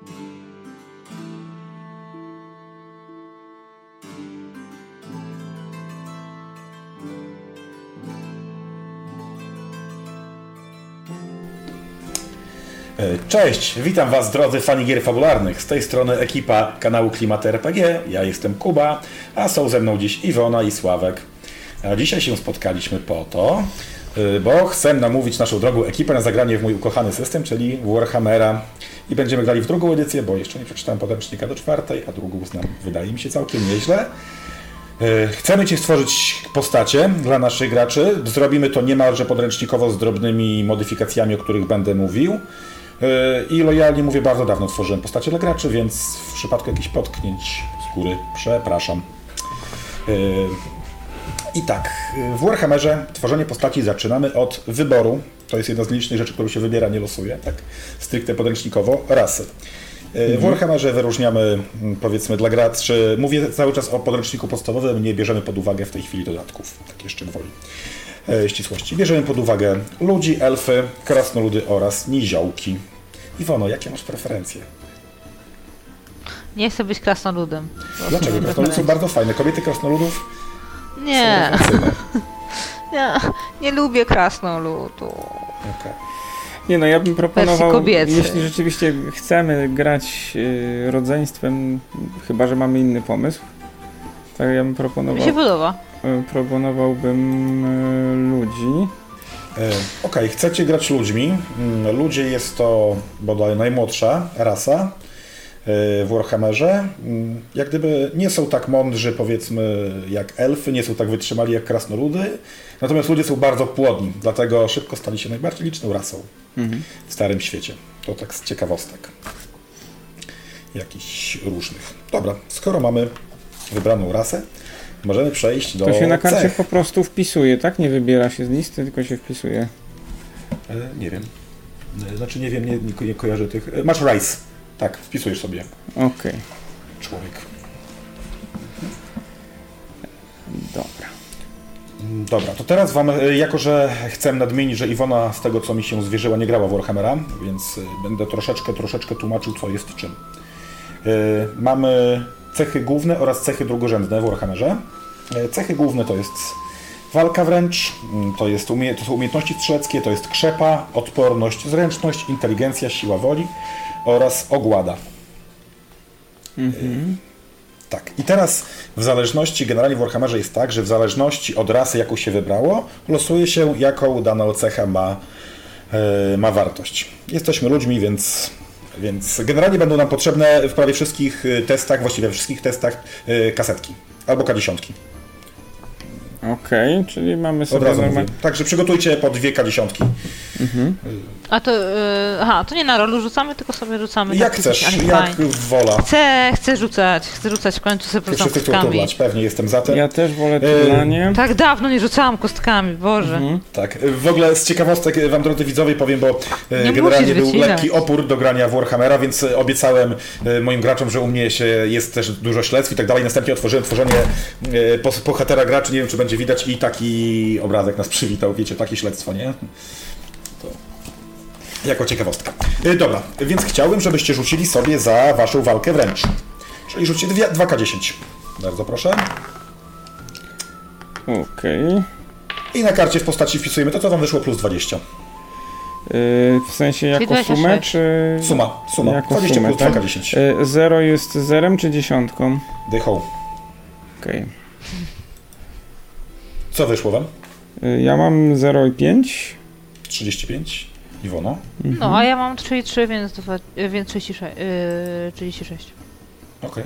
Cześć, witam Was drodzy fani gier fabularnych. Z tej strony ekipa kanału Klimaty RPG. Ja jestem Kuba, a są ze mną dziś Iwona i Sławek. A dzisiaj się spotkaliśmy po to, bo chcę namówić naszą drogą ekipę na zagranie w mój ukochany system, czyli Warhammera. I będziemy grali w drugą edycję, bo jeszcze nie przeczytałem podręcznika do czwartej, a drugą znam, wydaje mi się, całkiem nieźle. Chcemy Ci stworzyć postacie dla naszych graczy. Zrobimy to niemalże podręcznikowo z drobnymi modyfikacjami, o których będę mówił. I lojalnie mówię, bardzo dawno tworzyłem postacie dla graczy, więc w przypadku jakichś potknięć z góry przepraszam. I tak, w Warhammerze tworzenie postaci zaczynamy od wyboru. To jest jedna z licznych rzeczy, którą się wybiera, nie losuje, tak stricte podręcznikowo, rasy. W Warhammerze wyróżniamy, powiedzmy, dla graczy, mówię cały czas o podręczniku podstawowym, nie bierzemy pod uwagę w tej chwili dodatków, tak jeszcze gwoli ścisłości. Bierzemy pod uwagę ludzi, elfy, krasnoludy oraz niziołki. Iwono, jakie masz preferencje? Nie chcę być krasnoludem. Dlaczego? Krasnoludy są bardzo fajne. Kobiety krasnoludów nie. Nie lubię krasnoludu. Okay. Nie no, ja bym proponował, jeśli rzeczywiście chcemy grać rodzeństwem, chyba że mamy inny pomysł, tak ja bym proponował... Mi się podoba. Proponowałbym ludzi. Okej, chcecie grać ludźmi. Ludzie jest to bodaj najmłodsza rasa w Warhammerze. Jak gdyby nie są tak mądrzy, powiedzmy, jak elfy, nie są tak wytrzymali jak krasnoludy. Natomiast ludzie są bardzo płodni, dlatego szybko stali się najbardziej liczną rasą w Starym Świecie. To tak z ciekawostek. Jakichś różnych. Dobra, skoro mamy wybraną rasę, możemy przejść do To się na karcie cech. po prostu wpisuje, tak? Nie wybiera się z listy, tylko się wpisuje. Nie wiem. Znaczy nie wiem, nie kojarzę tych... Masz Rice. Tak, wpisujesz sobie. Okej. Człowiek. Dobra, to teraz wam, jako że chcę nadmienić, że Iwona z tego co mi się zwierzyła nie grała w Warhammera, więc będę troszeczkę tłumaczył co jest czym. Mamy cechy główne oraz cechy drugorzędne w Warhammerze. Cechy główne to jest walka wręcz, to są umiejętności strzeleckie, to jest krzepa, odporność, zręczność, inteligencja, siła woli oraz ogłada. Tak, i teraz w zależności, generalnie w Warhammerze jest tak, że w zależności od rasy, jaką się wybrało, losuje się, jaką dana cecha ma wartość. Jesteśmy ludźmi, więc generalnie będą nam potrzebne w prawie wszystkich testach, właściwie we wszystkich testach kasetki albo K10. Okej, czyli mamy sobie... Od razu mówię. Także przygotujcie po 2 K10. A to... to nie na rolu rzucamy, tylko sobie rzucamy. Jak chcesz, jak wola. Chcę rzucać w końcu sobie rzucam Wszyscy chcą kostkami. turlać, pewnie jestem za tym. Ja też wolę turlanie. Tak dawno nie rzucałam kostkami, Boże. Tak, w ogóle z ciekawostek wam, drodzy widzowie, powiem, bo generalnie był lekki opór do grania w Warhammera, więc obiecałem moim graczom, że u mnie jest też dużo śledztw i tak dalej. Następnie otworzyłem tworzenie bohatera graczy, nie wiem czy będzie widać, i taki obrazek nas przywitał, wiecie, takie śledztwo, nie? To jako ciekawostka. Dobra, więc chciałbym, żebyście rzucili sobie za waszą walkę wręcz. Czyli rzućcie 2K10. Bardzo proszę. Okej. I na karcie w postaci wpisujemy to, co wam wyszło, plus 20. W sensie jako 26. sumę, czy... Suma. Jako 20 sumę, plus tak? 2K10. 0 jest zerem czy dziesiątką? Dychą. Okej. Co wyszło wam? Ja mam 0 i 5. 35. Iwono? No, a ja mam 3,3, więc 36. Okej.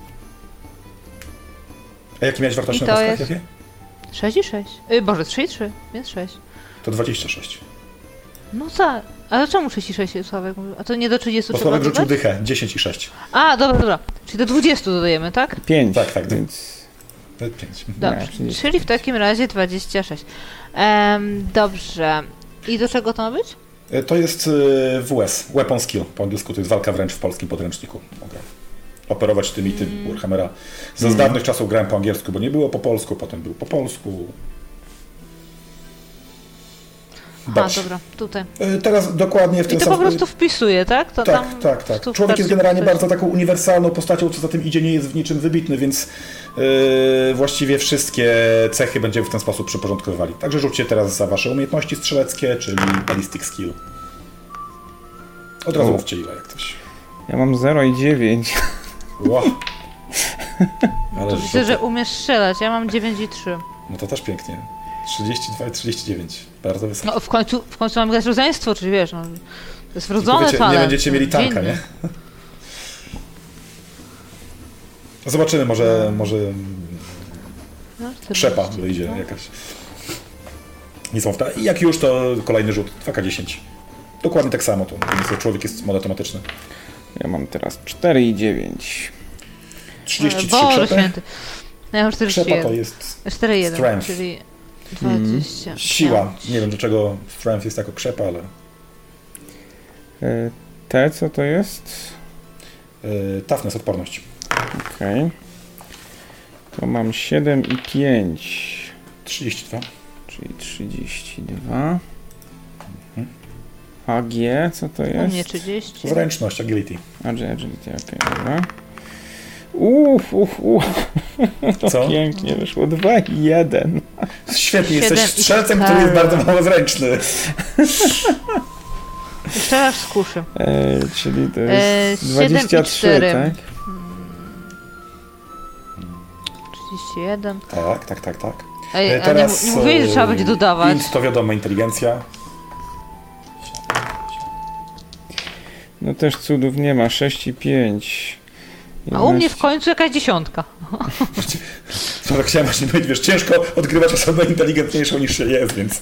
A jakie miałeś wartości I na to kostkach? jest- Jakie? 6,6. Boże, 3,3, więc 6. To 26. No co? Ale czemu 36, Sławek mówił? A to nie do 30 Bo trzeba Sławek rzucił dodać? dychę. 10 i 6. A, dobra. Czyli do 20 dodajemy, tak? 5. Tak. Więc... 5. Dobrze. Nie, Czyli w takim razie 26. Dobrze. I do czego to ma być? To jest WS, Weapon Skill. Po angielsku to jest walka wręcz w polskim podręczniku. Mogę operować tym Warhammera. Z dawnych czasów grałem po angielsku, bo nie było po polsku, potem był po polsku. dobra, tutaj. Teraz dokładnie w ten sam... I to po prostu wpisuje, tak? To tak. Człowiek jest generalnie bardzo taką uniwersalną postacią, co za tym idzie, nie jest w niczym wybitny, więc właściwie wszystkie cechy będziemy w ten sposób przyporządkowywali. Także rzućcie teraz za wasze umiejętności strzeleckie, czyli ballistic skill. Od razu mówcie ile, jak coś. Ja mam 0 i 9. Wow. Ale to widzę, że umiesz strzelać, ja mam 9 i 3. No to też pięknie. 32 i 39. Bardzo wysoko. No w końcu mamy grać rodzeństwo, czyli wiesz, no, to jest wrodzone talent. Nie będziecie mieli tanka, nie? Zobaczymy, może krzepa wyjdzie jakaś niesamowita. I jak już, to kolejny rzut, 2K10. Dokładnie tak samo, to człowiek jest mod automatyczny. Ja mam teraz 4 i 9. 33 Boże święty. Ja mam 41. Krzepa to jest 4,1, strength. czyli 20. Siła. Nie wiem, dlaczego strength jest jako krzepa, ale... Te, co to jest? Toughness, odporność. Okej. To mam 7 i 5. 32. Czyli 32. AG, co to jest? U mnie 30. Zręczność, agility. Agility, okej, dobra. Co? Pięknie wyszło. 2 i 1. Świetnie, jesteś strzelcem, który jest bardzo mało zręczny. Jeszcze raz skuszy. Czyli to jest 23, tak? 31. Tak. Teraz nie mówili, że trzeba będzie dodawać. Int to wiadomo, inteligencja. No też cudów nie ma, 6 i 5. A u mnie w końcu jakaś 10. Co tak chciałem właśnie powiedzieć, wiesz, ciężko odgrywać osobę inteligentniejszą niż się jest, więc...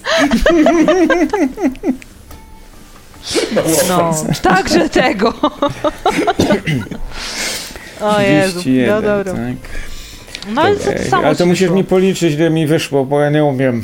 No, także tego. O Jezu, 31, no dobra. Tak. No ale co to samo ale to musisz mi policzyć, ile mi wyszło, bo ja nie umiem.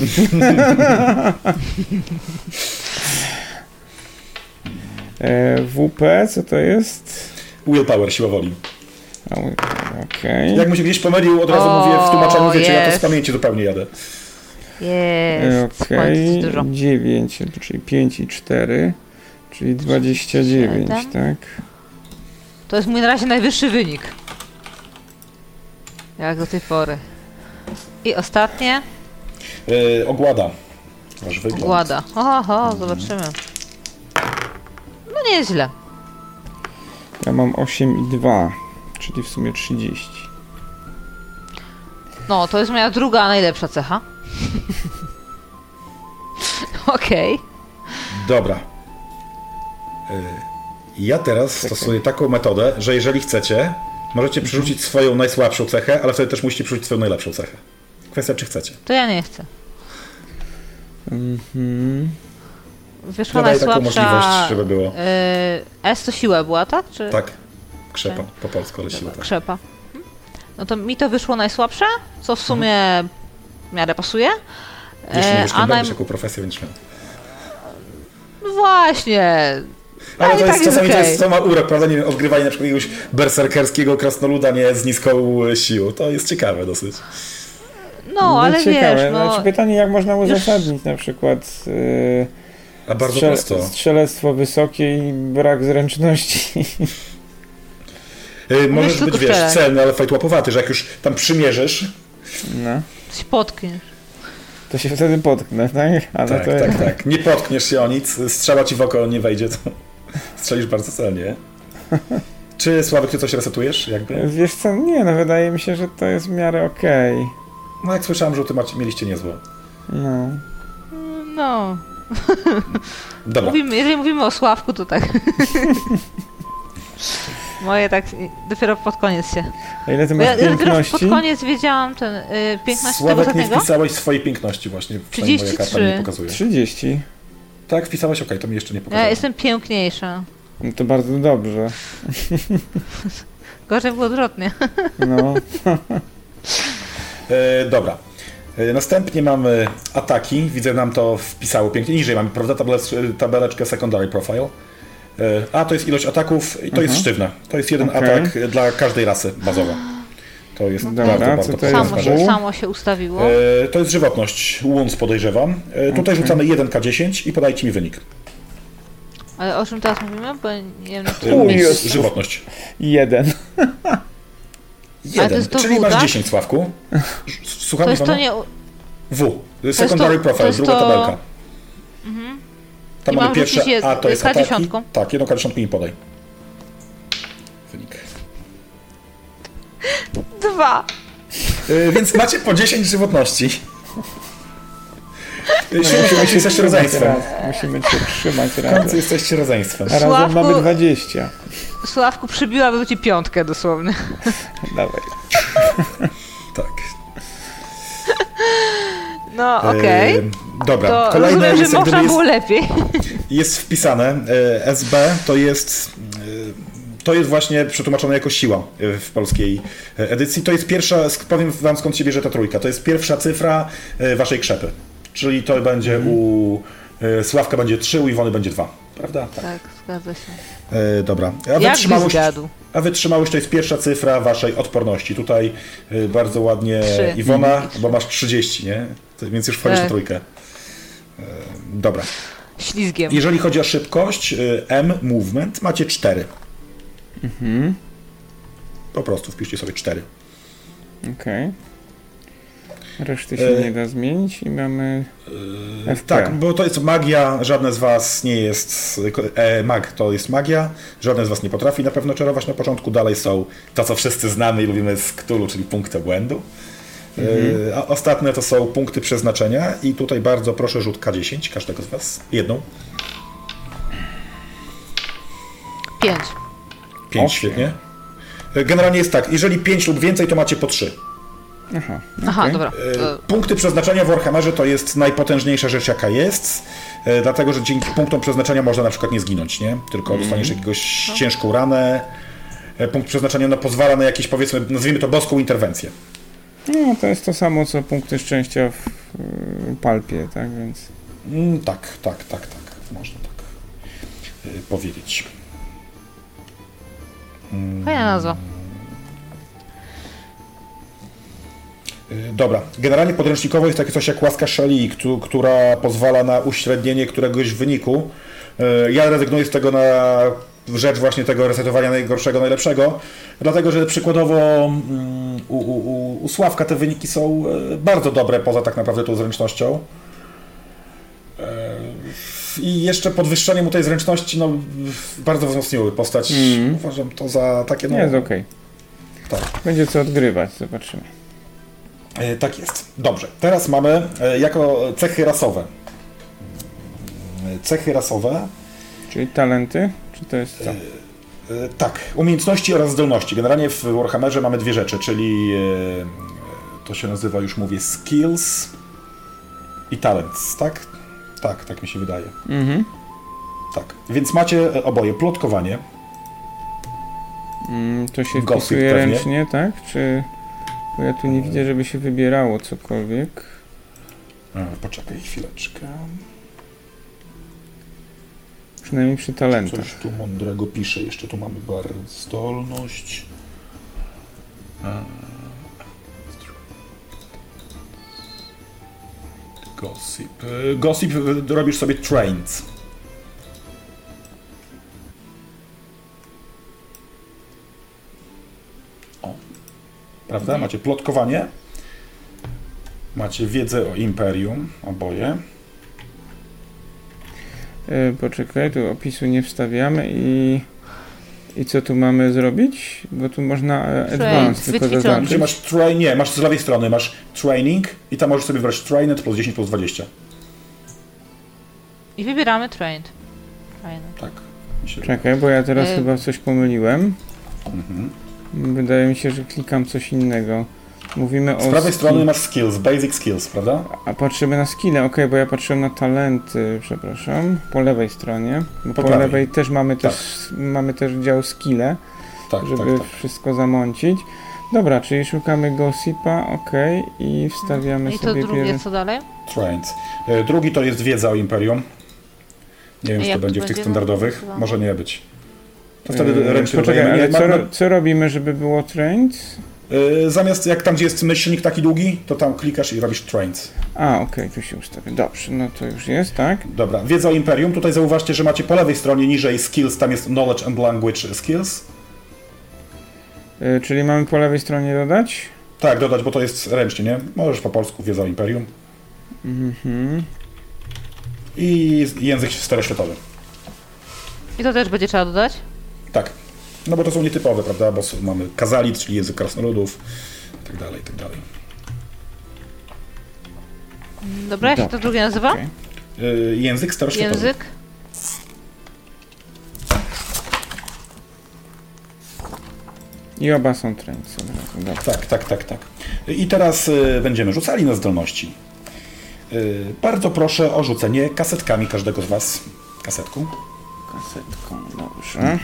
WP, co to jest? Willpower, siła woli. Okej. Jak mu się gdzieś pomylił, od razu mówię w tłumaczeniu, wiecie, ja to z pamięci zupełnie jadę. Jest. Okej, 9, czyli 5 i 4, czyli 29, 7. Tak? To jest mój na razie najwyższy wynik. Jak do tej pory. I ostatnie. Ogłada. Wasz wygląd. Ogłada. Oho, zobaczymy. No nieźle. Ja mam 8 i 2, czyli w sumie 30. No, to jest moja druga najlepsza cecha. Okej. Dobra. Ja teraz stosuję taką metodę, że jeżeli chcecie, możecie przerzucić swoją najsłabszą cechę, ale wtedy też musicie przerzucić swoją najlepszą cechę. Kwestia, czy chcecie. To ja nie chcę. Wyszła Dodaj najsłabsza... taką możliwość, żeby było. S to siła była, tak? Czy... Tak. Krzepa. Po polsku, ale siła. Tak. Krzepa. No to mi to wyszło najsłabsze, co w sumie w miarę pasuje. Jeszcze nie będziesz jaką profesję, więc miał. No właśnie. Ale to jest tak czasami okay. to ma urok, prawda? Nie wiem, odgrywanie na przykład jakiegoś berserkerskiego krasnoluda nie z niską siłą. To jest ciekawe dosyć. No, ale ciekawe. wiesz, no... Znaczy pytanie, jak można uzasadnić na przykład a bardzo prosto. Strzelectwo wysokie i brak zręczności. Możesz być, wiesz, celny, ale fajt łapowaty, że jak już tam przymierzysz... No. Się potkniesz. To się wtedy potknę, tak? Ale tak. Nie potkniesz się o nic, strzała ci w oko nie wejdzie, to strzelisz bardzo celnie. Czy, Sławek, ty coś resetujesz? Jakby? Wiesz co, nie, no wydaje mi się, że to jest w miarę okej. No jak słyszałem, że mieliście niezłe. No. Dobra. Jeżeli mówimy o Sławku, to tak. Moje tak dopiero pod koniec się. A ile ty masz piękności? Dopiero pod koniec wiedziałam ten piękności Sławek, tego ostatniego. nie wpisałeś swojej piękności właśnie. 33. Moja karta mi pokazuje. 30. Tak, wpisałeś, okej, to mi jeszcze nie pokazało. Ja jestem piękniejsza. No to bardzo dobrze. Gorzej było odwrotnie. No. Dobra. Następnie mamy ataki. Widzę, nam to wpisało pięknie. Niżej mamy, prawda, tabeleczkę secondary profile. A to jest ilość ataków i to jest sztywne. To jest jeden atak dla każdej rasy bazowo. To jest Dobra, bardzo to jest samo się ustawiło. To jest żywotność. Wounds podejrzewam. Tutaj rzucamy 1K10 i podajcie mi wynik. Ale o czym teraz mówimy? Bo nie wiem, żywotność. 1. 1, czyli W, masz tak? 10, Sławku. Słucham, to jest to nie... W. Secondary profile, druga tabelka. Tam mamy pierwsze, a to jest ataki. Tak, 1K10 mi podaj. Wynik. 2. Więc macie po 10 żywotności. Jesteście rodzeństwem. Musimy się trzymać razem. W końcu jesteście rodzeństwem. A razem mamy 20. Sławku, przybiłabym ci 5 dosłownie. Dawaj. Tak. No, okej. Dobra, to kolejne rozumiem, że można było lepiej. Jest wpisane. SB to jest właśnie przetłumaczone jako siła w polskiej edycji. To jest pierwsza, powiem wam skąd się bierze ta trójka, to jest pierwsza cyfra waszej krzepy. Czyli to będzie u Sławka będzie 3, u Iwony będzie 2. Prawda? Tak, zgadza się. Dobra. A wytrzymałość to jest pierwsza cyfra waszej odporności. Tutaj bardzo ładnie 3. Iwona, bo masz 30, nie? Więc już wchodzisz na trójkę. Dobra. Ślizgiem. Jeżeli chodzi o szybkość, movement macie 4. Po prostu wpiszcie sobie 4. Okej. Reszty się nie da zmienić i mamy FP. Tak, bo to jest magia, żadne z was nie jest mag, to jest magia, żadne z was nie potrafi na pewno czarować na początku, dalej są to, co wszyscy znamy i lubimy z Cthulhu, czyli punkty błędu. A ostatnie to są punkty przeznaczenia i tutaj bardzo proszę rzut K10, każdego z was, jedną. 5. 5, świetnie. Generalnie jest tak, jeżeli 5 lub więcej, to macie po 3. Aha, dobra. Punkty przeznaczenia w Warhammerze to jest najpotężniejsza rzecz, jaka jest, dlatego, że dzięki punktom przeznaczenia można na przykład nie zginąć, nie? Tylko dostaniesz jakąś ciężką ranę. Punkt przeznaczenia pozwala na jakieś, powiedzmy, nazwijmy to boską interwencję. No, to jest to samo, co punkty szczęścia w palpie, tak więc... Tak, można tak powiedzieć. Fajna nazwa. Dobra. Generalnie podręcznikowo jest takie coś jak łaska Szali, która pozwala na uśrednienie któregoś wyniku. Ja rezygnuję z tego na rzecz właśnie tego resetowania najgorszego, najlepszego, dlatego, że przykładowo u Sławka te wyniki są bardzo dobre, poza tak naprawdę tą zręcznością. I jeszcze podwyższenie mu tej zręczności bardzo wzmocniły postać. Uważam to za takie... Nie, jest okej. Tak. Będzie co odgrywać, zobaczymy. Tak jest. Dobrze. Teraz mamy jako cechy rasowe. Cechy rasowe. Czyli talenty? Czy to jest co? Tak. Umiejętności oraz zdolności. Generalnie w Warhammerze mamy dwie rzeczy, czyli to się nazywa, już mówię, skills i talents, tak? Tak mi się wydaje. Tak. Więc macie oboje plotkowanie. To się wpisuje ręcznie, tak? Czy... Bo ja tu nie widzę, żeby się wybierało cokolwiek. Poczekaj chwileczkę. Przynajmniej przy talentach. Coś tu mądrego pisze. Jeszcze tu mamy zdolność. Gossip. Gossip robisz sobie trains. Prawda? Macie plotkowanie. Macie wiedzę o Imperium, oboje. Poczekaj, tu opisu nie wstawiamy i co tu mamy zrobić? Bo tu można advance tylko zaznaczyć. Masz masz z lewej strony, masz training i tam możesz sobie wybrać trained plus 10 plus 20. I wybieramy trained. Tak. Czekaj, bo ja teraz chyba coś pomyliłem. Wydaje mi się, że klikam coś innego. Mówimy o... Z prawej strony masz skills, basic skills, prawda? A patrzymy na skille, okej, bo ja patrzyłem na talenty, przepraszam, po lewej stronie. Bo po lewej też mamy też dział skille, żeby wszystko zamącić. Dobra, czyli szukamy gossipa, i wstawiamy sobie... I to drugie, co dalej? Trained. Drugi to jest wiedza o Imperium. Nie wiem, czy to będzie w tych standardowych. Może nie być. To wtedy ręcznie ale co robimy, żeby było trained? Zamiast jak tam, gdzie jest myślnik taki długi, to tam klikasz i robisz trains. Okej, tu się ustawię. Dobrze, no to już jest, tak? Dobra, wiedza o Imperium. Tutaj zauważcie, że macie po lewej stronie niżej skills, tam jest knowledge and language skills. Czyli mamy po lewej stronie dodać? Tak, dodać, bo to jest ręcznie, nie? Możesz po polsku wiedza o Imperium. I język staroświatowy. I to też będzie trzeba dodać? Tak. No bo to są nietypowe, prawda? Bo mamy kazalit, czyli język krasnoludów, i tak dalej, i tak dalej. Dobra, jak się to drugie nazywa? Okay. Język staroświatowy. Język? I oba są trains. Tak. I teraz będziemy rzucali na zdolności. Bardzo proszę o rzucenie kasetkami każdego z was. Kasetką. Kasetką, dobrze.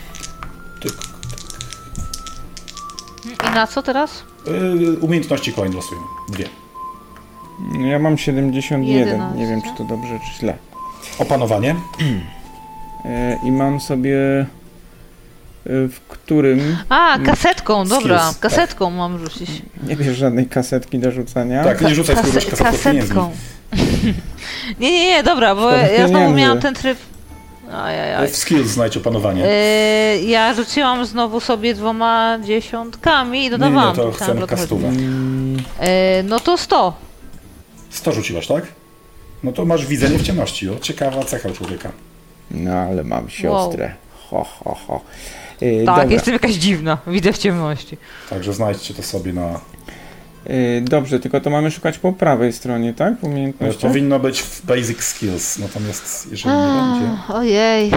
I na co teraz? Umiejętności coin losujemy. 2. Ja mam 71. 11. Nie wiem, czy to dobrze, czy źle. Opanowanie. I mam sobie... w którym... kasetką, dobra. Skills, Kasetką mam rzucić. Nie bierz żadnej kasetki do rzucania. Tak, nie rzucaj kasetką kasetką. Nie, dobra, bo ja znowu miałam ten tryb... Ajajaj. W skills znajdź opanowanie. Ja rzuciłam znowu sobie 2 dziesiątkami i dodawałam. Nie, to chcemy kastówę. No to 100. 100 rzuciłaś, tak? No to masz widzenie w ciemności. O, ciekawa cecha u człowieka. No, ale mam siostrę. Ho. Tak, dobra. jestem jakaś dziwna. Widzę w ciemności. Także znajdźcie to sobie na... Dobrze, tylko to mamy szukać po prawej stronie, tak? W umiejętnościach? Powinno być w Basic Skills, natomiast jeżeli nie będzie... Ojej.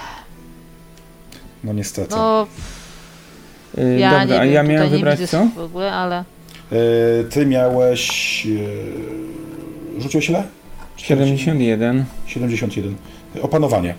No niestety. No, ja dobra, nie a wiem, ja tutaj miałem nie wybrać widzę co? w ogóle, ale... Ty miałeś... Rzuciłeś ile? 71. 71. Opanowanie.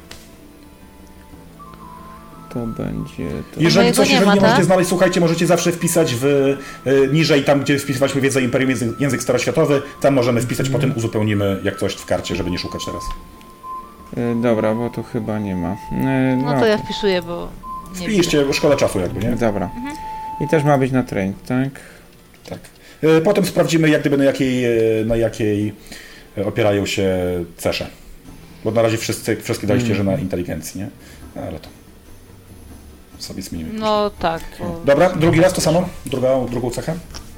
To będzie... To... Jeżeli coś, nie ma, możecie tak? znaleźć, słuchajcie, możecie zawsze wpisać niżej, tam gdzie wpisywaliśmy wiedzę Imperium, język staroświatowy, tam możemy wpisać, potem uzupełnimy jak coś w karcie, żeby nie szukać teraz. Dobra, bo tu chyba nie ma. No to ja wpisuję, bo... nie Wpiszcie, szkoda czasu jakby, nie? Dobra. I też ma być na train, tak? Tak. Potem sprawdzimy, jak gdyby na jakiej opierają się cesze. Bo na razie wszystkie daliście, że na inteligencji, nie? Ale to sobie zmienimy. No tak. Bo... Dobra, drugi raz to samo? Drugą cechę?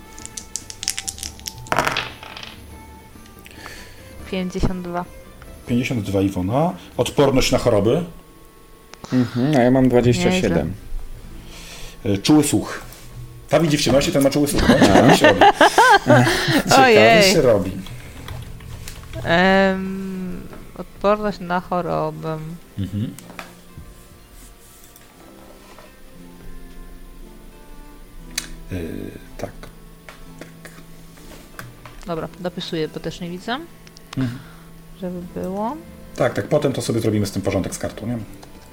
52. 52 Iwona. Odporność na choroby. A ja mam 27. Czuły słuch. Ta widzi w ciemności, ten ma czuły słuch. No, ciekawie się robi. Ciekawie się robi. Odporność na chorobę. Tak. Dobra, dopisuję, bo też nie widzę. Żeby było. Tak. Potem to sobie zrobimy z tym porządek z kartą, nie?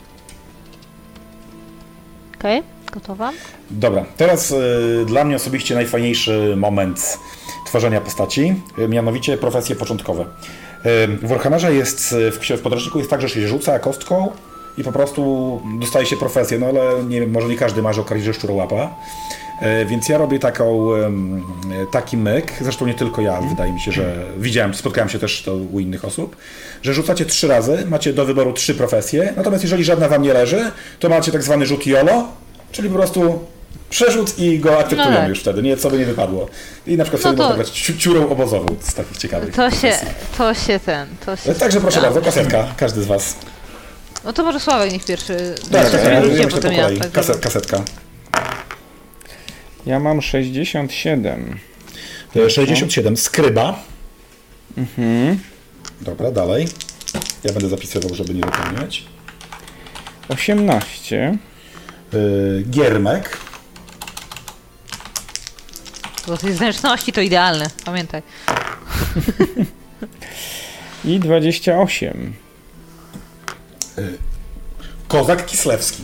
Okej, gotowa. Dobra, teraz dla mnie osobiście najfajniejszy moment tworzenia postaci, mianowicie profesje początkowe. W Warhammerze jest, w podręczniku jest tak, że się rzuca kostką i po prostu dostaje się profesję, no ale nie wiem, może nie każdy marzy o karierze szczurołapa. Więc ja robię taki myk, zresztą nie tylko ja, wydaje mi się, że spotkałem się też to u innych osób, że rzucacie 3 razy, macie do wyboru 3 profesje, natomiast jeżeli żadna wam nie leży, to macie tak zwany rzut YOLO, czyli po prostu przerzut i go akceptujemy już wtedy, nie, co by nie wypadło. I na przykład sobie można grać ciurą obozową z takich ciekawych To się. Także proszę bardzo, kasetka, każdy z was. No to może Sławek niech pierwszy. Tak, Ludzie, potem ja. Kasetka. Ja mam 67. 67. Skryba. Dobra, dalej. Ja będę zapisywał, żeby nie zapomnieć. 18. Giermek. Do tej zręczności to idealne, pamiętaj. I 28. Kozak Kislewski.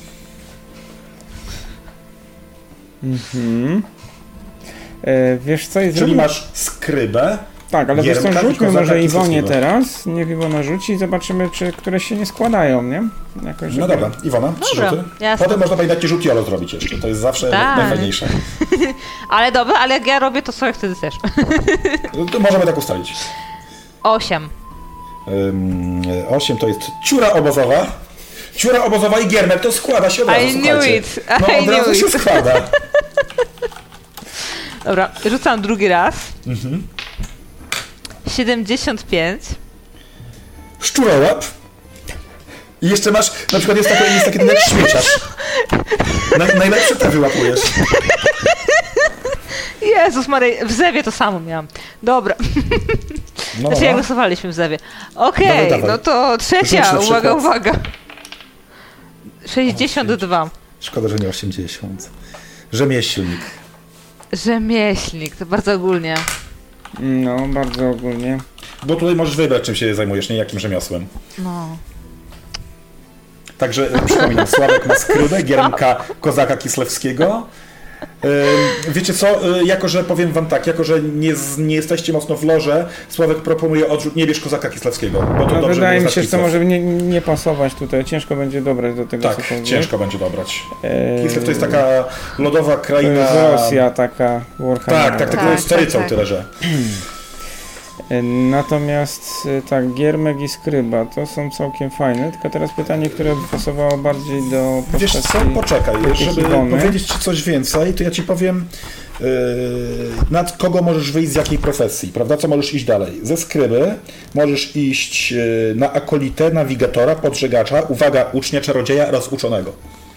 Wiesz co jest... Czyli masz skrybę Tak, ale wiesz co, Giermka i rzućmy kozaka może Iwonie Kisuskiego. teraz, niech Iwona rzuci i zobaczymy, czy któreś się nie składają, nie? Jakoś, No dobra, Iwona, 3 Dobra, rzuty. jasne. Potem można pamiętać rzut jolo zrobić jeszcze, to jest zawsze Tak. najfajniejsze. Ale dobra, ale jak ja robię, to sobie wtedy też. To możemy tak ustalić. 8. 8 to jest ciura obozowa. Ciura obozowa i giermek to składa się od razu, I knew słuchajcie. it. No I od razu knew się it. składa. Dobra, rzucam drugi raz. 75. Szczurołap. I jeszcze masz, na przykład jest taki ten jak śmieciarz. Najlepsze te wyłapujesz. Jezus Maria, w Zewie to samo miałam. Dobra. No, Znaczy, jak głosowaliśmy w Zewie. Okej, Dawaj. no to trzecia, Rzuć na przykład. uwaga. 62. Szkoda, że nie 80. Rzemieślnik. Rzemieślnik, to bardzo ogólnie. No, bardzo ogólnie. Bo tutaj możesz wybrać, czym się zajmujesz, nie jakim rzemiosłem. No. Także przypominam, Sławek ma skrybę, giermka kozaka kislewskiego. Wiecie co, jako że powiem wam tak, jako że nie jesteście mocno w loże, Sławek proponuje odrzut, nie bierz kozaka kislewskiego, bo to No, dobrze wydaje mi się, że to Kislew. może nie pasować tutaj, ciężko będzie dobrać do tego, Tak, cokolwiek. ciężko będzie dobrać. Kislew to jest taka lodowa To kraina... jest Rosja taka, Warhammer. Tak, Tak, jest storycą tak. tyle, że... Natomiast tak, giermek i skryba to są całkiem fajne, tylko teraz pytanie, które by pasowało bardziej do Wiesz co, postaci poczekaj, żeby Iwony. powiedzieć ci coś więcej, to ja ci powiem, nad kogo możesz wyjść z jakiej profesji, prawda? Co możesz iść dalej? Ze skryby możesz iść na akolitę, nawigatora, podżegacza, uwaga, ucznia, czarodzieja oraz uczonego.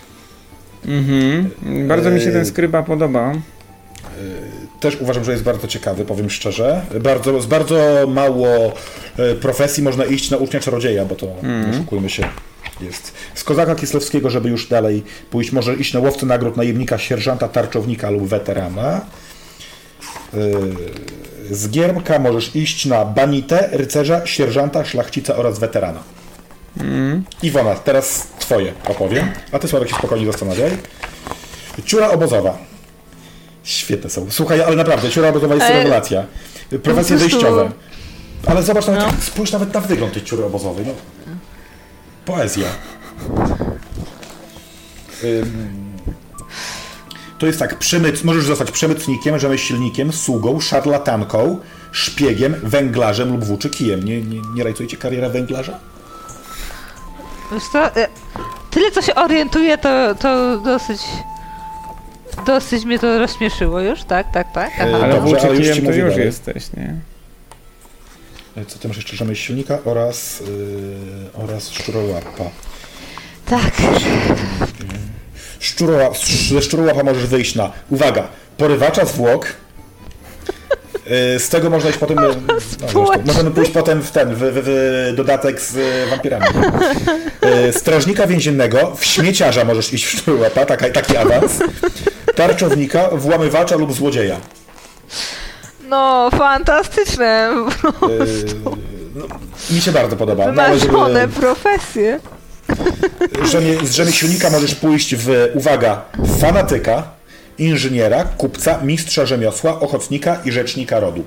Bardzo mi się ten skryba podoba. Też uważam, że jest bardzo ciekawy, powiem szczerze. Z bardzo mało profesji można iść na ucznia czarodzieja, bo to, nie oszukujmy się, jest. Z kozaka kislewskiego, żeby już dalej pójść, może iść na łowcę nagród, najemnika, sierżanta, tarczownika lub weterana. Z giermka możesz iść na banitę, rycerza, sierżanta, szlachcica oraz weterana. Iwona, teraz twoje opowiem, a ty, Sławek, się spokojnie zastanawiaj. Ciura obozowa. Świetne są. Słuchaj, ale naprawdę, ciura obozowa jest rewelacja. Profesje po prostu- wyjściowe. Ale zobacz, nawet, No. spójrz nawet na wygląd tej ciury obozowej. No. Poezja. To jest tak, możesz zostać przemytnikiem, rzemieślnikiem, sługą, szarlatanką, szpiegiem, węglarzem lub włóczykijem. Nie rajcuje cię kariera węglarza? Wiesz co, tyle co się orientuję, to dosyć mnie to rozśmieszyło już, tak. Aha. Ale Dobrze, ale już ci włóczykiem to mówię już dalej. jesteś, nie? Co ty masz jeszcze? Rzemieślnika oraz szczurołapa. Tak. Ze szczurołapa możesz wyjść na, uwaga, porywacza zwłok. Z tego można iść potem... możemy pójść potem w dodatek z wampirami. Strażnika więziennego, w śmieciarza możesz iść w szczurołapa, taki awans. Tarczownika, włamywacza lub złodzieja. No, fantastyczne. Mi się bardzo podoba. Wymarzone profesje. Z rzemieślnika możesz pójść w, uwaga, fanatyka, inżyniera, kupca, mistrza rzemiosła, ochotnika i rzecznika rodu.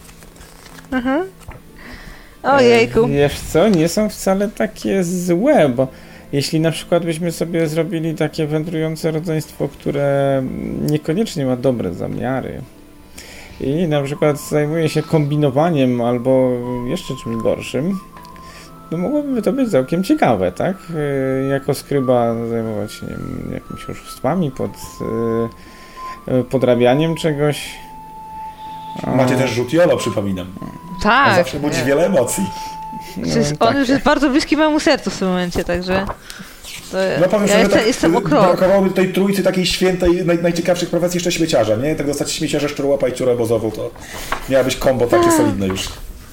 Ojejku. Wiesz co, nie są wcale takie złe, bo jeśli na przykład byśmy sobie zrobili takie wędrujące rodzeństwo, które niekoniecznie ma dobre zamiary i na przykład zajmuje się kombinowaniem albo jeszcze czymś gorszym, no mogłoby to być całkiem ciekawe, tak? Jako skryba zajmować się, nie wiem, jakimiś oszustwami, podrabianiem czegoś. Macie też rzut jolo, przypominam. Tak. On zawsze budzi wiele emocji. On już jest bardzo bliski mojemu sercu w tym momencie, także... No powiem ja szczerze, tak, jestem o krok. brakowałoby tej trójcy takiej świętej, najciekawszych profesji jeszcze śmieciarza, nie? Tak dostać śmieciarza, szczurołapa i ciurę obozową, to miałabyś kombo takie solidne już.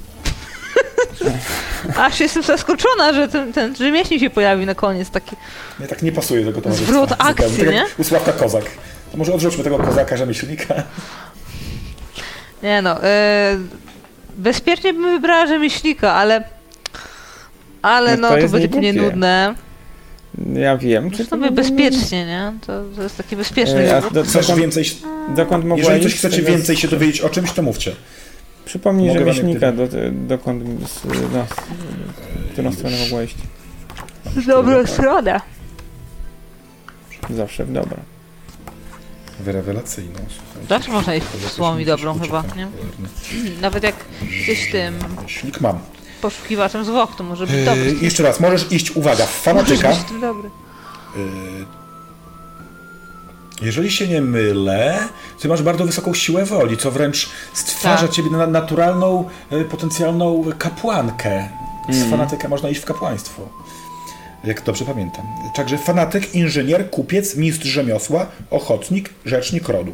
Aż jestem zaskoczona, że ten rzemieślnik się pojawi na koniec, taki... Nie, tak nie pasuje do tego towarzystwa. Zwrot akcji, tak nie? Jak u Sławka Kozak. To może odrzućmy tego kozaka, rzemieślnika. Nie no, bezpiecznie bym wybrała rzemieślnika, ale No to jest będzie pewnie niegłupie. nudne. Ja wiem. To by bezpiecznie, nie? To jest taki bezpieczny wybór. Chcesz więcej... Dokąd mogła Jeżeli coś iść chcecie tego- więcej się dowiedzieć o czymś, to mówcie. Przypomnij rzemieślnika, dokąd, w którą stronę mogła iść. W dobrą stronę. Zawsze w dobro. Rewelacyjną. Zawsze można iść w słową i dobrą chyba, nie? Nawet jak jesteś tym Myślnik mam. poszukiwaczem zwłok, to może być dobry. Jeszcze raz, możesz iść, uwaga, w fanatyka. Możesz być w tym dobry. Jeżeli się nie mylę, ty masz bardzo wysoką siłę woli, co wręcz stwarza ciebie na naturalną, potencjalną kapłankę. Z fanatyka można iść w kapłaństwo. Jak dobrze pamiętam. Także fanatyk, inżynier, kupiec, mistrz rzemiosła, ochotnik, rzecznik rodu.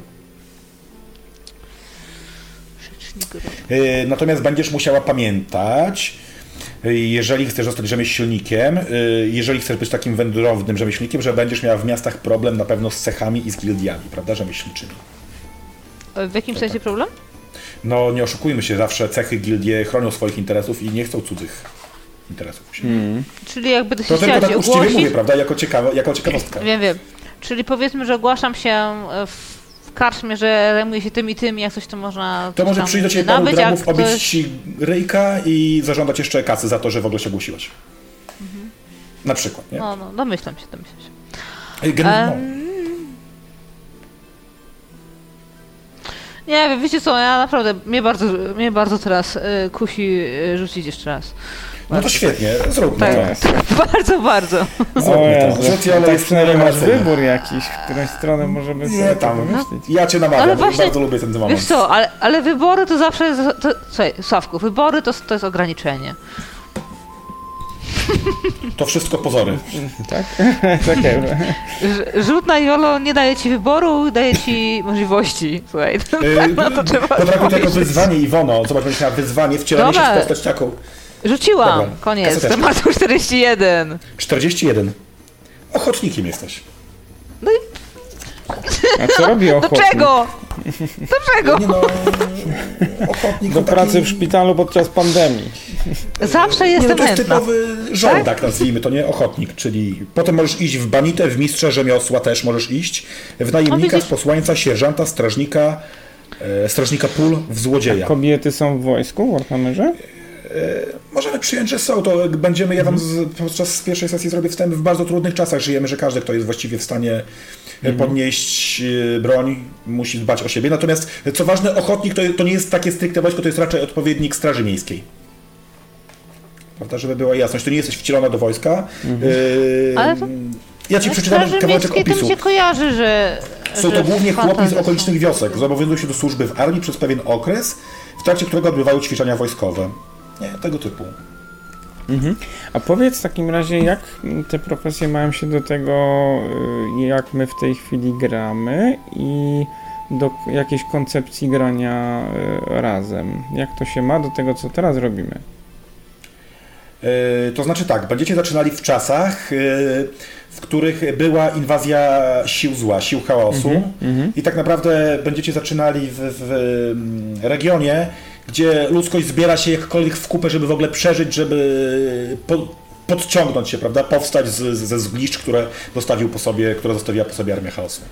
Natomiast będziesz musiała pamiętać, jeżeli chcesz zostać rzemieślnikiem, jeżeli chcesz być takim wędrownym rzemieślnikiem, że będziesz miała w miastach problem na pewno z cechami i z gildiami, prawda, rzemieślniczymi. W jakim sensie problem? No nie oszukujmy się, zawsze cechy, gildie chronią swoich interesów i nie chcą cudzych interesów. Czyli jakby to się To tylko tak uczciwie ogłosić... mówię, prawda, jako ciekawostka. Wiem. Czyli powiedzmy, że ogłaszam się w karczmie, że zajmuję się tym i tym, jak coś to można... To może przyjść do ciebie paru drabów, obić ci ryjka i zażądać jeszcze kasy za to, że w ogóle się ogłosiłeś. Na przykład, nie? No, domyślam się. Nie wiem, wiecie co, ja naprawdę, mnie bardzo teraz kusi rzucić jeszcze raz. No to świetnie, zróbmy to. Bardzo. Ale przynajmniej masz wybór jakiś, w którą stronę możemy sobie nie tam pomyśleć. Ja cię namawiam, właśnie, bardzo lubię ten moment. Wiesz co, ale wybory to zawsze... Słuchaj, Sławku, wybory to jest ograniczenie. To wszystko pozory. Tak? Okay. Rzut na Jolo nie daje ci wyboru, daje ci możliwości. Słuchaj, to trzeba potraktuj to jako wyzwanie, Iwono. Zobacz, będziesz miała wyzwanie, wcielanie się w postać taką. Rzuciłam. Dobra, koniec. Tematu 41. 41. Ochotnikiem jesteś. No i... A co robi ochotnik? Do czego? Nie no, ochotnik do pracy w szpitalu podczas pandemii. Zawsze jestem to jest chętna. typowy żołdak, tak? Nazwijmy to, nie ochotnik, czyli potem możesz iść w banitę, w mistrza rzemiosła też możesz iść, w najemnika, w posłańca, sierżanta, strażnika pól, w złodzieja. A kobiety są w wojsku, w Warhammerze? Możemy przyjąć, że są. To będziemy, ja wam podczas pierwszej sesji zrobię wstęp. W bardzo trudnych czasach żyjemy, że każdy, kto jest właściwie w stanie podnieść broń, musi dbać o siebie. Natomiast, co ważne, ochotnik to nie jest takie stricte wojsko, to jest raczej odpowiednik Straży Miejskiej. Prawda, żeby była jasność. To nie jesteś wcielona do wojska. Ale to... Ja ci przeczytam kawałeczek opisu. To mi się kojarzy, że... Są to głównie chłopi z okolicznych wiosek. Zobowiązują się do służby w armii przez pewien okres, w trakcie którego odbywają ćwiczenia wojskowe. Nie, tego typu. A powiedz w takim razie, jak te profesje mają się do tego, jak my w tej chwili gramy i do jakiejś koncepcji grania razem. Jak to się ma do tego, co teraz robimy? To znaczy tak, będziecie zaczynali w czasach, w których była inwazja sił zła, sił chaosu i tak naprawdę będziecie zaczynali w regionie, gdzie ludzkość zbiera się jakkolwiek w kupę, żeby w ogóle przeżyć, żeby podciągnąć się, prawda, powstać ze zgliszcz, które zostawiła po sobie armia chaosu.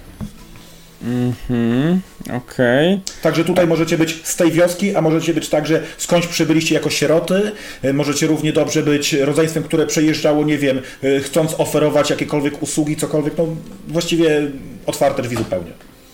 Okej. Także tutaj możecie być z tej wioski, a możecie być także skądś przybyliście jako sieroty, możecie równie dobrze być rodzeństwem, które przejeżdżało, nie wiem, chcąc oferować jakiekolwiek usługi, cokolwiek, no właściwie otwarte drzwi zupełnie.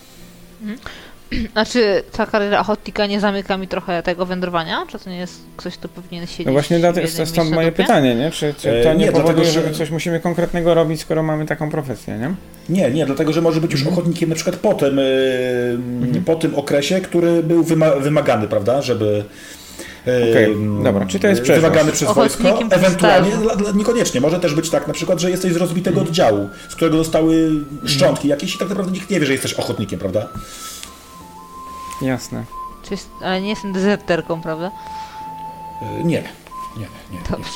Znaczy, ta kariera ochotnika nie zamyka mi trochę tego wędrowania? Czy to nie jest ktoś, kto powinien siedzieć? No właśnie stąd moje pytanie, nie? Czy to nie powoduje, że coś musimy konkretnego robić, skoro mamy taką profesję, nie? Nie, dlatego, że może być już ochotnikiem na przykład po tym okresie, który był wymagany, prawda, żeby... Dobra, czy to jest wymagany przez wojsko, ewentualnie, niekoniecznie, może też być tak na przykład, że jesteś z rozbitego oddziału, z którego zostały szczątki jakieś i tak naprawdę nikt nie wie, że jesteś ochotnikiem, prawda? Jasne. Ale nie jestem dezerterką, prawda? Nie. Dobrze.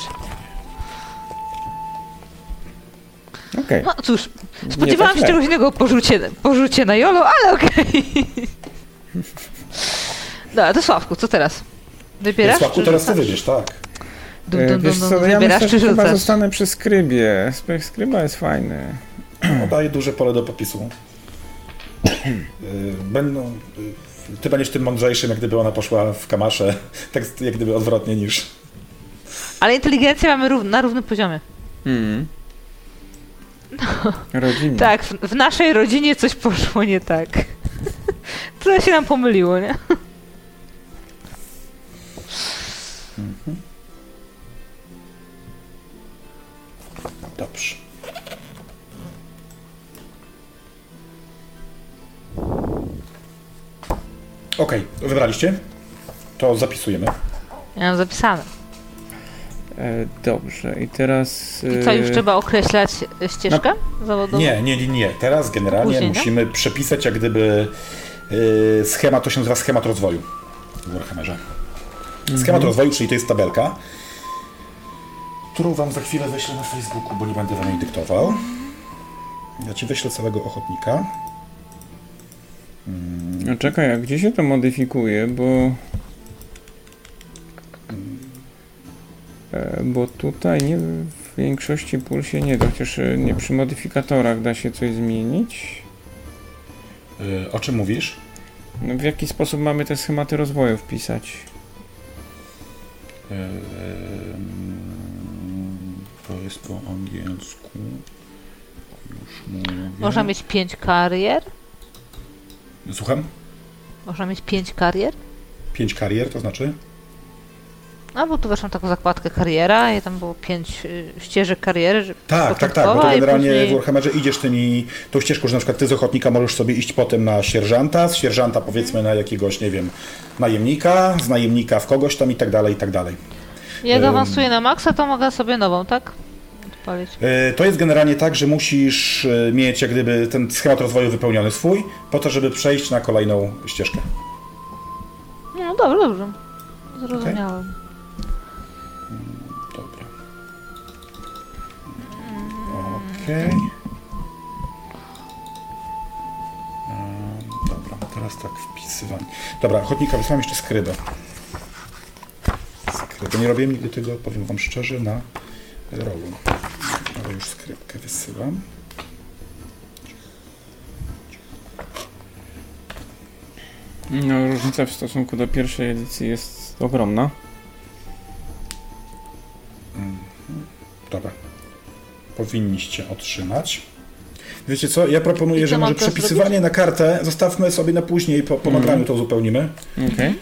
Okay. No cóż, spodziewałam się czegoś innego po rzucie na Jolo, ale okej. Dobra, to Sławku, co teraz? Wybierasz? Sławku, teraz ty wybierz, tak. Wiesz co, ja myślę, że chyba zostanę przy skrybie. Skryba jest fajny. Daje duże pole do popisu. ty będziesz tym mądrzejszym, jak gdyby ona poszła w kamasze, tak jak gdyby odwrotnie niż... Ale inteligencję mamy na równym poziomie. No. Rodzinie. Tak, w naszej rodzinie coś poszło nie tak. Trochę się nam pomyliło, nie? Dobrze. Okej, wybraliście? To zapisujemy. Ja mam zapisane. Dobrze, i teraz... I co, już trzeba określać ścieżkę zawodową? Nie. Teraz generalnie Później, musimy przepisać jak gdyby schemat, to się nazywa schemat rozwoju w Warhammerze. Schemat rozwoju, czyli to jest tabelka, którą wam za chwilę wyślę na Facebooku, bo nie będę wam jej dyktował. Ja ci wyślę całego ochotnika. No czekaj, a gdzie się to modyfikuje, bo tutaj nie w większości pól się nie da, chociaż nie przy modyfikatorach da się coś zmienić. O czym mówisz? No w jaki sposób mamy te schematy rozwoju wpisać? To jest po angielsku. Już mówię. Można mieć 5 karier? Słucham? Można mieć 5 karier? 5 karier, to znaczy? No bo tu weszłam taką zakładkę kariera i tam było 5 ścieżek kariery. Tak, bo to generalnie w Warhammerze idziesz tą ścieżką, że na przykład ty z ochotnika możesz sobie iść potem na sierżanta, z sierżanta powiedzmy na jakiegoś, nie wiem, najemnika, z najemnika w kogoś tam i tak dalej, i tak dalej. Jak awansuję na maksa, to mogę sobie nową, tak? Odpalić. To jest generalnie tak, że musisz mieć jak gdyby ten schemat rozwoju wypełniony swój, po to, żeby przejść na kolejną ścieżkę. No dobrze. Zrozumiałem. Dobra. Okej. Dobra, teraz tak wpisywanie. Dobra, ochotnika wysłałem jeszcze skrybę. Nie robiłem nigdy tego, powiem wam szczerze, na rolu. Ale już skrypkę wysyłam. No, różnica w stosunku do pierwszej edycji jest ogromna. Dobra. Powinniście otrzymać. Wiecie co? Ja proponuję, że może przepisywanie na kartę zostawmy sobie na później, po nagraniu to uzupełnimy. Okay.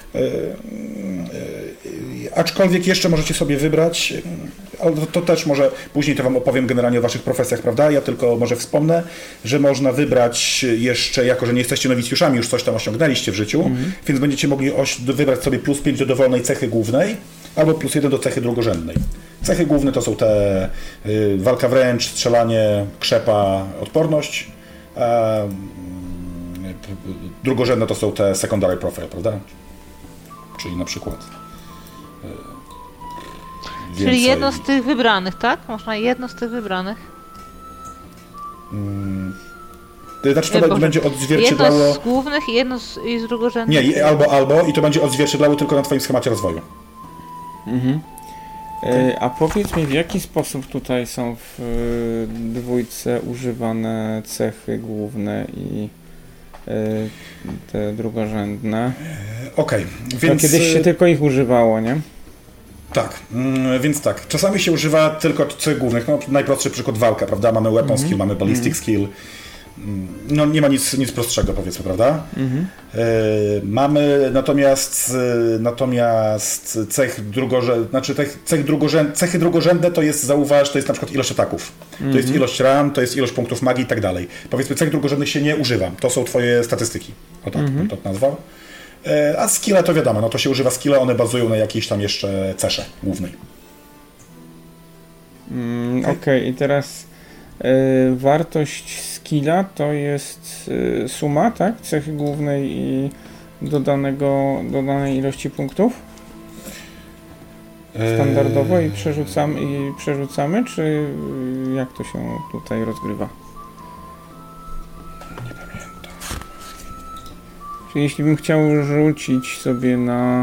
Aczkolwiek jeszcze możecie sobie wybrać, ale to też może później to wam opowiem generalnie o waszych profesjach, prawda? Ja tylko może wspomnę, że można wybrać jeszcze, jako że nie jesteście nowicjuszami, już coś tam osiągnęliście w życiu, więc będziecie mogli wybrać sobie +5 do dowolnej cechy głównej, albo +1 do cechy drugorzędnej. Cechy główne to są te walka wręcz, strzelanie, krzepa, odporność, a drugorzędne to są te secondary profile, prawda? Czyli na przykład Czyli jedno z tych wybranych, tak? Można jedno z tych wybranych. Znaczy to będzie odzwierciedlało... Jedno z głównych i jedno z drugorzędnych. Nie, albo i to będzie odzwierciedlało tylko na twoim schemacie rozwoju. A powiedz mi, w jaki sposób tutaj są w dwójce używane cechy główne i te drugorzędne? Okej, więc... Kiedyś się tylko ich używało, nie? Tak, więc tak. Czasami się używa tylko cech głównych. No, najprostszy przykład walka, prawda? Mamy weapon skill, mamy ballistic skill. No nie ma nic prostszego, powiedzmy, prawda? Mamy natomiast cechy drugorzędne to jest, zauważ, to jest na przykład ilość ataków. To jest ilość ran, to jest ilość punktów magii i tak dalej. Powiedzmy, cech drugorzędnych się nie używa. To są twoje statystyki. O tak bym to nazwał. A skille to wiadomo, no to się używa skille, one bazują na jakiejś tam jeszcze cesze głównej. Okej, i teraz wartość skilla to jest suma, tak? Cechy głównej i dodanej ilości punktów? Standardowo i przerzucamy, czy jak to się tutaj rozgrywa? Nie pamiętam. Czyli jeśli bym chciał rzucić sobie na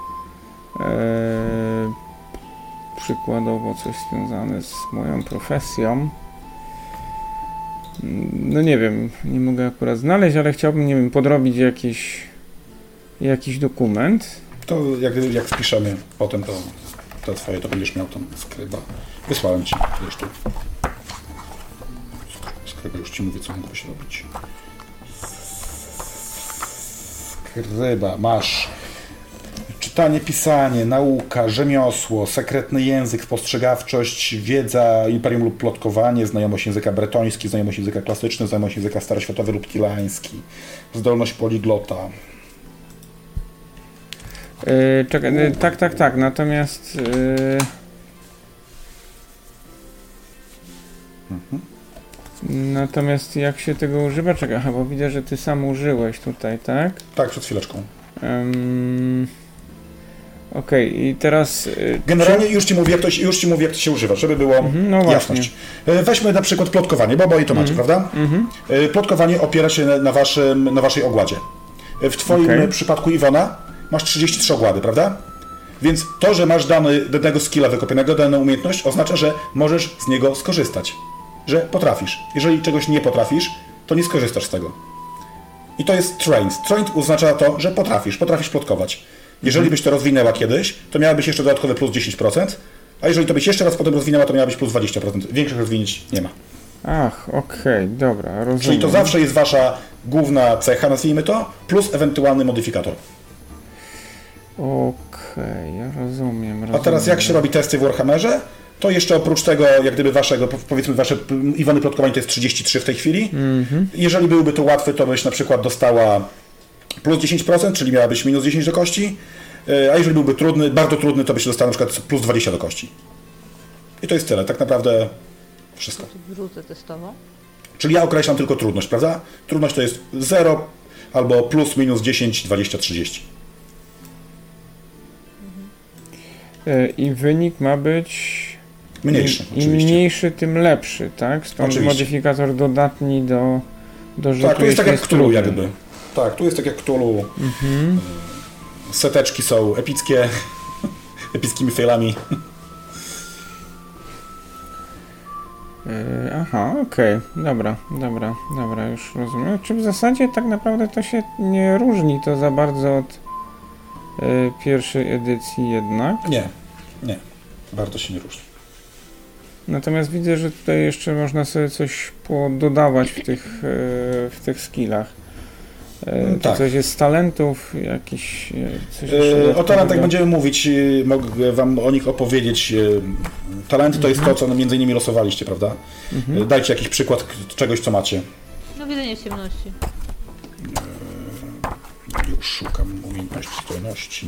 przykładowo coś związane z moją profesją, no nie wiem, nie mogę akurat znaleźć, ale chciałbym, nie wiem, podrobić jakieś jakiś dokument. To jak wpiszemy potem to twoje, to będziesz miał tam skryba. Wysłałem ci gdzieś tu. Skryba, już ci mówię, co mogłeś robić. Skryba, masz czytanie, pisanie, nauka, rzemiosło, sekretny język, spostrzegawczość, wiedza, imperium lub plotkowanie, znajomość języka bretoński, znajomość języka klasyczny, znajomość języka staroświatowy lub kilański, zdolność poliglota. Czekaj, tak, natomiast natomiast jak się tego używa? Czekaj, bo widzę, że ty sam użyłeś tutaj, tak? Tak, przed chwileczką. Okej, i teraz... Generalnie już ci mówię, jak to się używa, żeby było jasność. Weźmy na przykład plotkowanie, bo oboje to macie, prawda? Plotkowanie opiera się na waszej ogładzie. W twoim przypadku, Iwona, masz 33 ogłady, prawda? Więc to, że masz danego skilla wykopionego, daną umiejętność, oznacza, że możesz z niego skorzystać. Że potrafisz. Jeżeli czegoś nie potrafisz, to nie skorzystasz z tego. I to jest trained. Trained oznacza to, że potrafisz plotkować. Jeżeli byś to rozwinęła kiedyś, to miałabyś jeszcze dodatkowe plus 10%, a jeżeli to byś jeszcze raz potem rozwinęła, to miałabyś plus 20%. Większych rozwinięć nie ma. Ach, okej, dobra, rozumiem. Czyli to zawsze jest wasza główna cecha, nazwijmy to, plus ewentualny modyfikator. Okej, ja rozumiem. A teraz jak się robi testy w Warhammerze? To jeszcze oprócz tego, jak gdyby powiedzmy wasze Iwony plotkowanie to jest 33 w tej chwili. Jeżeli byłby to łatwy, to byś na przykład dostała plus 10%, czyli miałabyś minus 10 do kości, a jeżeli byłby trudny, bardzo trudny, to byś dostała na przykład plus 20 do kości. I to jest tyle, tak naprawdę wszystko. Wrócę testowo. Czyli ja określam tylko trudność, prawda? Trudność to jest 0 albo plus, minus 10, 20, 30. I wynik ma być... Mniejszy, Im mniejszy, tym lepszy, tak? Stąd oczywiście. Modyfikator dodatni do rzutu. Tak, tu jest tak jak Cthulhu jakby. Tak, tu jest tak jak Cthulhu. Seteczki są epickie, epickimi failami. Aha, okej. Dobra, już rozumiem. Czy w zasadzie tak naprawdę to się nie różni to za bardzo od pierwszej edycji jednak? Nie. Bardzo się nie różni. Natomiast widzę, że tutaj jeszcze można sobie coś pododawać w tych skillach. Tak. Coś jest z talentów, jakiś... Coś o talentach będziemy mówić, mogę wam o nich opowiedzieć. Talenty to jest to, co między innymi losowaliście, prawda? Dajcie jakiś przykład czegoś, co macie. No widzenie w ciemności. Już szukam umiejętności zdolności.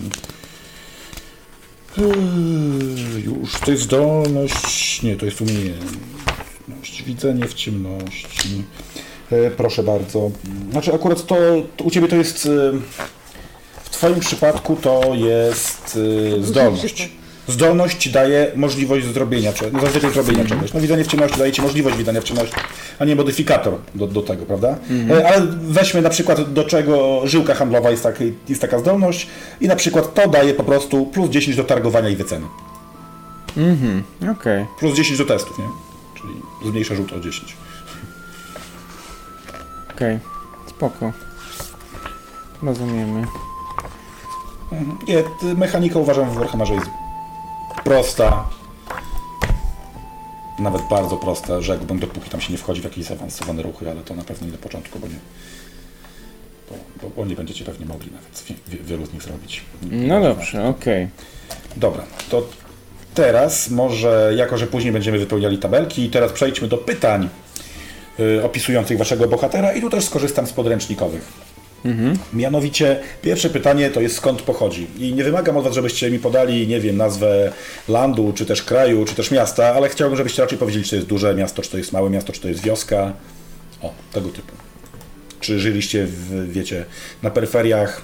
Już, to jest zdolność... Nie, to jest umiejętność. Widzenie w ciemności. Proszę bardzo. Znaczy akurat to u ciebie to jest... W twoim przypadku to jest zdolność. Zdolność ci daje możliwość zrobienia czegoś, zazwyczaj zrobienia czegoś. No widzenie w ciemności daje ci możliwość widzenia w ciemności, a nie modyfikator do tego, prawda? Ale weźmy na przykład do czego żyłka handlowa jest taka zdolność i na przykład to daje po prostu plus 10 do targowania i wyceny. Okej. Plus 10 do testów, nie? Czyli zmniejsza rzut o 10. Okej, spoko. Rozumiemy. Nie, mechanika uważam w Warhammerze jest prosta. Nawet bardzo prosta, rzekłbym, dopóki tam się nie wchodzi w jakieś zaawansowane ruchy, ale to na pewno nie na początku, bo nie będziecie pewnie mogli nawet wielu z nich zrobić. No dobrze, okej. Dobra, to teraz może, jako że później będziemy wypełniali tabelki, teraz przejdźmy do pytań opisujących waszego bohatera i tu też skorzystam z podręcznikowych. Mianowicie pierwsze pytanie to jest skąd pochodzi. I nie wymagam od was, żebyście mi podali, nie wiem, nazwę landu, czy też kraju, czy też miasta, ale chciałbym, żebyście raczej powiedzieli, czy to jest duże miasto, czy to jest małe miasto, czy to jest wioska. O, tego typu. Czy żyliście, wiecie, na peryferiach?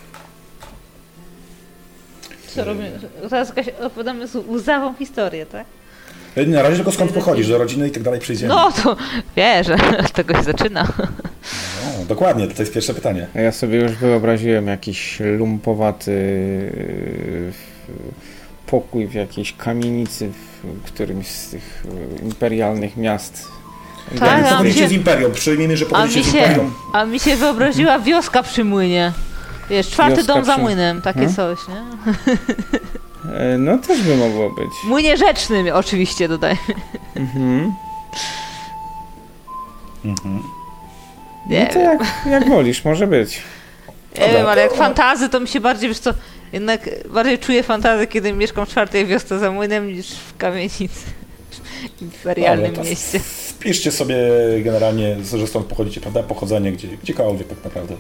Co robimy? Teraz opowiadamy łzawą historię, tak? Na razie tylko skąd pochodzisz, do rodziny i tak dalej przyjdziemy. No to wiesz, od tego się zaczyna. No, dokładnie, to jest pierwsze pytanie. Ja sobie już wyobraziłem jakiś lumpowaty pokój w jakiejś kamienicy w którymś z tych imperialnych miast. Tak, co z imperium? Przyjmijmy, że pochodzicie z imperium. A mi się wyobraziła wioska przy młynie. Wiesz, czwarty dom za młynem, takie coś, nie? No też by mogło być. Młynie rzecznym oczywiście dodajmy. No to jak wolisz, może być. Nie wiem, ale jak fantazy, to mi się bardziej, wiesz co, jednak bardziej czuję fantazję, kiedy mieszkam w czwartej wiosce za młynem, niż w kamienicy. W imperialnym mieście. Wpiszcie sobie generalnie, że stąd pochodzicie, prawda? Pochodzenie gdziekolwiek tak naprawdę.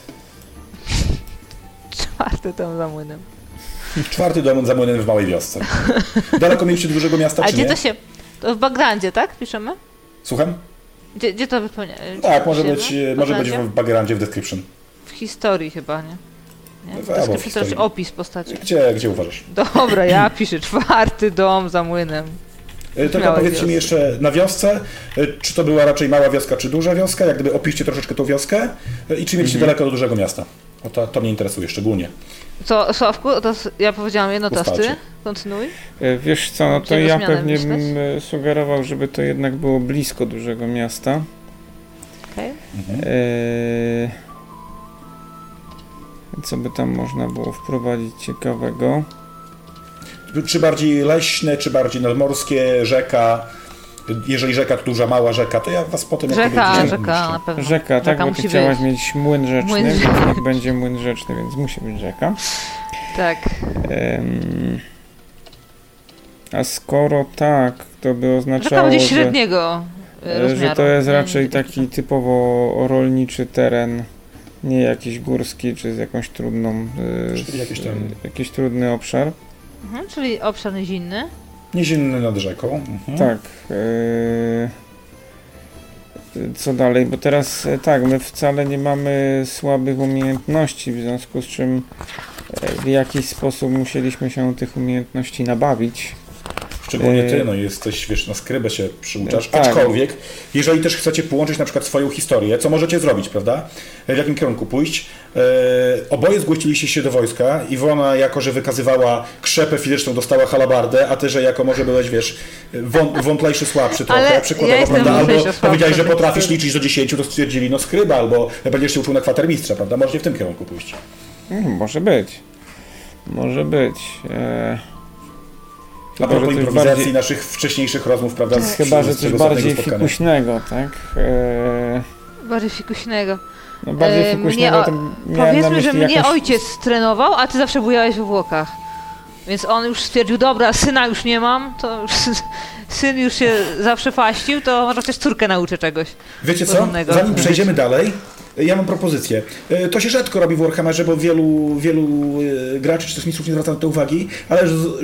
Czwarty dom za młynem. Czwarty dom za młynem w małej wiosce. Daleko mieliście do dużego miasta, a czy gdzie nie? to się... To w Bagrandzie, tak? Piszemy? Słucham? Gdzie to wypełnia? Tak, może być w backgroundzie, w description. W historii chyba, nie? No, description to już opis postaci. Gdzie uważasz? Dobra, ja piszę czwarty dom za młynem. Tylko powiedzcie mi jeszcze na wiosce, czy to była raczej mała wioska, czy duża wioska? Jak gdyby opiszcie troszeczkę tą wioskę i czy mieliście daleko do dużego miasta? To mnie interesuje szczególnie. Co, Sławku, to ja powiedziałam jedno, teraz ty? Kontynuuj. Wiesz co, no to ja pewnie bym sugerował, żeby to jednak było blisko dużego miasta. Okej. Co by tam można było wprowadzić ciekawego? Czy bardziej leśne, czy bardziej nadmorskie, rzeka? Jeżeli rzeka to duża, mała rzeka, to ja was potem... Rzeka na pewno. Rzeka, tak, bo ty chciałaś mieć młyn rzeczny, więc niech będzie młyn rzeczny, więc musi być rzeka. Tak. A skoro tak, to by oznaczało, rzeka będzie średniego rozmiaru. Że to jest raczej taki typowo rolniczy teren, nie jakiś górski, czy z jakąś trudną... jakiś trudny obszar. Czyli obszar nizinny. Nizinny nad rzeką. Tak. Co dalej? Bo teraz tak, my wcale nie mamy słabych umiejętności, w związku z czym w jakiś sposób musieliśmy się tych umiejętności nabawić. Szczególnie ty, jesteś, wiesz, na skrybę się przyuczasz, tak. Aczkolwiek, jeżeli też chcecie połączyć na przykład swoją historię, co możecie zrobić, prawda? W jakim kierunku pójść? Oboje zgłosiliście się do wojska. Iwona, jako że wykazywała krzepę fizyczną, dostała halabardę, a ty, że jako może byłeś, wiesz, wątlejszy, słabszy trochę, przykładowo, prawda? Albo powiedziałeś, że potrafisz liczyć do 10, to stwierdzili, no skryba, albo będziesz się uczył na kwatermistrza, prawda? Możecie w tym kierunku pójść. Może być. Może być. A propos improwizacji naszych wcześniejszych rozmów, prawda? Chyba, że coś bardziej fikuśnego, tak? Bardziej fikuśnego. No bardziej fikuśnego to powiedzmy, że mnie ojciec trenował, a ty zawsze bujałeś we Włochach. Więc on już stwierdził, dobra, syna już nie mam, to już syn już się zawsze faścił, to może też córkę nauczę czegoś. Wiecie co? Zanim przejdziemy dalej, ja mam propozycję. To się rzadko robi w Warhammerze, bo wielu graczy czy też mistrzów nie zwraca na to uwagi, ale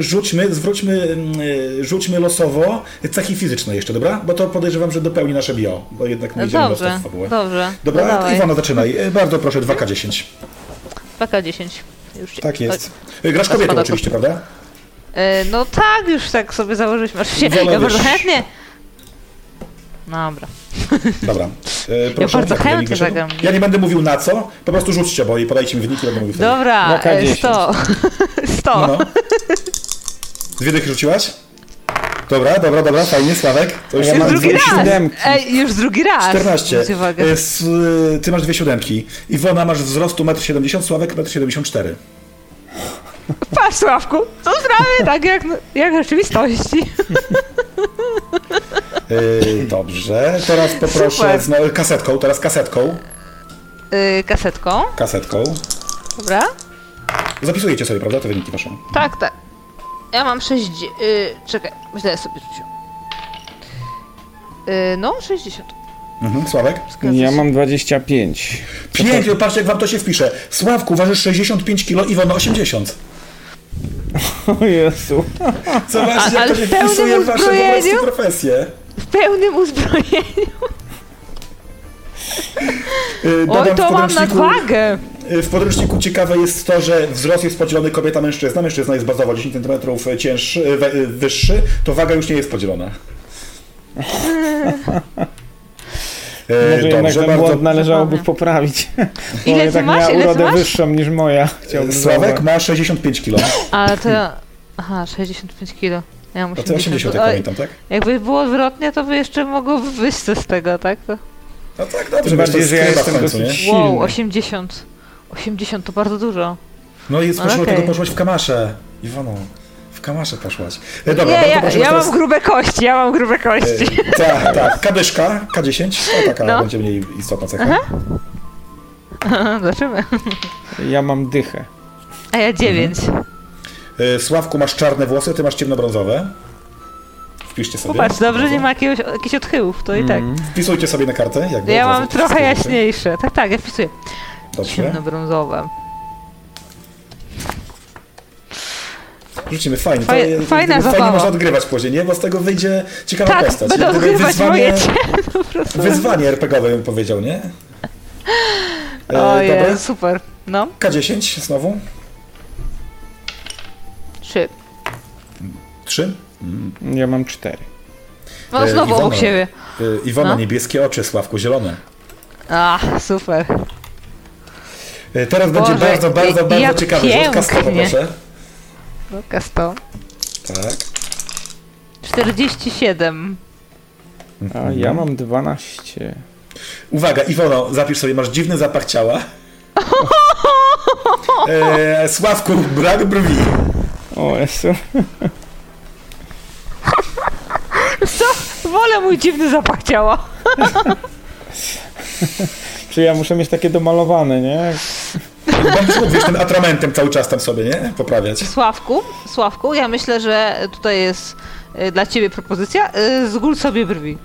rzućmy losowo cechy fizyczne jeszcze, dobra? Bo to podejrzewam, że dopełni nasze bio, bo jednak nie idziemy dobrze, w fabułę. Dobrze. Dobra, no Iwona, zaczynaj. Bardzo proszę, 2K10. 2K10. Już tak jest. Grasz kobietą oczywiście, prawda? No tak, już tak sobie założyliśmy. Oczywiście, ja bardzo chętnie. Dobra. Dobra. Proszę, ja bardzo chętnie zagram. Ja nie będę mówił na co, po prostu rzućcie, bo i podajcie mi wyniki, będę mówił wtedy. Dobra, 100. 100. No. Dwie dychy rzuciłaś? Dobra, fajnie, Sławek. To już mam drugi raz. Już drugi raz. 14. Ty masz 2 siódemki. Iwona, masz wzrostu 1,70 m, Sławek 1,74 m. Patrz, Sławku, to sprawy tak jak w rzeczywistości. Dobrze, teraz poproszę kasetką, Kasetką? Kasetką. Dobra. Zapisujecie sobie, prawda, te wyniki wasze? Tak. Ja mam 6... czekaj, źle sobie rzucił. 60. Sławek? Ja mam 25. 5, patrzcie jak wam to się wpisze. Sławku, ważysz 65 kg, Iwona 80. O Jezu. Zobaczcie, jak to się wpisuje w wasze po prostu profesje. W pełnym uzbrojeniu. Oj, to mam nadwagę. W podręczniku ciekawe jest to, że wzrost jest podzielony kobieta-mężczyzna. Mężczyzna jest bazowo 10 cm wyższy, to waga już nie jest podzielona. Może jednak ten błąd należałoby poprawić. Ile ty masz? Miała urodę wyższą niż moja. Sławek ma 65 kg. Ale to... Aha, 65 kg. Ja mam 80. 80, jak pamiętam, tak? Jakby było odwrotnie, to by jeszcze mogło wyjść z tego, tak? No tak, dobrze. Tym bardziej, że ja jestem dosyć silny. Wow, 80. 80 to bardzo dużo. No i Okay. tego poszłaś w kamasze, Iwono. W kamasze poszłaś. Dobra, nie, ja teraz... mam grube kości, Tak. Kadyszka, K10, to taka będzie mniej istotna cecha. Zobaczymy. Ja mam dychę. A ja 9. Sławku, masz czarne włosy, ty masz ciemnobrązowe. Wpiszcie sobie. Popatrz, dobrze, nie ma jakichś odchyłów, to i tak. Wpisujcie sobie na kartę. Ja mam trochę jaśniejsze. Tak, ja wpisuję. Dobrze. Ciemnobrązowe. Rzucimy, fajnie. Fajna zabawa. Fajnie można odgrywać później, nie? Bo z tego wyjdzie ciekawa postać. Będę odgrywać moje wyzwanie RPG-owe bym powiedział, nie? Ojej, super. No. K10 znowu. 3. 3? Ja mam 4. No znowu obok siebie. Iwona, niebieskie oczy, Sławku, zielone. Super. Teraz będzie bardzo ciekawy rzut. Kastowo, proszę. No, Kasto. Tak. 47. A ja mam 12. Uwaga, Iwono, zapisz sobie, masz dziwny zapach ciała. Sławku, brak brwi. O Jezu. Co? Wolę mój dziwny zapach ciała. Czy ja muszę mieć takie domalowane, nie? Wiesz, tym atramentem cały czas tam sobie, nie? Poprawiać. Sławku, ja myślę, że tutaj jest dla ciebie propozycja. Zgól sobie brwi.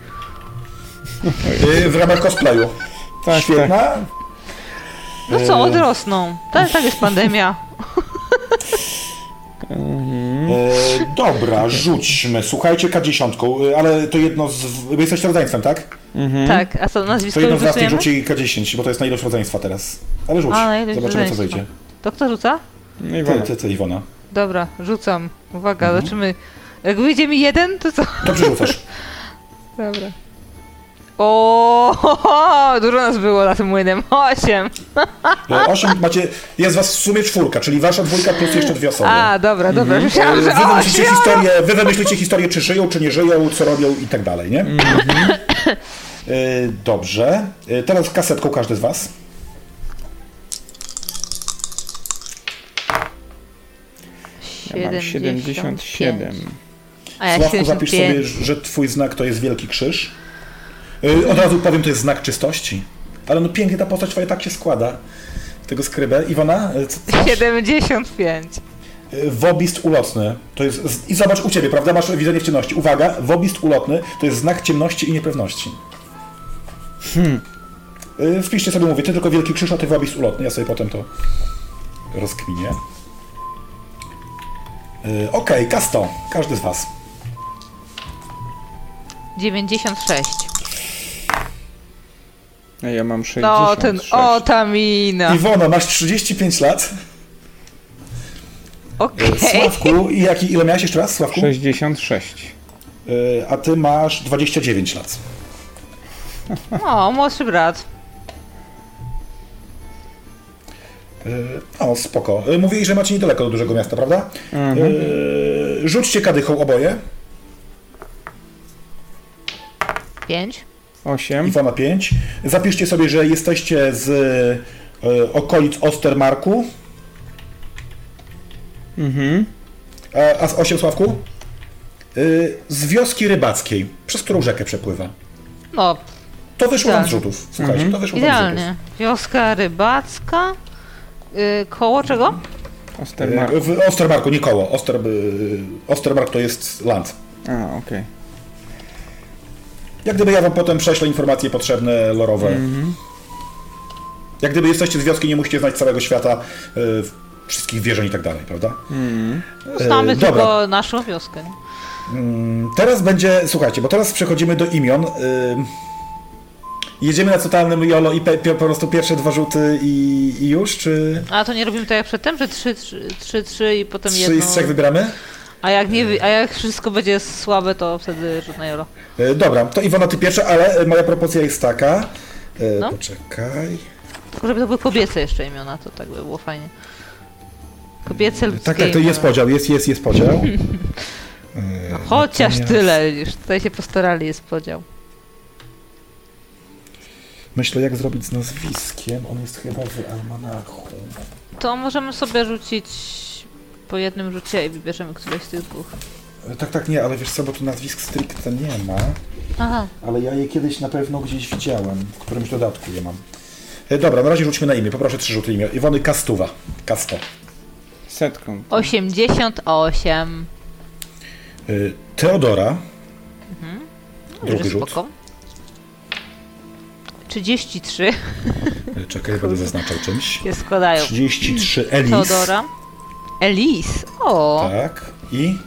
W ramach cosplayu. Tak, świetna. Tak. No co, odrosną. Tak jest pandemia. Dobra, rzućmy. Słuchajcie, K10, ale to jedno z... Wy jesteście rodzeństwem, tak? Tak, a co, nazwisko to jedno z nas rzucujemy? rzuci K10, bo to jest na ilość rodzeństwa teraz. Ale rzuć, zobaczymy co wyjdzie. To kto rzuca? Iwona. Ty, Iwona. Dobra, rzucam. Uwaga, zobaczymy. Jak wyjdzie mi 1, to co? To przerzucasz. Dobra. Dużo nas było na tym młynem. 8. 8 macie, jest was w sumie 4, czyli wasza dwójka plus jeszcze 2 osoby. Dobra. Myślałam, że wy wymyślicie historię, czy żyją, czy nie żyją, co robią i tak dalej, nie? Dobrze. Teraz kasetką każdy z was. Ja mam 77. A ja Sławku, 75. zapisz sobie, że twój znak to jest wielki krzyż. Od razu powiem, to jest znak czystości. Ale no pięknie ta postać twoja tak się składa. Tego skrybę. Iwona? Co 75. Wobist ulotny. To jest... I zobacz u ciebie, prawda? Masz widzenie w ciemności. Uwaga, wobist ulotny to jest znak ciemności i niepewności. Wpiszcie sobie, mówię, ty tylko wielki krzyż, a ty wobist ulotny. Ja sobie potem to rozkminię. Okej, Kasto. Każdy z was. 96. A ja mam 66. Ta mina. Iwona, masz 35 lat. Okej. Sławku, ile miałeś jeszcze raz, Sławku? 66. A ty masz 29 lat. Młodszy brat. Spoko. Mówili, że macie niedaleko do dużego miasta, prawda? Rzućcie kadychą oboje. 5. 8. Iwona 5. Zapiszcie sobie, że jesteście z okolic Ostermarku. A z 8, Sławku? Z wioski rybackiej, przez którą rzekę przepływa. No, to wyszło wam z rzutów. Słuchajcie, to wyszło wam z idealnie. rzutów. Wioska rybacka. Koło czego? Ostermarku. W Ostermarku, nie koło. Ostermark to jest land. Okej. Jak gdyby ja wam potem prześlę informacje potrzebne, lorowe. Jak gdyby jesteście z wioski, nie musicie znać całego świata, wszystkich wierzeń i tak dalej, prawda? Znamy tylko naszą wioskę. Teraz będzie, słuchajcie, bo teraz przechodzimy do imion. Jedziemy na totalnym YOLO i po prostu pierwsze 2 rzuty i już, czy... A to nie robimy tak jak przedtem, że 3 i potem 3 jedno... 3 z 3 wybieramy? A jak wszystko będzie słabe, to wtedy rzut na YOLO. Dobra, to Iwona, ty pierwsza, ale moja propozycja jest taka. Poczekaj. Tylko żeby to były kobiece jeszcze imiona, to tak by było fajnie. Kobiece ludzkie Tak, to jest imiona. podział, jest podział. Chociaż tyle, już tutaj się postarali, jest podział. Myślę, jak zrobić z nazwiskiem. On jest chyba w almanachu. To możemy sobie rzucić po jednym rzucie i wybierzemy któreś z tych dwóch. Tak, nie, ale wiesz co, bo tu nazwisk stricte nie ma. Aha. Ale ja je kiedyś na pewno gdzieś widziałem. W którymś dodatku je mam. Dobra, na razie rzućmy na imię. Poproszę 3 rzuty imię. Iwony Kastuwa. Kasto. 100. 88. Teodora. Drugi rzut. Spoko. 33. Czekaj, będę zaznaczał czymś. Się składają. 33 Elis. Teodora. Elis. O. Tak. I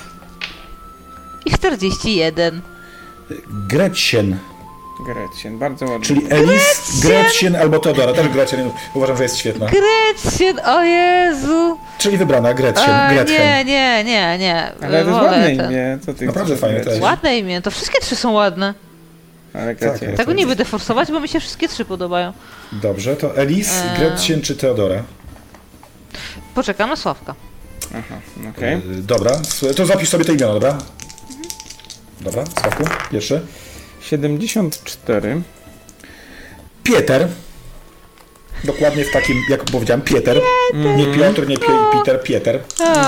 41. Gretchen. Bardzo ładnie. Czyli Elis, Gretchen albo Teodora. Też Gretchen. Uważam, że jest świetna. Gretchen, o Jezu. Czyli wybrana Gretchen. Nie. Ale to jest ładne imię. Co ty naprawdę fajne też. Ładne imię. To wszystkie 3 są ładne. Ale tak, Tego nie będę forsować, bo mi się wszystkie 3 podobają. Dobrze, to Elis, Gretchen czy Teodora? Poczekam na Sławka. Aha, okej. Dobra, to zapisz sobie te imiona, dobra? Dobra, Sławku, pierwszy. 74. Pieter. Dokładnie w takim, jak powiedziałem, Pieter. Nie Piotr, nie Peter, Pieter.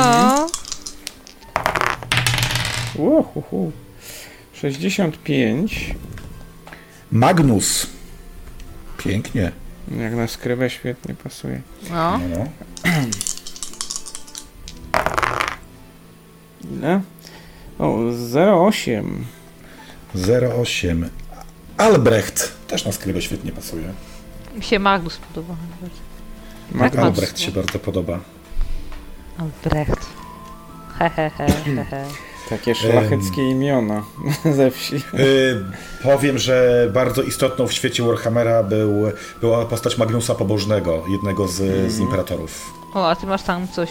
Uhuhu. 65. Magnus. Pięknie. Jak na skrybę świetnie pasuje. No. Ile? O, 08. 08. Albrecht. Też na skrybę świetnie pasuje. Mi się Magnus podoba. Albrecht się bardzo podoba. Albrecht. Hehehe. Takie szlacheckie imiona ze wsi. Powiem, że bardzo istotną w świecie Warhammera była postać Magnusa Pobożnego, jednego z imperatorów. O, a ty masz tam coś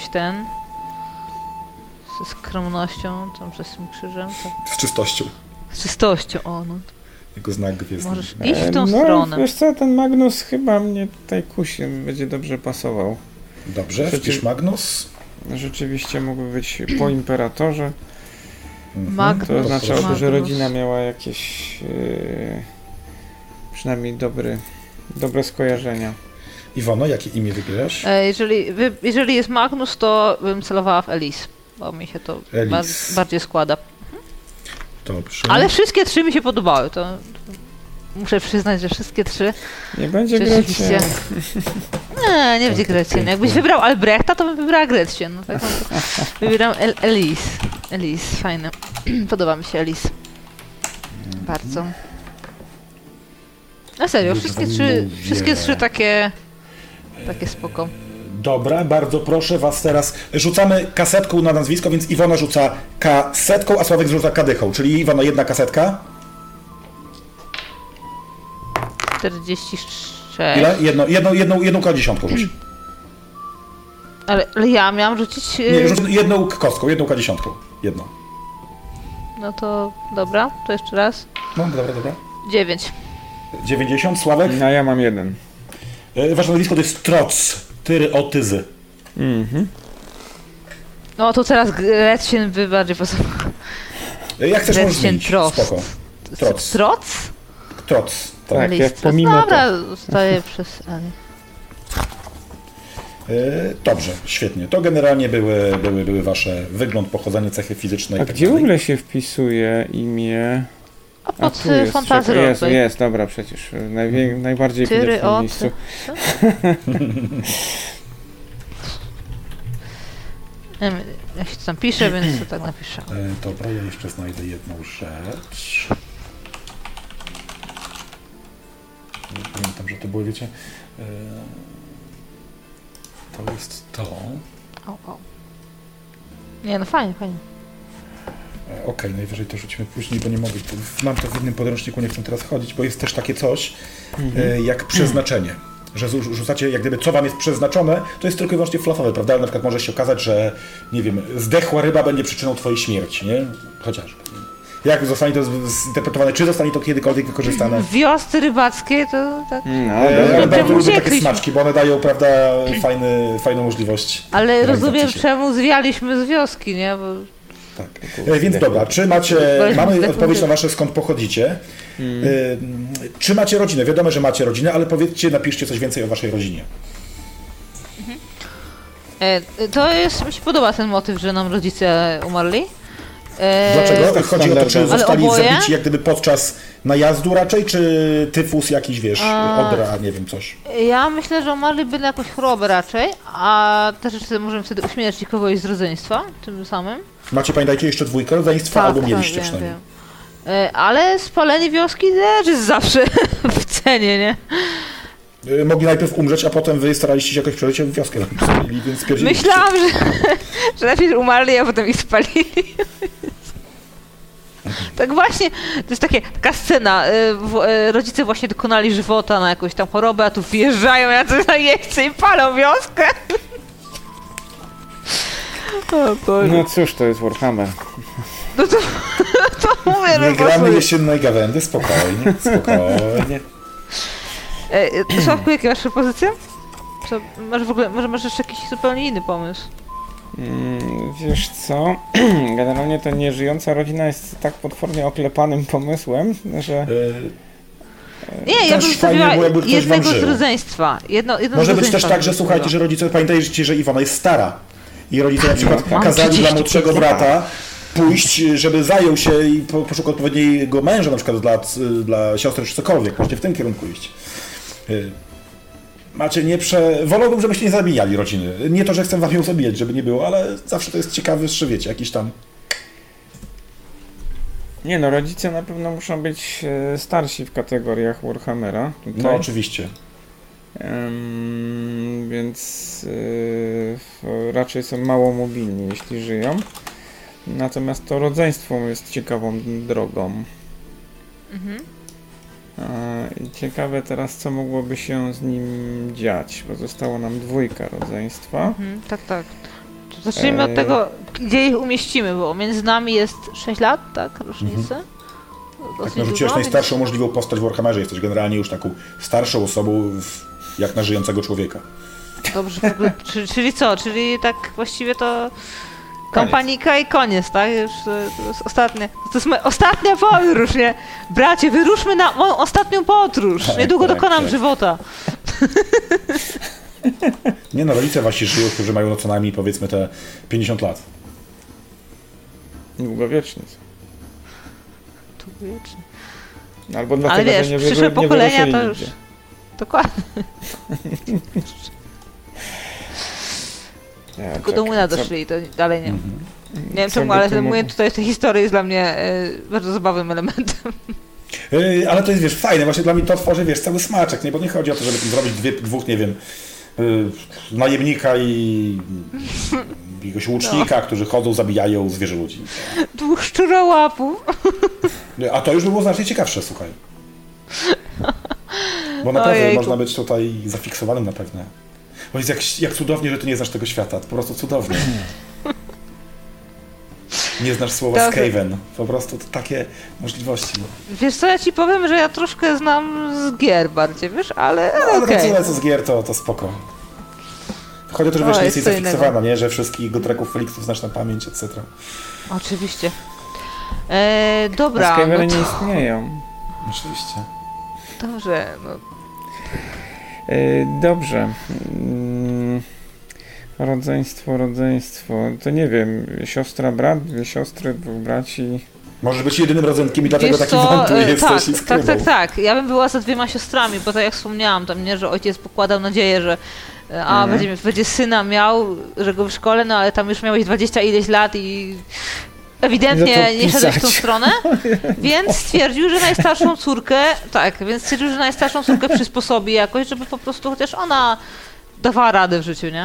ze skromnością, tam przez tym krzyżem. To... Z czystością. Z czystością, no. Jego znak gwiezdny. Możesz iść w tą stronę. Wiesz co, ten Magnus chyba mnie tutaj kusi, będzie dobrze pasował. Dobrze, wpisz Magnus. Rzeczywiście mógłby być po imperatorze. Magnus. To oznaczałoby, że rodzina miała jakieś przynajmniej dobre skojarzenia. Iwono, jakie imię wybierasz? Jeżeli jest Magnus, to bym celowała w Elis, bo mi się to bardziej składa. Dobrze. Ale wszystkie 3 mi się podobały, to muszę przyznać, że wszystkie 3 nie będzie rzeczywiście... Gretchen. Nie będzie Gretchen. Jakbyś wybrał Albrechta, to bym wybrała Gretchen. No, tak, wybieram Elis, fajne. Podoba mi się Elis. Bardzo. Na serio, wszystkie trzy takie spoko. Dobra, bardzo proszę was teraz. Rzucamy kasetką na nazwisko, więc Iwona rzuca kasetką, a Sławek rzuca kadychą. Czyli Iwona, 1 kasetka. 46. Ile? Jedną K10 rzuć. Ale ja miałam rzucić... Nie, rzuć jedną kostką, 1 K10. Jedną. No to dobra, to jeszcze raz. No, dobra. 9. 90, Sławek? No ja mam 1. Wasze nazwisko to jest Troc. Tyry-otyzy. No to teraz Gretchen by bardziej pasował. Jak chcesz, możesz zmienić. Spoko. Troc. Troc. Tak, jak pomimo dobra, zostaje przez Eli. Dobrze, świetnie. To generalnie były wasze wygląd, pochodzenie, cechy fizyczne i tak gdzie w ogóle się wpisuje imię? A pod fantazją. Jest, dobra, przecież. Najbardziej widać w tym miejscu. Ja się tam piszę, więc to tak napiszę. Dobra, ja jeszcze znajdę jedną rzecz. Pamiętam, że to było, wiecie... To jest to. O. Nie, no fajnie. Okej, najwyżej to rzucimy później, bo nie mogę. Mam to w innym podręczniku, nie chcę teraz chodzić, bo jest też takie coś jak przeznaczenie. Że rzucacie, jak gdyby co wam jest przeznaczone, to jest tylko i wyłącznie flafowe, prawda? Ale na przykład może się okazać, że, nie wiem, zdechła ryba będzie przyczyną twojej śmierci, nie? Chociażby. Jak zostanie to zinterpretowane, czy zostanie to kiedykolwiek wykorzystane? W wiosce rybackiej to tak... Ja bardzo lubię takie smaczki, bo one dają, prawda, fajną możliwość. Ale rozumiem, czemu zwialiśmy z wioski, nie? Bo Więc dobra, czy mamy odpowiedź na wasze skąd pochodzicie. Czy macie rodzinę? Wiadomo, że macie rodzinę, ale powiedzcie, napiszcie coś więcej o waszej rodzinie. Mi się podoba ten motyw, że nam rodzice umarli. Dlaczego? Tak chodzi o to, czy zostali oboje? zabici jak gdyby podczas najazdu raczej, czy tyfus jakiś, wiesz, odra, nie wiem, coś? Ja myślę, że umarliby na jakąś chorobę raczej, a też jeszcze możemy wtedy uśmiercić kogoś z rodzeństwa tym samym. Macie, pamiętajcie, jeszcze 2 rodzeństwa, albo mieliście przynajmniej. Ale spalenie wioski też jest zawsze w cenie, nie? Mogli najpierw umrzeć, a potem wy staraliście się jakoś przeżyć w wioskę, więc myślałam, że najpierw umarli, a potem ich spalili. Tak właśnie, to jest taka scena, rodzice właśnie dokonali żywota na jakąś tam chorobę, a tu wjeżdżają jacyś najeźdźcy i palą wioskę. No cóż, to jest Warhammer. No to mówię, nie gramy jesiennej gawędy, spokojnie. Sławku, jakie masz propozycje? Może masz jeszcze jakiś zupełnie inny pomysł? Wiesz co, generalnie ta nieżyjąca rodzina jest tak potwornie oklepanym pomysłem, że... Nie, ja bym zostawiła jednego z rodzeństwa. Może być też tak, że słuchajcie, że rodzice, pamiętajcie, że Iwona jest stara. I rodzice na przykład kazali dla młodszego brata pójść, żeby zajął się i poszukał odpowiedniego męża, na przykład dla siostry czy cokolwiek. Możecie w tym kierunku iść. Wolałbym, żebyście nie zabijali rodziny. Nie to, że chcę wam ją zabijać, żeby nie było, ale zawsze to jest ciekawe, że wiecie, jakiś tam... Nie no, rodzice na pewno muszą być starsi w kategoriach Warhammera. Tutaj. No oczywiście. Więc raczej są mało mobilni, jeśli żyją. Natomiast to rodzeństwo jest ciekawą drogą. I ciekawe teraz, co mogłoby się z nim dziać, bo zostało nam 2 rodzeństwa. Tak. To zacznijmy od tego, gdzie ich umieścimy, bo między nami jest 6 lat, tak? Różnicy. Tak, narzuciłeś najstarszą możliwą postać w Warhammerze. Jesteś generalnie już taką starszą osobą, jak na żyjącego człowieka. Dobrze, czyli co? Czyli tak właściwie to... Kompanika i koniec, tak? Już to jest ostatnie. To jest ostatnia podróż, nie? Bracie, wyruszmy na moją ostatnią podróż. Niedługo dokonam żywota. Nie no, rodzice właśnie żyją, którzy mają co najmniej powiedzmy te 50 lat. Długowieczni. Długowieczni. Albo dlatego, ale wiesz, że przyszłe pokolenia to już... nigdzie. Dokładnie. Tylko do młyna doszli i to dalej nie. Nie wiem czemu, ale ten młyn tutaj w tej historii jest dla mnie bardzo zabawnym elementem. Ale to jest, wiesz, fajne, właśnie dla mnie to tworzy, wiesz, cały smaczek, nie? Bo nie chodzi o to, żeby zrobić dwóch, nie wiem, najemnika i jakiegoś łucznika, którzy chodzą, zabijają zwierzę ludzi. 2 szczurołapów. A to już by było znacznie ciekawsze, słuchaj. Bo naprawdę można być tutaj zafiksowanym na pewno. Bo jest jak cudownie, że ty nie znasz tego świata. Po prostu cudownie. Nie znasz słowa Skaven. Po prostu to takie możliwości. Wiesz co, ja ci powiem, że ja troszkę znam z gier bardziej, wiesz, ale ale co z gier, to spoko. Chodzi o to, że wiesz, nie jesteś zafiksowana, nie? Że wszystkich Gotraków, Feliksów znasz na pamięć, etc. Oczywiście. Dobra. Skavery nie istnieją. Oczywiście. Dobrze, Dobrze. Rodzeństwo. To nie wiem, siostra, brat, 2 siostry, 2 braci. Może być jedynym rodzenkiem i dlatego taki wątły jesteś z Krymą. Tak. Ja bym była za 2 siostrami, bo tak jak wspomniałam, tam nie, że ojciec pokładał nadzieję, że będzie syna miał, że go w szkole, no ale tam już miałeś 20 ileś lat i ewidentnie nie szedłeś w tą stronę, więc stwierdził, że najstarszą córkę przysposobi jakoś, żeby po prostu chociaż ona dawała radę w życiu, nie?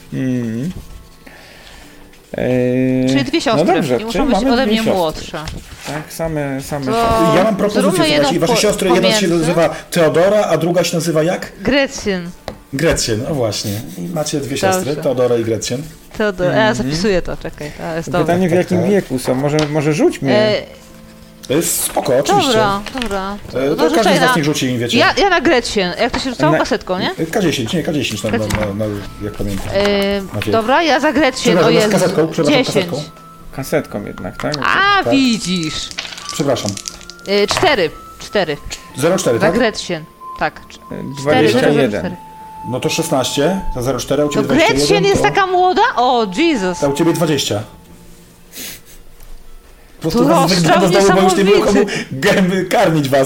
Czyli 2 siostry, no dobrze, nie muszą być ode mnie młodsze. Tak, same. Ja mam propozycję, słuchajcie, wasze siostry, jedna się nazywa Teodora, a druga się nazywa jak? Gretchen, no właśnie. I macie 2 siostry, Teodora i Gretchen. Ja zapisuję to, czekaj. To jest pytanie, w jakim wieku są? Może rzućmy. To jest spoko, oczywiście. Dobra. To każdy z was niech rzuci im, wiecie. Ja na Gretchen. Jak to się rzucało? Kasetką, nie? K10, jak pamiętam. Dobra, ja za Gretchen, z kasetką, 10. kasetką. kasetką jednak, tak? A, tak. widzisz. Przepraszam. 4. 0,4, Za tak? Gretchen. Tak. 21. No to 16, za 0,4, a u To Ciebie 21. Gretchen jest to... taka młoda? O, Jesus. A u Ciebie 20. Po prostu To was rozstrzał wygnało znowu, bo już nie było komu niesamowity. karmić was.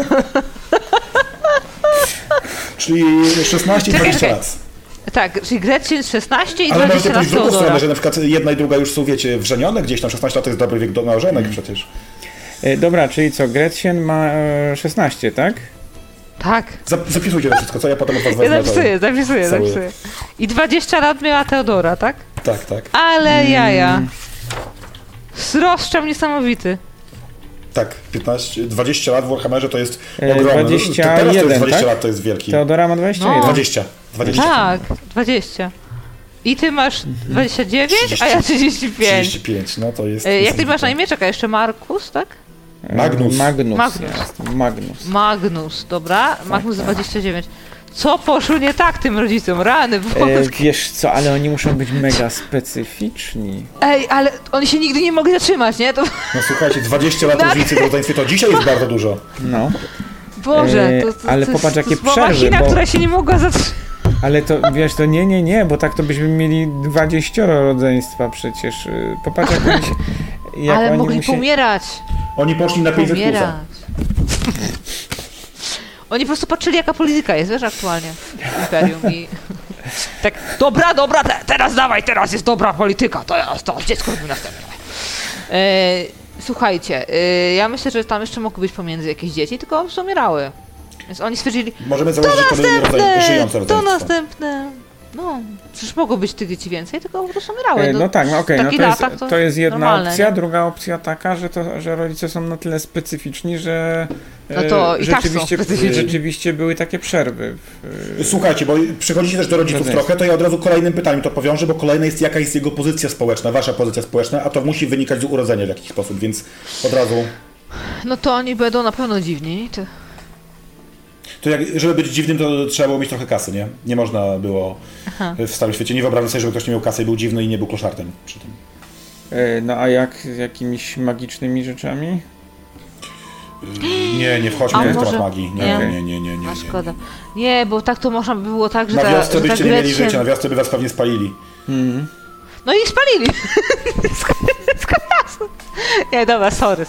Czyli 16 i 20 lat. Tak, czyli Gretchen 16 i Ale 20 możecie lat pójść w drugą Teodora. stronę, że na przykład jedna i druga już są, wiecie, wrzenione gdzieś tam. 16 lat to jest dobry wiek do małżenek przecież. Dobra, czyli co, Gretchen ma 16, tak? Tak. Zapisujcie to wszystko, co ja potem od was Ja wezmę. zapisuję. I 20 lat miała Teodora, tak? Tak, tak. Ale jaja. Rozstrzał niesamowity. Tak, 20 lat w Warhammerze to jest ogromne. 21, Teraz to jest 20 tak? lat, to jest wielki. Teodora ma 21. No. 20. Tak, 20. I ty masz 29, a ja 35. 35, no to jest... Jak ty masz na imię? Czekaj, jeszcze Markus, tak? Magnus. Magnus. Magnus, dobra. Magnus 29. Co poszło nie tak tym rodzicom? Rany, wiesz co, ale oni muszą być mega specyficzni. Ej, ale oni się nigdy nie mogli zatrzymać, nie? To... No słuchajcie, 20 lat różnicy w rodzeństwie to dzisiaj jest bardzo dużo. No. Boże, ale popatrz, jakie to przerwy, machina, bo... która się nie mogła zatrzymać. Ale to, wiesz, to nie, bo tak to byśmy mieli 20 rodzeństwa przecież. Popatrz, jak Ale oni mogli pomierać. Oni poszli na 500 plusa. Oni po prostu patrzyli, jaka polityka jest, wiesz, aktualnie w Imperium i... Tak, dobra, teraz dawaj, teraz jest dobra polityka, to dziecko robi następne. Słuchajcie, ja myślę, że tam jeszcze mogły być pomiędzy jakieś dzieci, tylko po prostu umierały. Więc oni stwierdzili, Możemy założyć, że to były żyjące to rodzeństwo. następne. No, przecież mogło być tych dzieci więcej, tylko po prostu umierały. No tak, no okej, w no takich to jest, latach to jest jedna normalne, opcja. nie? Druga opcja taka, że rodzice są na tyle specyficzni, że No to i tak są specyficzni. rzeczywiście były takie przerwy. Słuchajcie, bo przychodzicie też do rodziców trochę, to ja od razu kolejnym pytaniem to powiążę, bo kolejne jest, jaka jest jego pozycja społeczna, wasza pozycja społeczna, a to musi wynikać z urodzenia w jakiś sposób, więc od razu... No to oni będą na pewno dziwni. To żeby być dziwnym, to trzeba było mieć trochę kasy, nie? Nie można było w starym świecie. Nie wyobrażam sobie, żeby ktoś nie miał kasy i był dziwny i nie był kloszardem przy tym. No a jak z jakimiś magicznymi rzeczami? Nie wchodźmy w temat magii. Nie. A szkoda. Nie, bo tak to można by było tak, że na wiosce byście nie mieli Gretchen... życia, na wiosce by was pewnie spalili. No i spalili. Nie, dobra, sorry,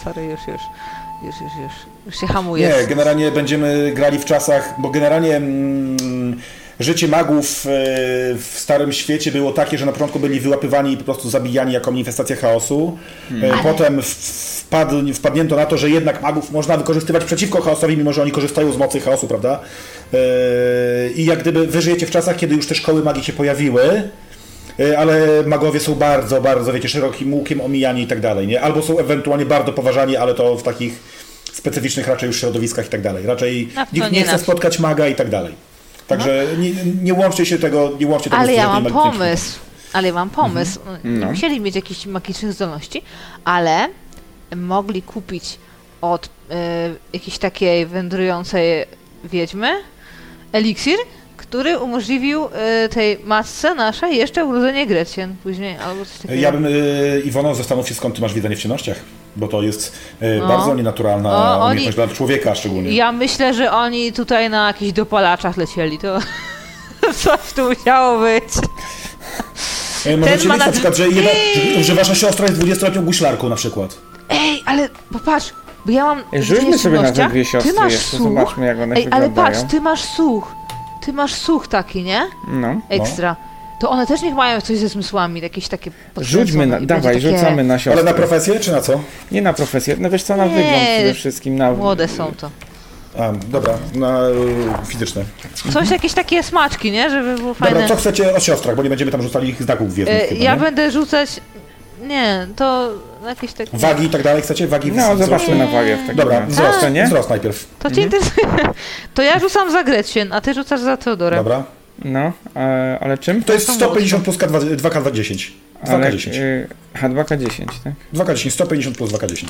już się hamuję. Nie, generalnie będziemy grali w czasach, bo generalnie życie magów w Starym Świecie było takie, że na początku byli wyłapywani i po prostu zabijani jako manifestacja chaosu. Potem wpadnięto na to, że jednak magów można wykorzystywać przeciwko chaosowi, mimo że oni korzystają z mocy chaosu, prawda? I jak gdyby wy żyjecie w czasach, kiedy już te szkoły magii się pojawiły, ale magowie są bardzo, bardzo, wiecie, szerokim łukiem omijani i tak dalej, nie? Albo są ewentualnie bardzo poważani, ale to w takich specyficznych raczej już środowiskach i tak dalej. Raczej nikt nie chce spotkać maga i tak dalej. Także nie łączcie się tego, Ale ja mam pomysł. No. Musieli mieć jakieś magiczne zdolności, ale mogli kupić od jakiejś takiej wędrującej wiedźmy eliksir, który umożliwił tej matce naszej jeszcze urodzenie Gretchen później, albo coś takiego. Ja bym, Iwono, zastanów się, skąd ty masz widzenie w ciemnościach, bo to jest bardzo nienaturalna umiejętność dla człowieka szczególnie. Ja myślę, że oni tutaj na jakichś dopalaczach lecieli, to coś tu musiało być. Możecie mieć na przykład, że wasza siostra jest 20-letnią guślarką na przykład. Ej, ale popatrz, bo ja mam... Rzućmy sobie na te dwie siostry jeszcze, zobaczmy jak one wyglądają. Ale patrz, ty masz słuch. Ty masz słuch taki, nie? No. Ekstra. To one też niech mają coś ze zmysłami, jakieś takie rzućmy, dawaj, rzucamy na siostrę. Ale na profesję, czy na co? Nie na profesję, no wiesz co, na wygląd przede wszystkim. Młode są to. Dobra, na fizyczne. Coś, jakieś takie smaczki, nie? Żeby było fajne. Dobra, co chcecie o siostrach, bo nie będziemy tam rzucali ich znaków gwiezdnych. Ja będę rzucać... Nie, to jakieś takie... Wagi i tak dalej chcecie? Wagi no, zobaczmy na wagę w takim Dobra, wzrost, nie? Wzrost najpierw. To cię interesuje. To ja rzucam za Gretchen, a ty rzucasz za Teodorem. Dobra. No, ale czym? To jest 150 plus 2K10. 2K10. 2K10, tak? 2K10, 150 plus 2K10.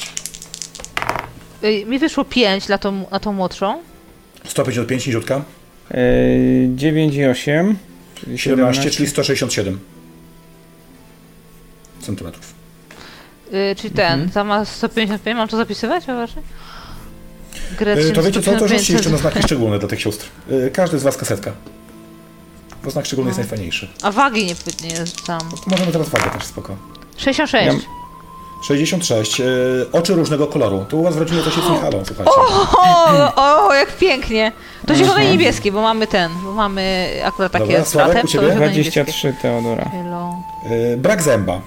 Mi wyszło 5 na tą młodszą. 155, niziutka. 9,8. Czyli 17, czyli 167 centymetrów. Czyli tam ma 155, mam to zapisywać? Właśnie? To wiecie co, to rzućcie jeszcze na znaki szczególne dla tych sióstr. Każdy z was kasetka. Bo znak szczególny jest najfajniejszy. A wagi nie jest tam. Możemy teraz wagę też, spoko. 66. 66. Oczy różnego koloru. To u was w rodzinie coś jest niehalo, słuchajcie. O, jak pięknie. To zielone i niebieskie, bo mamy akurat takie. Dobra, Sławek, u ciebie? 23, Teodora. Brak zęba.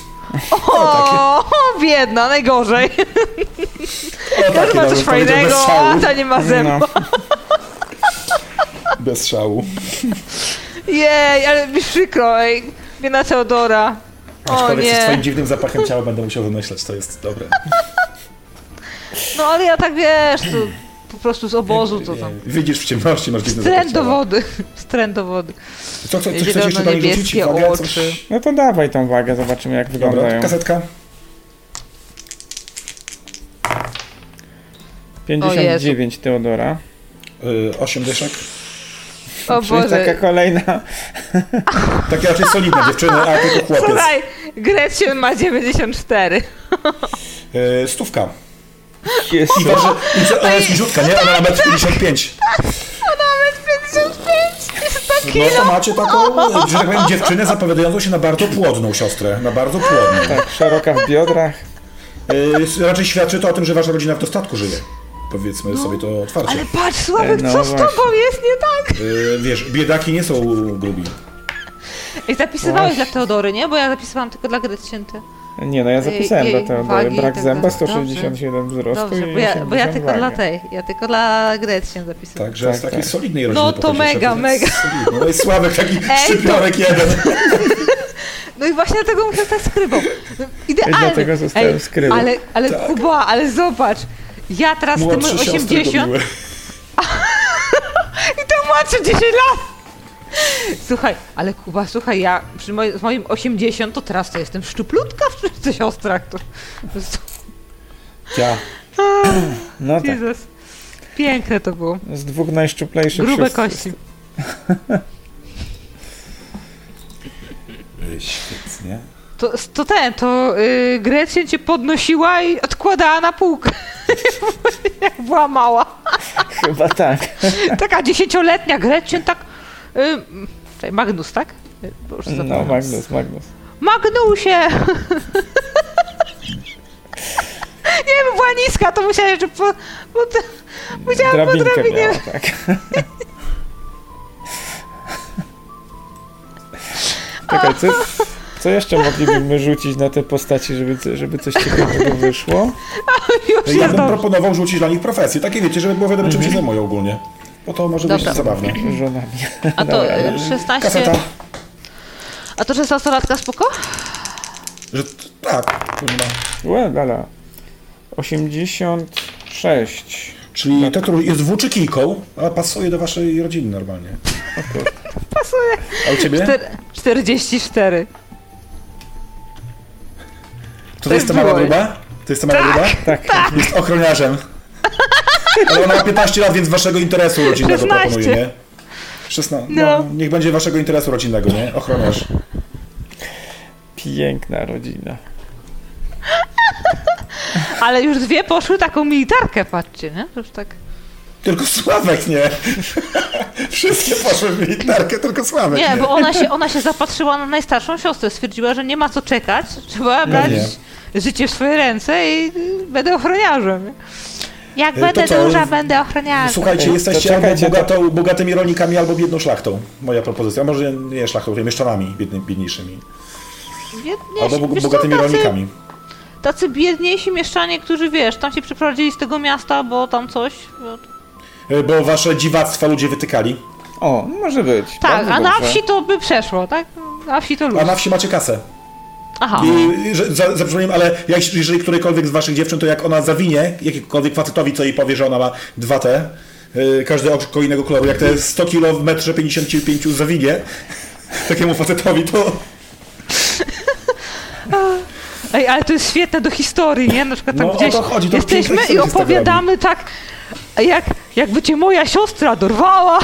Biedna, najgorzej. Każdy ma coś fajnego, a ta nie ma zęba. No. Bez szału. Jej, ale mi przykro, biedna Teodora. Aczkolwiek z twoim dziwnym zapachem ciała będę musiał wymyśleć, to jest dobre. No ale ja tak wiesz, to po prostu z obozu to tam. Widzisz w ciemności, masz dziwny zapach ciała. Wstręt do wody. Co chcesz jeszcze do nich rzucić? Wagę, coś? No to dawaj tą wagę, zobaczymy jak wyglądają. Dobra, kasetka. 59 Teodora. 8 dyszek. O Boże. Taka kolejna. Takie raczej solidne dziewczyny, a tylko chłopiec. Słuchaj, Gretchen ma 94. 100. I waży, ona jest niziutka, nie? Ona ma 1,55 m. Ona ma 1,55 m. No to macie taką, że tak powiem, dziewczynę zapowiadającą się na bardzo płodną siostrę. Na bardzo płodną. Tak, szeroka w biodrach. Raczej świadczy to o tym, że wasza rodzina w dostatku żyje. Powiedzmy sobie to otwarcie. Ale patrz, Sławek, co z tobą jest nie tak? Wiesz, biedaki nie są grubi. I zapisywałeś dla Teodory, nie? Bo ja zapisywałam tylko dla Gretchen. Nie, no ja zapisałem dla Teodory. Brak zęba, 167 wzrostu. Dobrze, bo ja tylko dla tej. Ja tylko dla Gretchen zapisywałam. Także z takiej solidnej rodziny. No to mega. No i Sławek, taki szczypiorek jeden. No i właśnie dlatego muszę stać skrybą. Idealnie. Dlatego zostałem skrybą. Ale tak. Kuba, ale zobacz. Ja teraz w tym 80. I to młodsze 10 lat. Słuchaj, ale Kuba, ja przy moim 80 to teraz to jestem szczuplutka w tych siostrach. Ja. No tak. Jezus. Piękne to było. Z dwóch najszczuplejszych grube kości. Świetnie. To Gretchen cię podnosiła i odkładała na półkę. Jak była mała. Chyba tak. Taka 10-letnia Gretchen, tak... Magnus, tak? No, Magnus. Magnusie! Nie wiem, była niska, to musiałem, że musiałam po drabinie. Miała, tak. Czekaj, co jeszcze moglibyśmy rzucić na te postaci, żeby coś ciekawego wyszło? Ja bym proponował rzucić dla nich profesję. Takie wiecie, żeby było wiadomo, czym się zajmują ogólnie. Bo to może być zabawne. Żonami. A to 16... Kaseta. A to 16-latka spoko? Że tak. Lala. 86. Czyli to, który jest włóczykijką, a pasuje do waszej rodziny normalnie. Okay. Pasuje. A u ciebie? 44. To jest ta mała gruba? To jest ta mała gruba? Tak. Jest ochroniarzem. Ale ona ma 15 lat, więc waszego interesu rodzinnego 16. proponuje, nie? 16. No, niech będzie waszego interesu rodzinnego, nie? Ochroniarz. Piękna rodzina. Ale już dwie poszły taką militarkę, patrzcie, nie? To już tak... Tylko Sławek nie. Wszystkie poszły w militarkę, tylko Sławek nie. Nie, bo ona się zapatrzyła na najstarszą siostrę. Stwierdziła, że nie ma co czekać. Trzeba brać życie w swoje ręce i będę ochroniarzem. Jak będę duża, będę ochroniarzem. Słuchajcie, jesteście albo bogatymi rolnikami, albo biedną szlachtą. Moja propozycja. A może nie szlachtą, mieszczanami biedniejszymi. Albo bogatymi rolnikami. Tacy biedniejsi mieszczanie, którzy wiesz, tam się przeprowadzili z tego miasta, bo tam coś... Bo wasze dziwactwa ludzie wytykali. O, może być. Tak, a na wsi to by przeszło, tak? Na wsi to luz. A na wsi macie kasę. Aha. I za przeproszeniem, ale jeżeli którejkolwiek z waszych dziewczyn, to jak ona zawinie jakiekolwiek facetowi, co jej powie, że ona ma 2T, każde oczko innego koloru, jak te 100 kg w 1,55 m zawinie takiemu facetowi, to... Ej, ale to jest świetne do historii, nie? Na przykład tam gdzieś jesteśmy i opowiadamy tak, jakby cię moja siostra dorwała.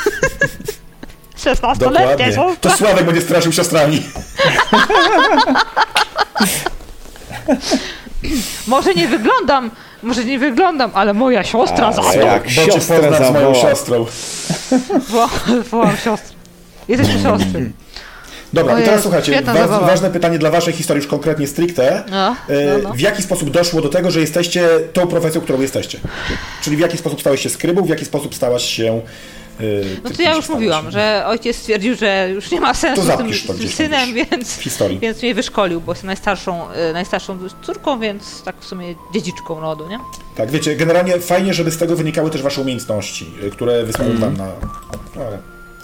16-letnia siostra. To Sławek będzie straszył siostrami. Może nie wyglądam, ale moja siostra zawoła. Jak Bo cię siostra poznam z moją zawoła. siostrą. Wołam siostrę. Jesteśmy siostry. Dobra, i teraz słuchajcie, świetna zabawa. ważne pytanie dla waszej historii, już konkretnie stricte. No. W jaki sposób doszło do tego, że jesteście tą profesją, którą jesteście? Czyli w jaki sposób stałeś się skrybą, w jaki sposób stałaś się... No to ja już mówiłam, że ojciec stwierdził, że już nie ma sensu z tym synem, więc mnie wyszkolił, bo jestem najstarszą córką, więc tak w sumie dziedziczką rodu, nie? Tak, wiecie, generalnie fajnie, żeby z tego wynikały też wasze umiejętności, które wysłałem wam na... Ale...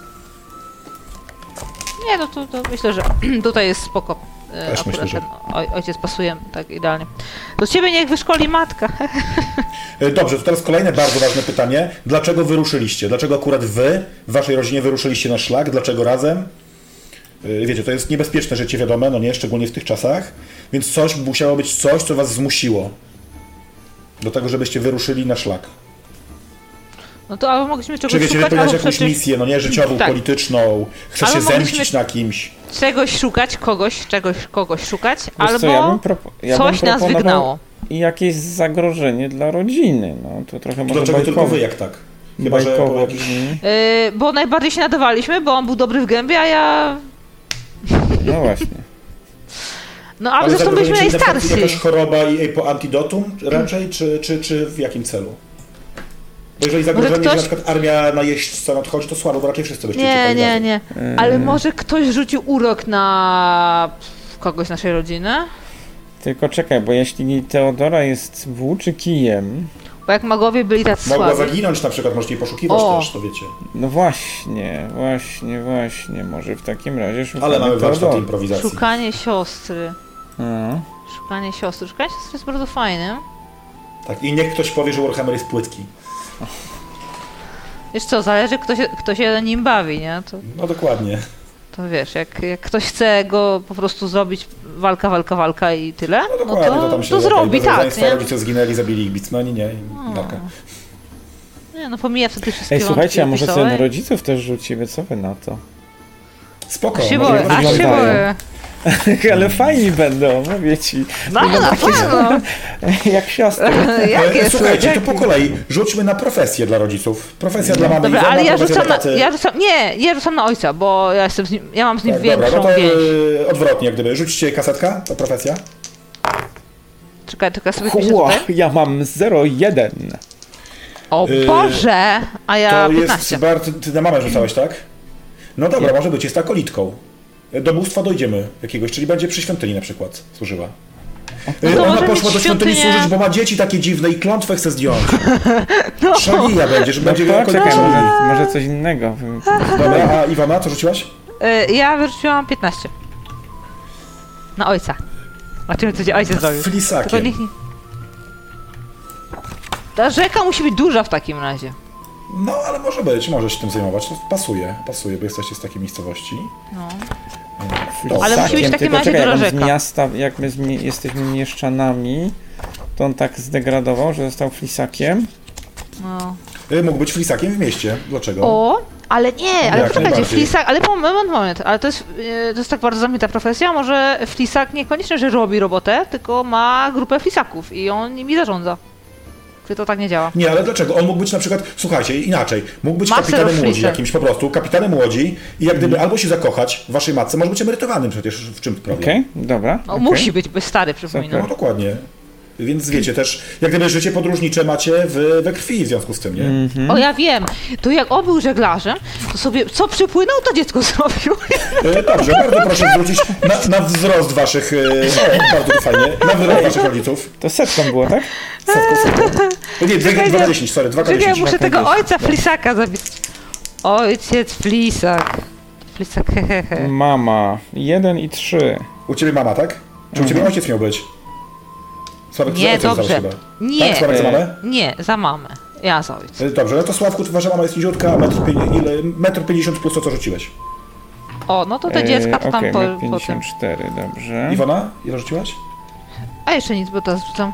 Nie, no to myślę, że tutaj jest spoko. Też myślę, że... Ojciec pasuje tak idealnie. Do ciebie niech wyszkoli matka. Dobrze, to teraz kolejne bardzo ważne pytanie. Dlaczego wyruszyliście? Dlaczego akurat wy w waszej rodzinie wyruszyliście na szlak? Dlaczego razem? Wiecie, to jest niebezpieczne życie, wiadome, no nie? Szczególnie w tych czasach. Więc musiało być coś, co was zmusiło do tego, żebyście wyruszyli na szlak. No to albo mogliśmy czegoś czy wiecie, szukać, wypełniać jakąś misję, no nie? Życiową, tak. polityczną. Chcesz się zemścić na kimś. Czegoś szukać, kogoś szukać, Wiesz albo co, coś nas wygnało. I jakieś zagrożenie dla rodziny, no to trochę może Dlaczego tylko wy jak tak? Chyba, że po jakiś... Bo najbardziej się nadawaliśmy, bo on był dobry w gębie, a ja... No właśnie. No ale zresztą byliśmy najstarsi. Jakaś choroba i po antidotum raczej, czy w jakim celu? Bo jeżeli zagrożenie, że na przykład armia najeźdźca nadchodzi, to słabo, bo raczej wszyscy byście uciekali. Nie. Ale może ktoś rzucił urok na kogoś z naszej rodziny? Tylko czekaj, bo jeśli Teodora jest włóczy kijem... Bo jak magowie byli tacy słabi. Mogła zaginąć na przykład, możecie jej poszukiwać też, to wiecie. No właśnie. Może w takim razie szukamy Ale mamy warsztat Teodory. improwizacji. Szukanie siostry. No. Szukanie siostry jest bardzo fajne. Tak, i niech ktoś powie, że Warhammer jest płytki. Wiesz co, zależy kto się nim bawi, nie? No dokładnie. To wiesz, jak ktoś chce go po prostu zrobić walka i tyle, No dokładnie, to tam się to zrobi, tak, nie? Rodzice zginęli, zabili ich Bicmeni, nie? Nie, no pomija wtedy wszystkie Ej, słuchajcie, a może episowe. sobie na rodziców też rzucimy, co wy na to? Spoko. Aż się boję. Ale fajni będą, mówię ci. No, na pewno. Jak siostry. Słuchajcie, to po kolei rzućmy na profesję dla rodziców. Profesja dla mamy Dobra, Iwona, ale ja rzucam na ojca, bo ja mam z nim większą dobra, no to więź. odwrotnie, jak gdyby. Rzućcie kasetka, to profesja. Czekaj, tylko sobie piszę Ła, tutaj. ja mam 0,1. O Boże, a ja To 15. jest bardzo... Ty na mamę rzucałeś, tak? No dobra, może być, jest akolitką. Do bóstwa dojdziemy jakiegoś, czyli będzie przy świątyni na przykład służyła. No Ona poszła do świątyni służyć, bo ma dzieci takie dziwne i klątwę chce zdjąć. No. Szalija będzie, że będzie Czekaj, może coś innego. Dobra, a Iwona, co rzuciłaś? Ja wyrzuciłam 15. Na ojca. Zobaczymy, co ojciec zrobił. Flisakiem. Ta rzeka musi być duża w takim razie. No, ale może być, może się tym zajmować. To pasuje, bo jesteście z takiej miejscowości. No. Dobrze. Ale musi być w takim razie duża rzeka. Z miasta, jak my jesteśmy mieszczanami, to on tak zdegradował, że został flisakiem. No. Mógł być flisakiem w mieście. Dlaczego? O, ale nie, ale poczekajcie, flisak, ale moment, ale to jest tak bardzo zamknięta profesja, może flisak niekoniecznie, że robi robotę, tylko ma grupę flisaków i on nimi zarządza. Czy to tak nie działa? Nie, ale dlaczego? On mógł być na przykład, słuchajcie, inaczej, mógł być Master kapitanem of łodzi, Flisak. jakimś po prostu, kapitanem łodzi i jak gdyby albo się zakochać w waszej matce, może być emerytowanym przecież, w czym problem. Okej, dobra. O, musi być, bo jest stary, przypominam. No dokładnie. Więc wiecie też, jak gdyby życie podróżnicze macie we krwi w związku z tym, nie? O, ja wiem. To jak on był żeglarzem, to sobie co przypłynął, to dziecko zrobił. Dobrze, bardzo proszę zwrócić na wzrost waszych, bardzo to fajnie, na wzrost waszych rodziców. To setką było, tak? Setką. Nie, 2K10, sorry, 2K10. Czekaj, ja muszę tego ojca flisaka zabić. Ojciec flisak. Flisak, hehehe. Mama, 1 i 3. U ciebie mama, tak? Czy u ciebie ojciec miał być? Sławek, Nie, ojciec dobrze. chyba. Nie. Tak, Sławek za mamę? Nie, za mamę. Ja za ojca. Dobrze, no to Sławku, wasza mama jest niziutka, metr 50 plus to, co rzuciłeś. O, no to te dziecka to tam Okej, po tym. 54, dobrze. Iwona, ile rzuciłaś? A jeszcze nic, bo teraz rzucam.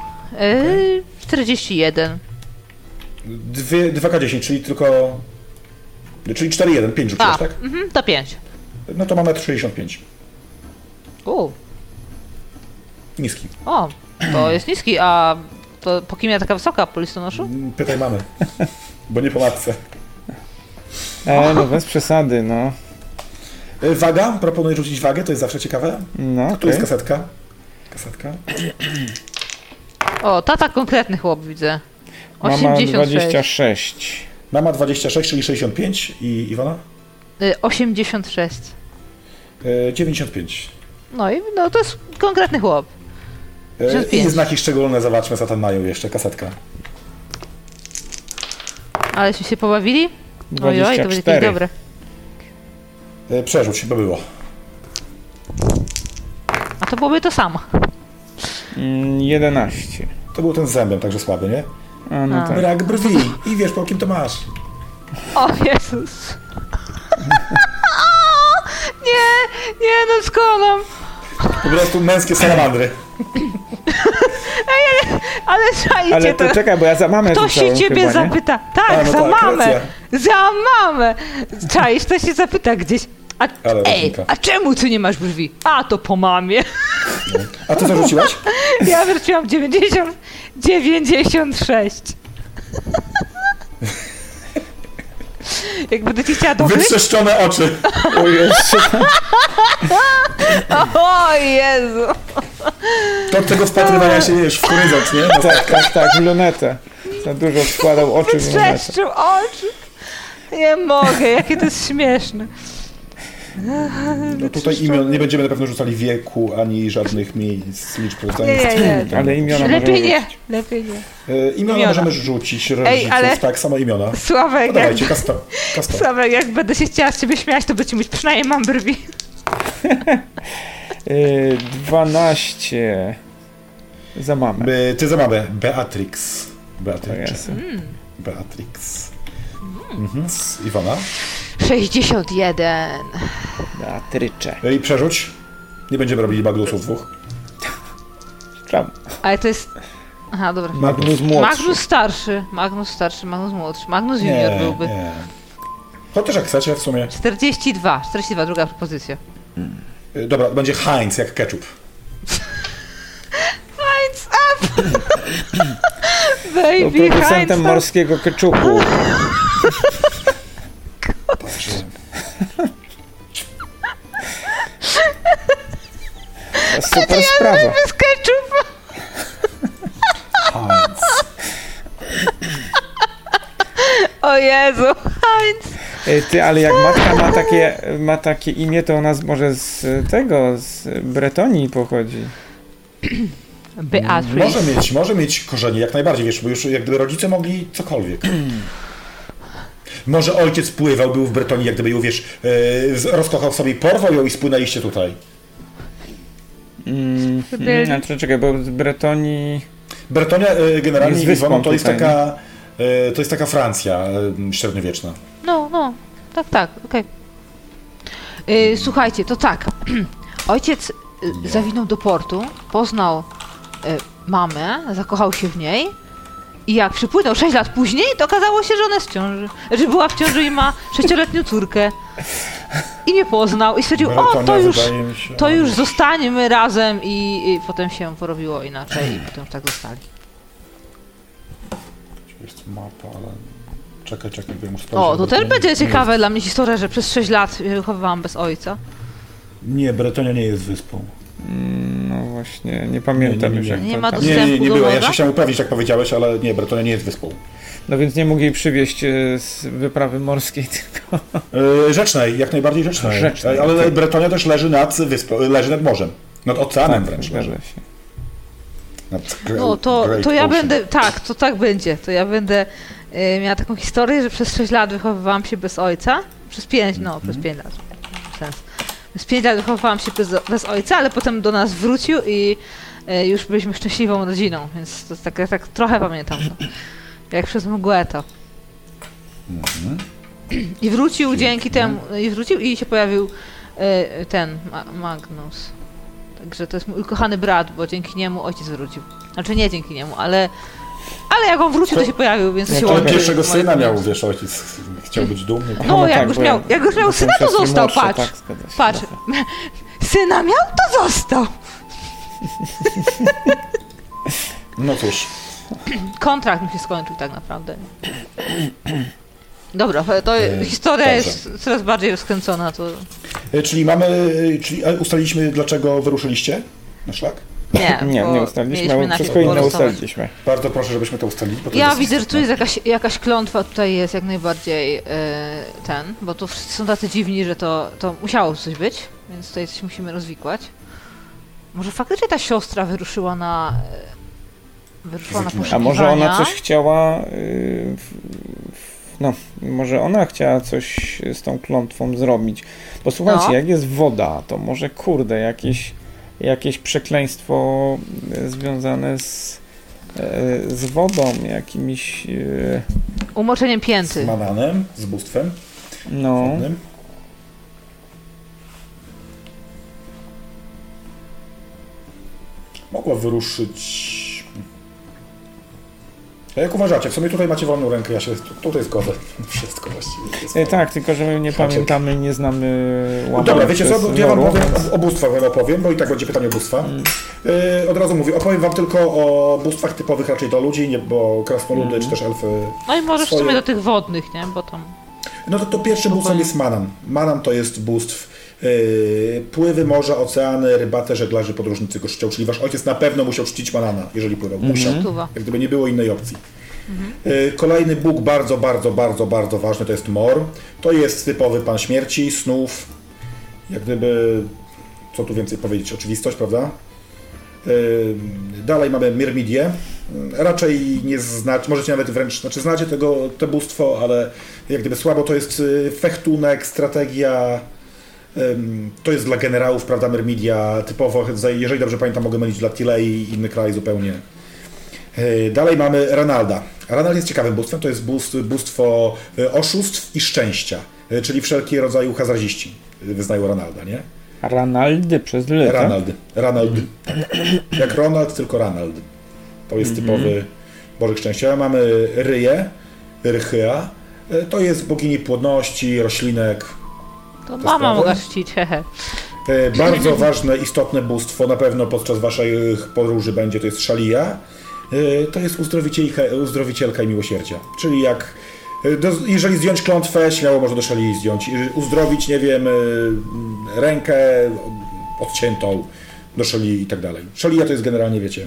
41. 2K10, czyli tylko... Czyli 4,1, 5 rzuciłaś, tak? To 5. No to mamy metr 65. Niski. O, to jest niski, a to po kim ja taka wysoka, po listonoszu? Pytaj mamy, bo nie po matce. No bez przesady, no. Waga? Proponuję rzucić wagę, to jest zawsze ciekawe. No, Tu jest kasetka. Kasetka. O, tata konkretny chłop widzę. Mama 86. 26. Mama 26, czyli 65 i Iwona? 86. 95. No to jest konkretny chłop. I znaki szczególne, zobaczmy co tam mają jeszcze, kasetka. Aleśmy się pobawili? 24. Ojoj, to będzie jakieś dobre. Przerzuć, by było. A to byłoby to samo. 11. To był ten z zębem, także słaby, nie? A, no tak. Brak brwi i wiesz po kim to masz. O Jezus. Nie, no skonam. Po prostu męskie salamandry. Ale słuchajcie, Ale to czekaj, bo ja za mamę Ktoś się ciebie chyba, zapyta. Tak, no za tak, mamę. racja. Za mamę. Czaisz, to się zapyta gdzieś. A czemu ty nie masz brwi? A to po mamie. A ty co rzuciłaś? Ja wróciłam 96. Jak będę ci chciała dogryźć? Wytrzeszczone oczy. O jeszcze. O Jezu. To od tego wpatrywania się, wiesz, w horyzont, nie? No, Tak, w lunetę. Za dużo wkładał oczy w lunetę. Wytrzeszczył oczy. Nie mogę, jakie to jest śmieszne. no tutaj imion, nie będziemy na pewno rzucali wieku, ani żadnych miejsc, liczb. Nie. Ale imiona Lepiej może nie, lepiej nie. Imiona możemy rzucić, rodziców, ale- tak, samo imiona. Sławek, No dawajcie, kasto. Sławek, jak będę się chciała z ciebie śmiać, to będziecie mówić, przynajmniej mam brwi. 12. Za mamę. Ty za mamę. Beatrix. To jest. Beatrix. Iwona. 61. Beatrycze. I przerzuć. Nie będziemy robili Magnusów dwóch. Czemu? Ale to jest... Aha, dobra. Magnus młodszy. Magnus starszy, Magnus młodszy, Magnus junior byłby. Nie. Chociaż jak chcecie w sumie. 42, druga propozycja. Dobra, będzie Heinz jak ketchup. Heinz up! Był Baby, producentem Heinz up! morskiego keczupu. Także... Super sprawa. Bez ketchupa! Heinz. O Jezu, Heinz! Ty, ale jak matka ma takie imię, to ona może z Bretonii pochodzi. Beatrice. Może mieć korzenie, jak najbardziej, wiesz, bo już jak gdyby rodzice mogli cokolwiek. Może ojciec pływał, był w Bretonii, jak gdyby ją, wiesz, rozkochał sobie i porwał ją i spłynęliście tutaj. Czekaj, bo z Bretonii... Bretonia generalnie Jest wyspą Iwono, to tutaj, jest taka Francja średniowieczna. No, tak, okej. Słuchajcie, to tak. Ojciec zawinął do portu, poznał mamę, zakochał się w niej i jak przypłynął 6 lat później, to okazało się, że ona jest w ciąży. Że była w ciąży i ma 6-letnią córkę. I mnie poznał i stwierdził, to już zostaniemy razem i potem się porobiło inaczej i potem tak zostali. Jest mapa, ale... Czekaj, bo ja muszę sprawdzić. O, to też będzie ciekawe dla mnie historia, że przez 6 lat wychowywałam bez ojca. Nie, Bretonia nie jest wyspą. No właśnie, nie pamiętam już jak Nie to ma tam. dostępu Nie do była. Ja morza? się chciałem upewnić, jak powiedziałeś, ale nie, Bretonia nie jest wyspą. No więc nie mógł jej przywieźć z wyprawy morskiej, tylko... Rzecznej, jak najbardziej rzecznej. Rzecznej, Ale okej. Bretonia też leży nad wyspą, leży nad morzem. Nad oceanem wręcz leży. Zgadza się. No to ja będę, to tak będzie. To ja będę miała taką historię, że przez 6 lat wychowywałam się bez ojca. Przez 5 lat. Sens. Przez 5 lat wychowywałam się bez ojca, ale potem do nas wrócił i już byliśmy szczęśliwą rodziną, więc to tak trochę pamiętam to. Jak przez mgłę to. I wrócił dzięki temu, i się pojawił ten Magnus. Także to jest mój ukochany brat, bo dzięki niemu ojciec wrócił. Znaczy nie dzięki niemu, ale jak on wrócił, to się pojawił, więc się Ale łączy. pierwszego syna miał, wiesz, ojciec chciał być dumny. No, jak tak, już miał syna, to został, patrz. Tak, zgadza się. Patrz. Syna miał, to został. No cóż. Kontrakt mi się skończył tak naprawdę. Dobra, to historia jest coraz bardziej rozkręcona. To... Czyli ustaliliśmy, dlaczego wyruszyliście na szlak? Nie ustaliliśmy, wszystko inne ustaliliśmy. Bardzo proszę, żebyśmy to ustalili. Ja widzę, że tu jest jakaś klątwa, tutaj jest jak najbardziej bo tu wszyscy są tacy dziwni, że to musiało coś być, więc tutaj coś musimy rozwikłać. Może faktycznie ta siostra wyruszyła na poszukiwania. A może ona coś chciała... może ona chciała coś z tą klątwą zrobić. Bo słuchajcie, jak jest woda, to może jakieś przekleństwo związane z wodą, jakimś... umoczeniem pięty. Z mananem, z bóstwem wodnym. Mogła wyruszyć... A jak uważacie? W sumie tutaj macie wolną rękę, ja się tutaj zgodzę. Wszystko właściwie. Tak, tylko że my nie pamiętamy, nie znamy łamania. Dobra, wiecie co, ja wam powiem o bóstwach, bo i tak będzie pytanie o bóstwa. Od razu mówię, opowiem wam tylko o bóstwach typowych raczej do ludzi, nie, bo krasnoludy czy też elfy... No i możesz w sumie do tych wodnych, nie? Bo tam... No to pierwszym bóstwem jest Manan. Manan to jest bóstw pływy, morza, oceany, rybaty, żeglarzy, podróżnicy go czcią, czyli wasz ojciec na pewno musiał czcić Manana, jeżeli pływał. Musiał, jak gdyby nie było innej opcji. Kolejny bóg bardzo, bardzo, bardzo, bardzo ważny to jest Mor. To jest typowy pan śmierci, snów, jak gdyby, co tu więcej powiedzieć, oczywistość, prawda? Dalej mamy Myrmidię. Raczej nie znacie, możecie nawet wręcz, znacie to bóstwo, ale jak gdyby słabo, to jest fechtunek, strategia. To jest dla generałów, prawda, Myrmidia, typowo, jeżeli dobrze pamiętam, mogę mylić dla Tilei i inny kraj zupełnie. Dalej mamy Ranalda. Ranald jest ciekawym bóstwem, to jest bóstwo oszustw i szczęścia, czyli wszelkie rodzaju hazardziści wyznają Ranalda, nie? Ranaldy przez L, Ranald. Jak Ronald, tylko Ranald. To jest typowy bożek szczęścia. Mamy Ryję, Rychea. To jest bogini płodności, roślinek. To mama mogła czcić, hehe. Bardzo ważne, istotne bóstwo, na pewno podczas waszych podróży będzie, to jest Szalija. To jest uzdrowicielka i miłosierdzia. Czyli jeżeli zdjąć klątwę, śmiało można do Szalii zdjąć. Uzdrowić, nie wiem, rękę odciętą do Szalii i tak dalej. Szalija to jest generalnie, wiecie,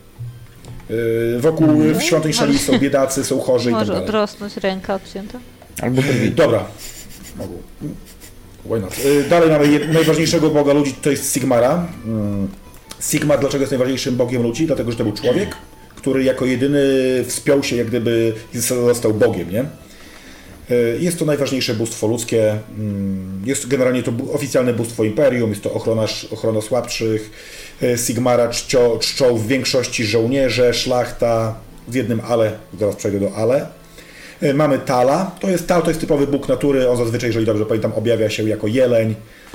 wokół w świątyni Szalii są biedacy, są chorzy i tak dalej. Może odrosnąć ręka odcięta? Albo brwi. Dobra. Mogą. Why not? Dalej mamy najważniejszego boga ludzi, to jest Sigmara. Sigmar dlaczego jest najważniejszym bogiem ludzi? Dlatego, że to był człowiek, który jako jedyny wspiął się, jak gdyby został bogiem, nie? Jest to najważniejsze bóstwo ludzkie. Jest generalnie to oficjalne bóstwo imperium, jest to ochrona słabszych. Sigmara czczą w większości żołnierze, szlachta, z jednym ale, zaraz przejdę do ale. Mamy Tala. To jest typowy bóg natury. On zazwyczaj, jeżeli dobrze pamiętam, objawia się jako jeleń,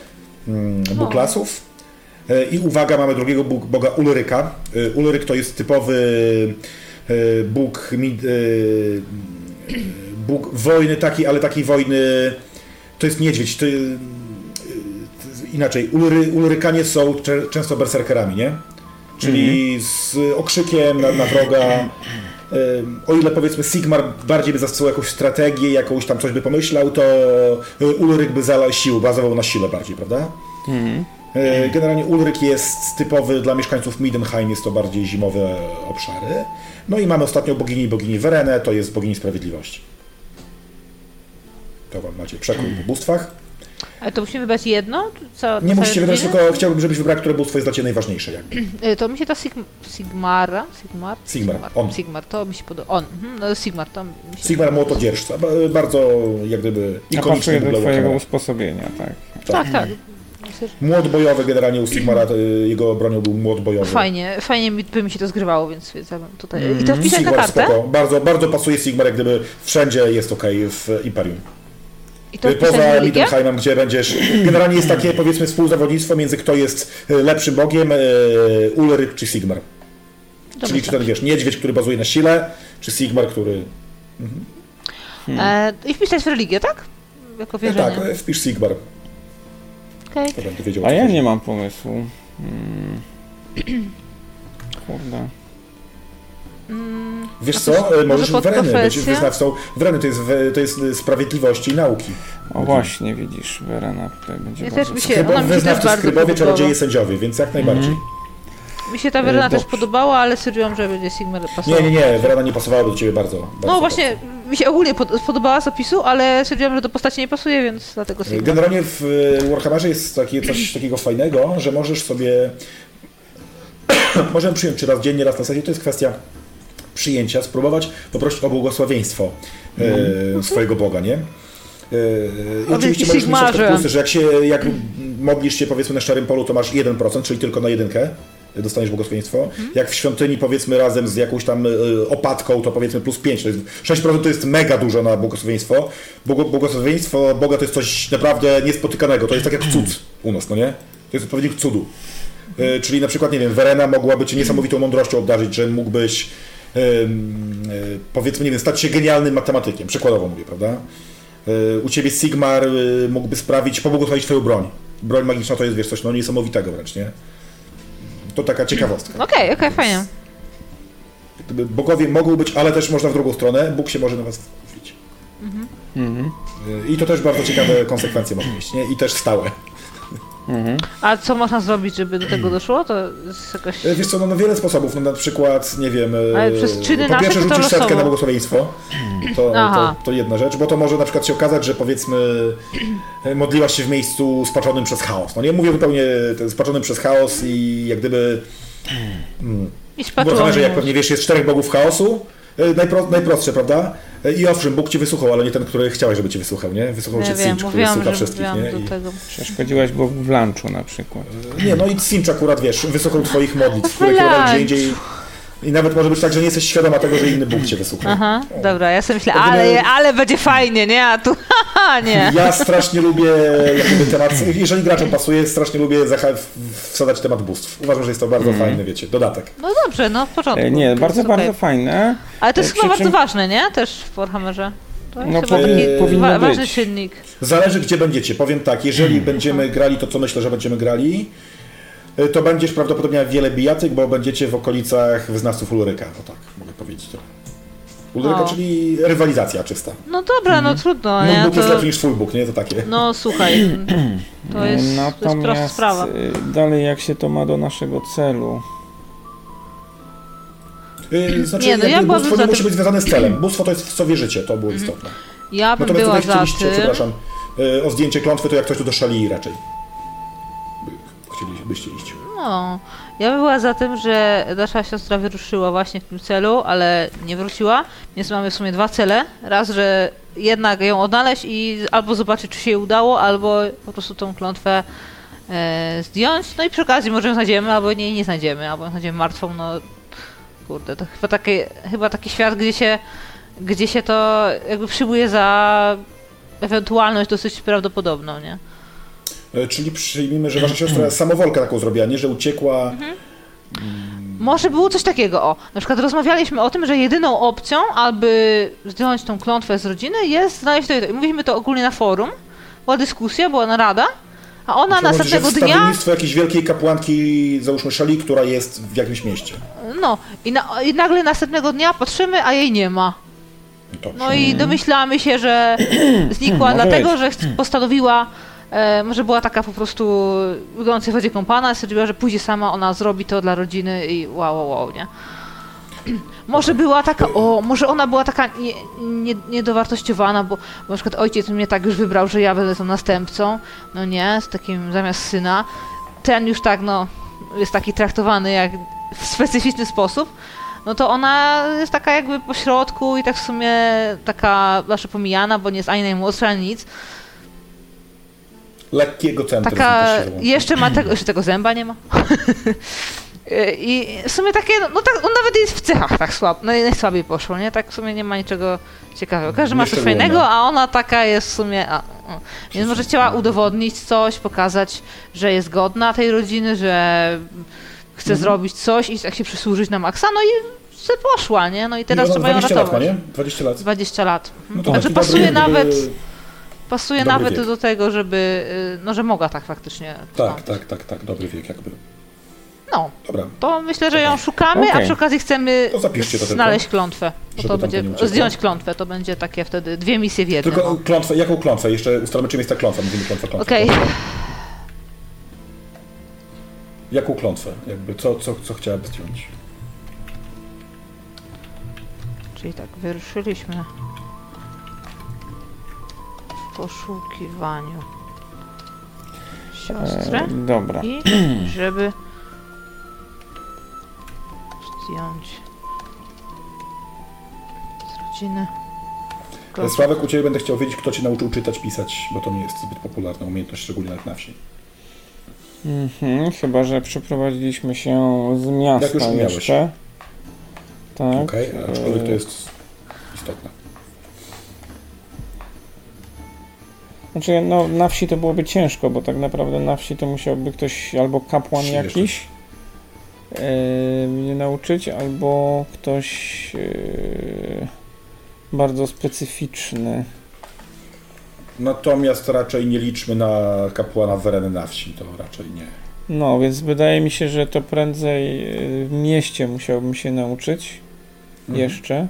bóg lasów. I uwaga, mamy drugiego boga Ulryka. Ulryk to jest typowy bóg wojny ale takiej wojny, to jest niedźwiedź. Inaczej, Ulrykanie są często berserkerami, nie? Czyli z okrzykiem na wroga. O ile powiedzmy Sigmar bardziej by zastosował jakąś strategię, jakąś tam coś by pomyślał, to Ulryk by bazował na sile bardziej, prawda? Generalnie Ulryk jest typowy dla mieszkańców Middenheim, jest to bardziej zimowe obszary. No i mamy ostatnią bogini Verenę, to jest bogini sprawiedliwości. To wam macie przekrój po bóstwach. Ale to musimy wybrać jedno? Nie musicie wybrać, tylko chciałbym, żebyś wybrał, które bóstwo jest dla ciebie najważniejsze. Jakby. To mi się ta Sigmar, to mi się podoba. Sigmar, to mi się Sigmar młotodzierżca, bardzo jak gdyby ikoniczny. Do twojego usposobienia, tak. Tak. Młot bojowy generalnie u Sigmara, jego bronią był młot bojowy. Fajnie by mi się to zgrywało, więc ja bym tutaj... I to wpisać na kartę? Spoko. Bardzo, bardzo pasuje Sigmar, jak gdyby wszędzie jest w Imperium. I to poza Middenheimem, gdzie będziesz... Generalnie jest takie, powiedzmy, współzawodnictwo między kto jest lepszym bogiem, Ulryk czy Sigmar. Czyli czy ten, wiesz, niedźwiedź, który bazuje na sile, czy Sigmar, który... I wpisać w religię, tak? Jako wierzenie. Tak, wpisz Sigmar. Okay. A ja nie mam pomysłu. Kurde. Wiesz co, możesz Wereny być wyznawcą. Wereny to jest sprawiedliwości i nauki. O właśnie, widzisz, Werena tutaj będzie ja bardzo... Wyznawcy, skrybowie, czarodzieje, sędziowie, więc jak najbardziej. Mi się ta Werena też podobała, ale stwierdziłam, że będzie Sigmar pasował. Nie, Werena nie pasowała do ciebie bardzo. No właśnie, mi się ogólnie podobała z opisu, ale stwierdziłam, że do postaci nie pasuje, więc dlatego Sigmar. Generalnie w Warhammerze jest coś takiego fajnego, że możesz sobie... Możemy przyjąć czy raz dziennie, raz na sesję, to jest kwestia przyjęcia, spróbować poprosić o błogosławieństwo swojego Boga, nie? I oczywiście możesz mieć na plusy, że jak modlisz się powiedzmy na szczerym polu, to masz 1%, czyli tylko na 1 dostaniesz błogosławieństwo. Jak w świątyni powiedzmy razem z jakąś tam opatką, to powiedzmy plus 5, to jest 6% to jest mega dużo na błogosławieństwo. Błogosławieństwo Boga to jest coś naprawdę niespotykanego, to jest tak jak cud u nas, no nie? To jest odpowiednik cudu. Czyli na przykład, nie wiem, Werena mogłaby cię niesamowitą mądrością obdarzyć, że mógłbyś powiedzmy, nie wiem, stać się genialnym matematykiem, przykładowo mówię, prawda? U ciebie Sigmar mógłby sprawić, pobłogosławić twoją broń. Broń magiczna to jest, wiesz, coś niesamowitego wręcz, nie? To taka ciekawostka. Okej, fajnie. Bogowie mogą być, ale też można w drugą stronę, Bóg się może na was wkuwić. I to też bardzo ciekawe konsekwencje mogą mieć, nie? I też stałe. A co można zrobić, żeby do tego doszło? To jest jakaś... Wiesz co, no wiele sposobów, no na przykład, nie wiem, ale przez czyny po pierwsze rzucisz losowo. setkę na błogosławieństwo, to jedna rzecz, bo to może na przykład się okazać, że powiedzmy modliłaś się w miejscu spaczonym przez chaos, no nie mówię zupełnie spaczonym przez chaos i jak gdyby że jak pewnie wiesz, jest 4 bogów chaosu, najprostsze, prawda? I owszem, Bóg cię wysłuchał, ale nie ten, który chciałeś, żeby cię wysłuchał, nie? Wysłuchał cię Cinch, który słucha wszystkich, nie? Przeszkodziłaś Bogu w lunchu na przykład. Nie, no i Cinch akurat, wiesz, wysłuchał twoich modlitw, które kierowali gdzie indziej. I nawet może być tak, że nie jesteś świadoma tego, że inny Bóg cię wysłuchał. Aha, dobra, ja sobie myślę, ale będzie fajnie, nie? A tu nie. Ja strasznie lubię temat, jeżeli graczom pasuje, strasznie lubię wsadzać temat bóstw. Uważam, że jest to bardzo fajny, wiecie, dodatek. No dobrze, no w porządku. Nie, bardzo fajne. Ale to jest chyba bardzo ważne, nie? Też w Warhammerze. To jest powinno być. Ważny czynnik. Zależy, gdzie będziecie. Powiem tak, jeżeli będziemy grali to, co myślę, że będziemy grali, to będziesz prawdopodobnie miał wiele bijatyk, bo będziecie w okolicach wyznawców Ulryka. O tak, mogę powiedzieć to. Ulryka, czyli rywalizacja czysta. No dobra, no trudno. Mój Bóg jest lepszy niż twój Bóg, nie? To takie. No słuchaj, to jest prosta sprawa. Dalej jak się to ma do naszego celu? Znaczy, bóstwo nie musi być związane z celem. Bóstwo to jest w co wierzycie, to było istotne. Ja bym była za tym... Przepraszam, o zdjęcie klątwy, to jak ktoś tu do szali raczej chcielibyście iść. No, ja bym była za tym, że nasza siostra wyruszyła właśnie w tym celu, ale nie wróciła, więc mamy w sumie 2 cele. Raz, że jednak ją odnaleźć i albo zobaczyć, czy się jej udało, albo po prostu tą klątwę zdjąć. No i przy okazji może ją znajdziemy, albo nie znajdziemy, albo ją znajdziemy martwą, no kurde, to chyba taki świat, gdzie się to jakby przyjmuje za ewentualność dosyć prawdopodobną, nie? Czyli przyjmijmy, że wasza siostra samowolkę taką zrobiła, nie? Że uciekła... Może było coś takiego, na przykład rozmawialiśmy o tym, że jedyną opcją, aby zdjąć tą klątwę z rodziny, jest znaleźć to. I mówiliśmy to ogólnie na forum, była dyskusja, była narada, a ona następnego dnia... Stawiennictwo jakiejś wielkiej kapłanki, załóżmy Szali, która jest w jakimś mieście. No, i nagle następnego dnia patrzymy, a jej nie ma. No i domyślamy się, że znikła dlatego, że postanowiła... może była taka po prostu wyglądająca w wodzie kąpana, stwierdziła, że pójdzie sama, ona zrobi to dla rodziny i wow, nie? Może była taka, może ona była taka niedowartościowana, bo na przykład ojciec mnie tak już wybrał, że ja będę tą następcą, no nie, z takim zamiast syna. Ten już tak, no, jest taki traktowany jak w specyficzny sposób. No to ona jest taka jakby po środku i tak w sumie taka zawsze pomijana, bo nie jest ani najmłodsza, ani nic. Lekkiego centrum. Taka, jeszcze tego zęba nie ma. I w sumie takie, no tak, on nawet jest w cechach tak najsłabiej poszło, nie? Tak w sumie nie ma niczego ciekawego. Każdy ma coś fajnego, a ona taka jest w sumie... Więc może chciała udowodnić coś, pokazać, że jest godna tej rodziny, że chce zrobić coś i tak się przysłużyć na maksa, no i se poszła, nie? No i teraz trzeba ją ratować. 20 lat, nie? 20 lat. 20 lat. No to także pasuje nawet... Pasuje nawet wiek. do tego, żeby, no że mogła tak faktycznie. Tak, dobry wiek jakby. No, dobra. to myślę, że ją szukamy, a przy okazji chcemy znaleźć klątwę. To będzie, zdjąć klątwę, to będzie takie wtedy 2 misje w jednym. Tylko klątwę, jaką klątwę? Jeszcze ustalmy, czym jest ta klątwa. Mówimy klątwa. Okej. Jaką klątwę? Jakby co chciałaby zdjąć? Czyli tak, wyruszyliśmy w poszukiwaniu siostry. Dobra. I żeby zdjąć z rodziny. Sławek, u Ciebie będę chciał wiedzieć, kto Cię nauczył czytać, pisać, bo to nie jest zbyt popularna umiejętność, szczególnie na wsi. Chyba że przeprowadziliśmy się z miasta jak już jeszcze. Tak. Okej, aczkolwiek to jest istotne. Znaczy, no na wsi to byłoby ciężko, bo tak naprawdę na wsi to musiałby ktoś albo kapłan jakiś mnie nauczyć, albo ktoś bardzo specyficzny. Natomiast raczej nie liczmy na kapłana Wereny na wsi, to raczej nie. No, więc wydaje mi się, że to prędzej w mieście musiałbym się nauczyć jeszcze.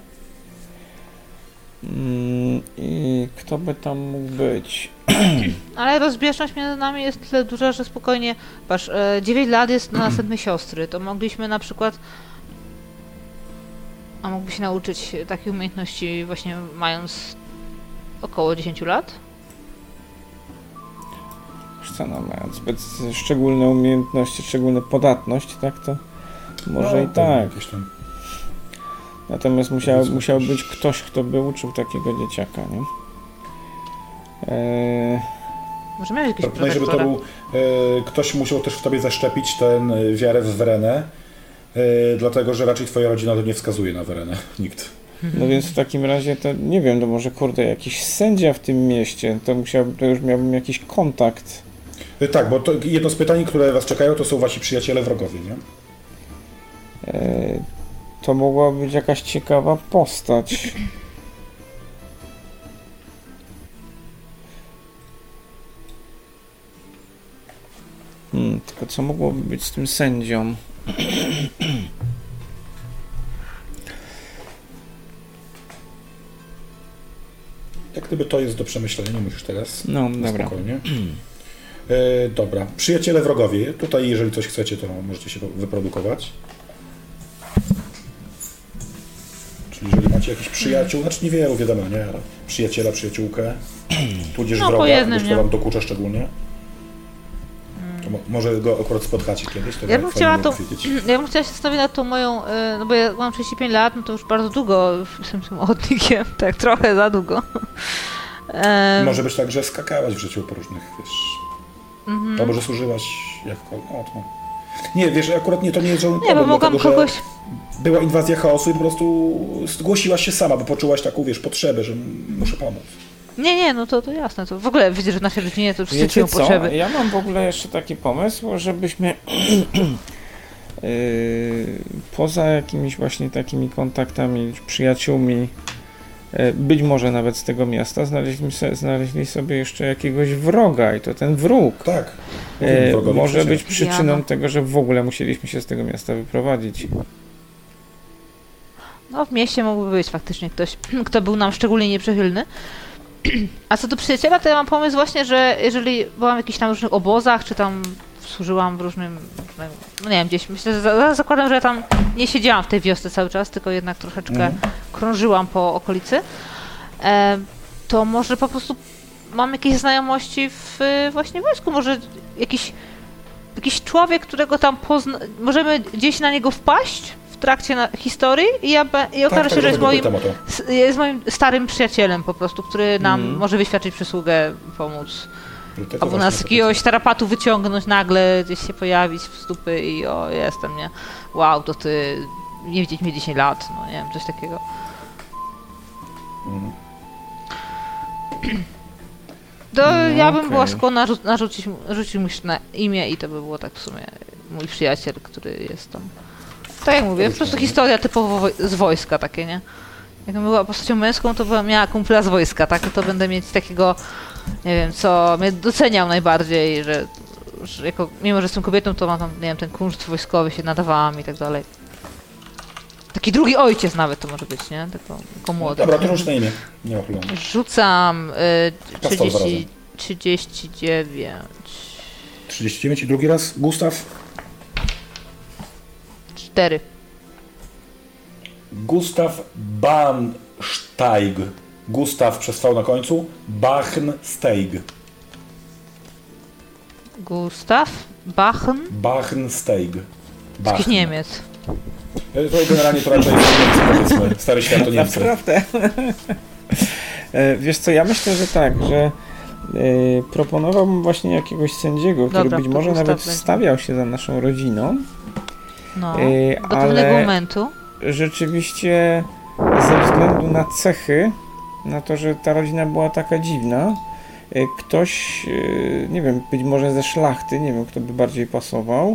I kto by tam mógł być? Ale rozbieżność między nami jest tyle duża, że spokojnie, patrz, 9 lat jest na następne siostry, to mogliśmy na przykład, a mógłby się nauczyć takich umiejętności właśnie mając około 10 lat? Co, no, mając szczególne umiejętności, szczególną podatność, tak, to może no, i tak. Natomiast musiał być ktoś, kto by uczył takiego dzieciaka, nie? Może miałeś jakiegoś proponuję, żeby to był ktoś musiał też w tobie zaszczepić tę wiarę w Werenę, dlatego, że raczej twoja rodzina to nie wskazuje na Werenę. Nikt. No więc w takim razie to, nie wiem, to może kurde, jakiś sędzia w tym mieście, to już miałbym jakiś kontakt. Tak, bo to jedno z pytań, które was czekają, to są wasi przyjaciele wrogowie, nie? To mogła być jakaś ciekawa postać. Tylko co mogłoby być z tym sędzią? Jak gdyby to jest do przemyślenia, nie musisz teraz. No, dobra. Spokojnie. Dobra. Przyjaciele wrogowie. Tutaj, jeżeli coś chcecie, to możecie się wyprodukować. Czyli jeżeli macie jakichś przyjaciół, znaczy niewielu, wiadomo, nie? Przyjaciela, przyjaciółkę, tudzież wroga, kto wam dokucza szczególnie. To może go akurat spotkacie kiedyś. Ja bym chciała się zastanowić nad tą moją, no bo ja mam 35 lat, no to już bardzo długo jestem samochodnikiem, tak trochę za długo. Może być tak, że skakałaś w życiu po różnych, wiesz, albo że służyłaś jakkolwiek. Nie, wiesz, akurat nie, to nie jest żaden problem, bo mogłam dlatego, kogoś... była inwazja chaosu i po prostu zgłosiłaś się sama, bo poczułaś taką, wiesz, potrzebę, że muszę pomóc. Nie, no to jasne. To w ogóle widzę, że w naszej rodzinie to wszyscy czują potrzeby. Ja mam w ogóle jeszcze taki pomysł, żebyśmy poza jakimiś właśnie takimi kontaktami, przyjaciółmi, być może nawet z tego miasta, znaleźli sobie jeszcze jakiegoś wroga i to ten wróg może być przyczyną tego, że w ogóle musieliśmy się z tego miasta wyprowadzić. No w mieście mógłby być faktycznie ktoś, kto był nam szczególnie nieprzychylny. A co do przyjaciela, to ja mam pomysł właśnie, że jeżeli byłam w jakichś tam różnych obozach, czy tam służyłam w różnym, no nie wiem, gdzieś, myślę, że zakładam, że ja tam nie siedziałam w tej wiosce cały czas, tylko jednak troszeczkę krążyłam po okolicy, to może po prostu mam jakieś znajomości w właśnie wojsku, może jakiś człowiek, którego tam możemy gdzieś na niego wpaść w trakcie historii i okaże się, że jest moim starym przyjacielem po prostu, który nam może wyświadczyć przysługę, pomóc. Albo nas z jakiegoś tarapatu wyciągnąć nagle, gdzieś się pojawić w stópy i jestem, nie? Wow, to ty nie widzieć mnie 10 lat, no nie wiem, coś takiego. To ja bym była skłonna rzucić mu na imię i to by było tak w sumie mój przyjaciel, który jest tam. Tak jak mówię, po prostu historia typowo z wojska takie, nie? Jakbym była postacią męską, to miała kumpla z wojska, tak? To będę mieć takiego, nie wiem, co mnie doceniał najbardziej, że że mimo że jestem kobietą, to mam tam, nie wiem, ten kunszt wojskowy, się nadawałam i tak dalej. Taki drugi ojciec nawet to może być, nie? Tylko młody. Dobra, to rzuć na imię. Nie ma problemu. Rzucam 39. 39 i drugi raz. Gustaw? 4. Gustav Bahnsteig. Gustav przez V na końcu. Bahnsteig. Gustav Bahnsteig. Jakiś Niemiec. To generalnie to raczej Niemcy, powiedzmy. Stary świat to Niemcy. Naprawdę. Wiesz co, ja myślę, że tak, że proponowałbym właśnie jakiegoś sędziego, który być może nawet wstawiał się za naszą rodziną. No, do pewnego momentu. Rzeczywiście ze względu na cechy, na to, że ta rodzina była taka dziwna, ktoś, nie wiem, być może ze szlachty, nie wiem, kto by bardziej pasował,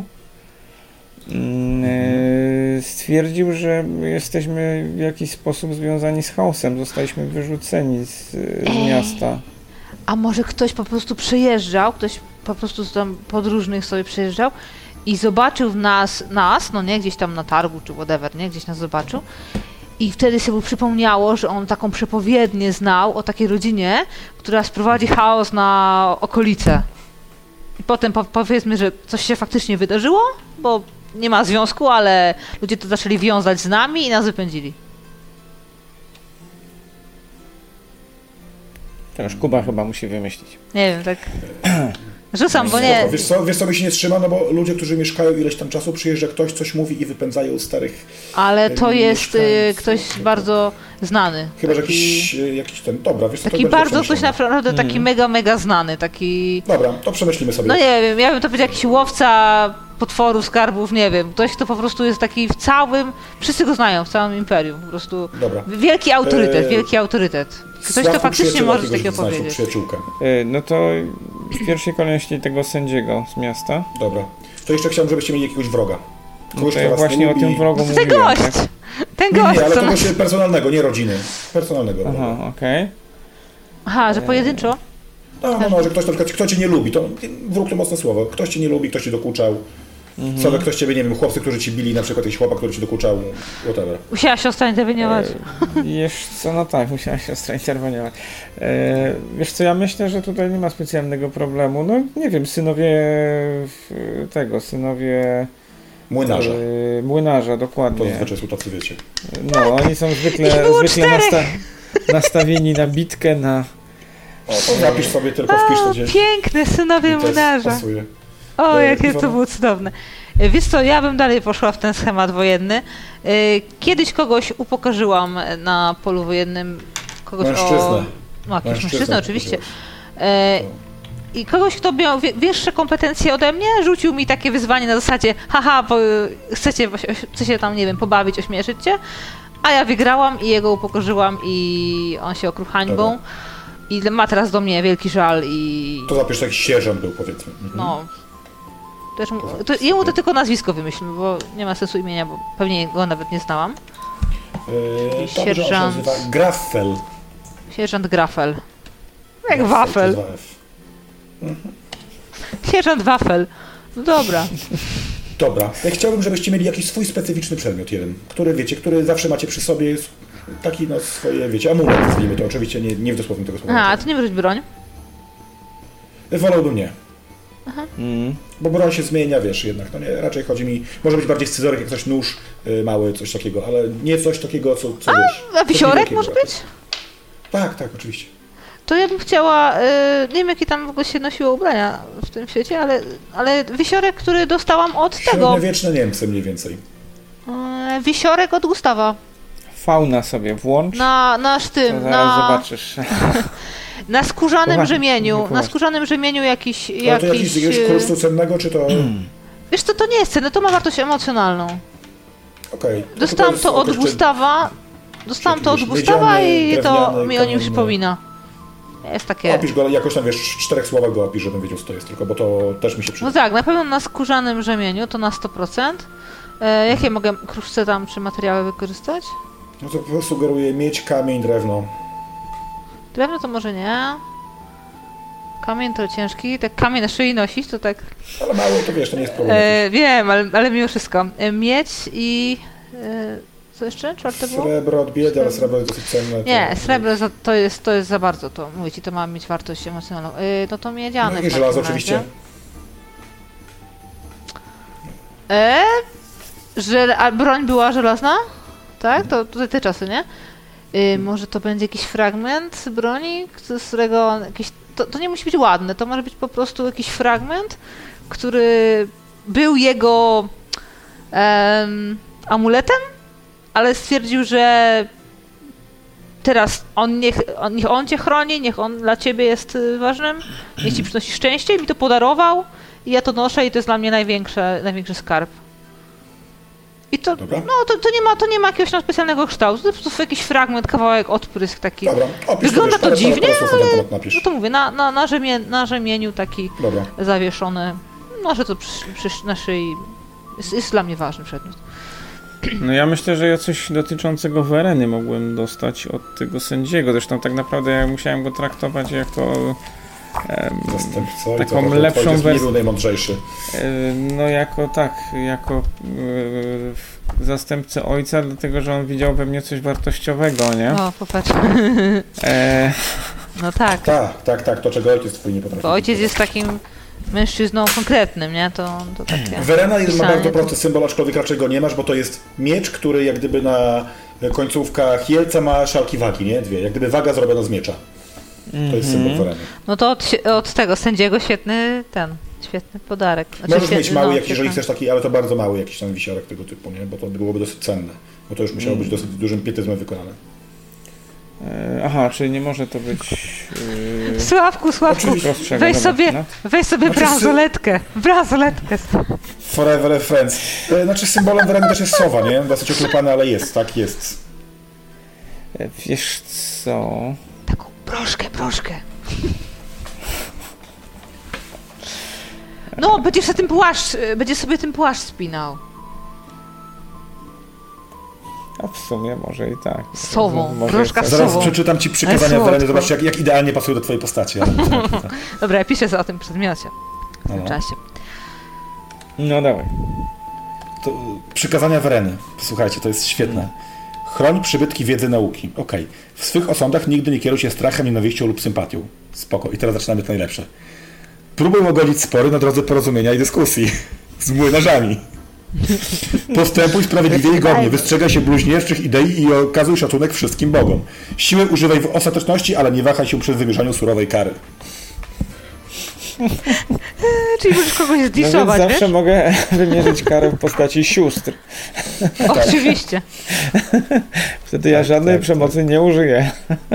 stwierdził, że jesteśmy w jakiś sposób związani z chaosem, zostaliśmy wyrzuceni z miasta. A może ktoś po prostu przejeżdżał, ktoś po prostu tam podróżnych sobie przejeżdżał i zobaczył w nas, no nie, gdzieś tam na targu czy whatever, nie, gdzieś nas zobaczył i wtedy sobie mu przypomniało, że on taką przepowiednię znał o takiej rodzinie, która sprowadzi chaos na okolice. I potem powiedzmy, że coś się faktycznie wydarzyło, bo nie ma związku, ale ludzie to zaczęli wiązać z nami i nas wypędzili. To już Kuba chyba musi wymyślić. Nie wiem, tak... Rzucam, bo nie... Wiesz co mi się nie trzyma, no bo ludzie, którzy mieszkają ileś tam czasu, przyjeżdża ktoś, coś mówi i wypędzają starych... Ale to jest ktoś bardzo znany. Chyba, że jakiś ten... Dobra, wiesz co, taki bardzo, ktoś naprawdę taki mega znany, taki... Dobra, to przemyślimy sobie. No nie wiem, ja bym to powiedział jakiś łowca potworów, skarbów, nie wiem. Ktoś, kto po prostu jest taki w całym... Wszyscy go znają, w całym imperium, po prostu... Dobra. Wielki autorytet. Ktoś, kto faktycznie może takiego powiedzieć. Przyjaciółkę. No to w pierwszej kolejności tego sędziego z miasta. Dobra. To jeszcze chciałem, żebyście mieli jakiegoś wroga. Kogoś, to ja właśnie o tym wrogu mówiłem. Ten gość! Tak? Ten gość! Nie, ale kogoś personalnego, nie rodziny. Personalnego wroga. Aha, okej. Aha, że pojedynczo? No, że ktoś na przykład, kto cię nie lubi, to wróg to mocne słowo. Ktoś cię nie lubi, ktoś cię dokuczał. Co, ktoś ciebie, nie wiem, chłopcy, którzy ci bili, na przykład jakiś chłopak, który ci dokuczał, whatever. Musiała siostra interweniować. Wiesz co, no tak, musiała siostra interweniować. Wiesz co, ja myślę, że tutaj nie ma specjalnego problemu. No nie wiem, synowie młynarza, dokładnie. To zwyczaj są tacy, wiecie. No, oni są zwykle nastawieni na bitkę, na... O, to zapisz sobie, tylko wpisz to gdzieś. Piękne, synowie młynarza. Pasuje. O, jakie to było cudowne. Wiesz co, ja bym dalej poszła w ten schemat wojenny. Kiedyś kogoś upokorzyłam na polu wojennym. Mężczyznę. Jakiegoś mężczyznę, oczywiście. I kogoś, kto miał większe kompetencje ode mnie, rzucił mi takie wyzwanie na zasadzie haha, bo chcecie tam, nie wiem, pobawić, ośmieszyć cię. A ja wygrałam i jego upokorzyłam i on się okrył hańbą. I ma teraz do mnie wielki żal i... To zapisz, taki sierżant był, powiedzmy. No. Jemu to tylko nazwisko wymyślmy, bo nie ma sensu imienia, bo pewnie go nawet nie znałam. Sierżant... Graffel. Sierżant Graffel. Jak wafel. Sierżant Wafel. No dobra. Dobra. Ja chciałbym, żebyście mieli jakiś swój specyficzny przedmiot jeden, który wiecie, który zawsze macie przy sobie, jest taki, no swoje, wiecie, amulet, nazwijmy to, oczywiście nie w dosłownym tego słowa. A to nie może być broń? Wolałbym nie. Aha. Bo broń się zmienia, wiesz, jednak, no nie, raczej chodzi mi, może być bardziej scyzoryk, jak coś nóż mały, coś takiego, ale nie coś takiego, co wiesz. A wisiorek może być? Tak, oczywiście. To ja bym chciała, nie wiem jakie tam w ogóle się nosiło ubrania w tym świecie, ale wisiorek, który dostałam od tego. Średniowieczne Niemcy mniej więcej. Wisiorek od Gustawa. Fauna sobie włącz. Nasz tym, zobaczysz. Na skórzanym rzemieniu. Na skórzanym rzemieniu jakiś... Ale to jakiegoś kursu cennego, czy to... Wiesz co, to nie jest cenne, to ma wartość emocjonalną. Okej. Dostałam to od Gustawa. Dostałam to od Gustawa i to mi o nim przypomina. Jest takie... Opisz go, jakoś tam wiesz, w 4 słowach go opisz, żebym wiedział co to jest tylko, bo to też mi się przyda. No tak, na pewno na skórzanym rzemieniu, to na 100%. Jakie mogę kruszce tam czy materiały wykorzystać? No to sugeruję miedź, kamień, drewno. Drewno to może nie. Kamień to ciężki, tak kamień na szyi nosić, to tak... Ale mało, to wiesz, to nie jest problem. Wiem, ale mimo wszystko. Miedź i... co jeszcze? Czwarte było? Srebro od biedy, ale srebro jest dosyć cenne. Nie, srebro to jest za bardzo, to mówię ci, to ma mieć wartość emocjonalną. No to miedziane. No i żelazo oczywiście. A broń była żelazna? Tak? To tutaj te czasy, nie? Może to będzie jakiś fragment broni, z którego on jakiś... To nie musi być ładne, to może być po prostu jakiś fragment, który był jego amuletem, ale stwierdził, że teraz niech on cię chroni, niech on dla ciebie jest ważnym, niech ci przynosi szczęście i mi to podarował i ja to noszę i to jest dla mnie największy skarb. I to, to nie ma jakiegoś specjalnego kształtu, to jest po prostu jakiś fragment, kawałek, odprysk taki. Dobra, wygląda to dziwnie, ale no to mówię, na rzemieniu taki zawieszony, że to przy na szyi jest dla mnie ważny przedmiot. No ja myślę, że ja coś dotyczącego Wereny mogłem dostać od tego sędziego, zresztą tak naprawdę ja musiałem go traktować jako taką lepszą wersję. Najmądrzejszy. No jako zastępcę ojca, dlatego że on widział we mnie coś wartościowego, nie? O, popatrz. No tak. Tak, to czego ojciec twój nie potrafi. Bo ojciec jest takim mężczyzną konkretnym, nie? To takie... Werena ma bardzo prosty symbol, aczkolwiek raczej go nie masz, bo to jest miecz, który jak gdyby na końcówkach jelca ma szalki wagi, nie? Dwie. Jak gdyby waga zrobiona z miecza. To jest symbol Wereny. No to od tego sędziego świetny podarek. Znaczy, możesz mieć mały jakiś, jeżeli chcesz taki, ale to bardzo mały jakiś tam wisiorek tego typu, nie? Bo to byłoby dosyć cenne. Bo to już musiało być dosyć dużym pietyzmem wykonane. Aha, czyli nie może to być... Sławku, weź sobie bransoletkę. Forever Friends. Znaczy symbolem Wereny też jest sowa, nie? Dosyć oklepane, ale jest, tak? Jest. Wiesz co... Taką broszkę. No, będziesz sobie ten płaszcz spinał. A w sumie może i tak. Sową, broszka z Zaraz sową. przeczytam ci przykazania Wereny, zobacz jak idealnie pasuje do twojej postaci. Dobra, ja piszę o tym przedmiocie w tym czasie. No dawaj. To przykazania Wereny. Słuchajcie, to jest świetne. Chroń przybytki wiedzy nauki. Okej. W swych osądach nigdy nie kieruj się strachem, nienawiścią lub sympatią. Spoko. I teraz zaczynamy to najlepsze. Próbuj łagodzić spory na drodze porozumienia i dyskusji. Z młynarzami. Postępuj sprawiedliwie i godnie. Wystrzegaj się bluźnierczych idei i okazuj szacunek wszystkim bogom. Siły używaj w ostateczności, ale nie wahaj się przy wymierzaniu surowej kary. Czyli możesz kogoś zdiszować, no więc zawsze mogę wymierzyć karę w postaci sióstr. Oczywiście. Wtedy ja żadnej przemocy nie użyję.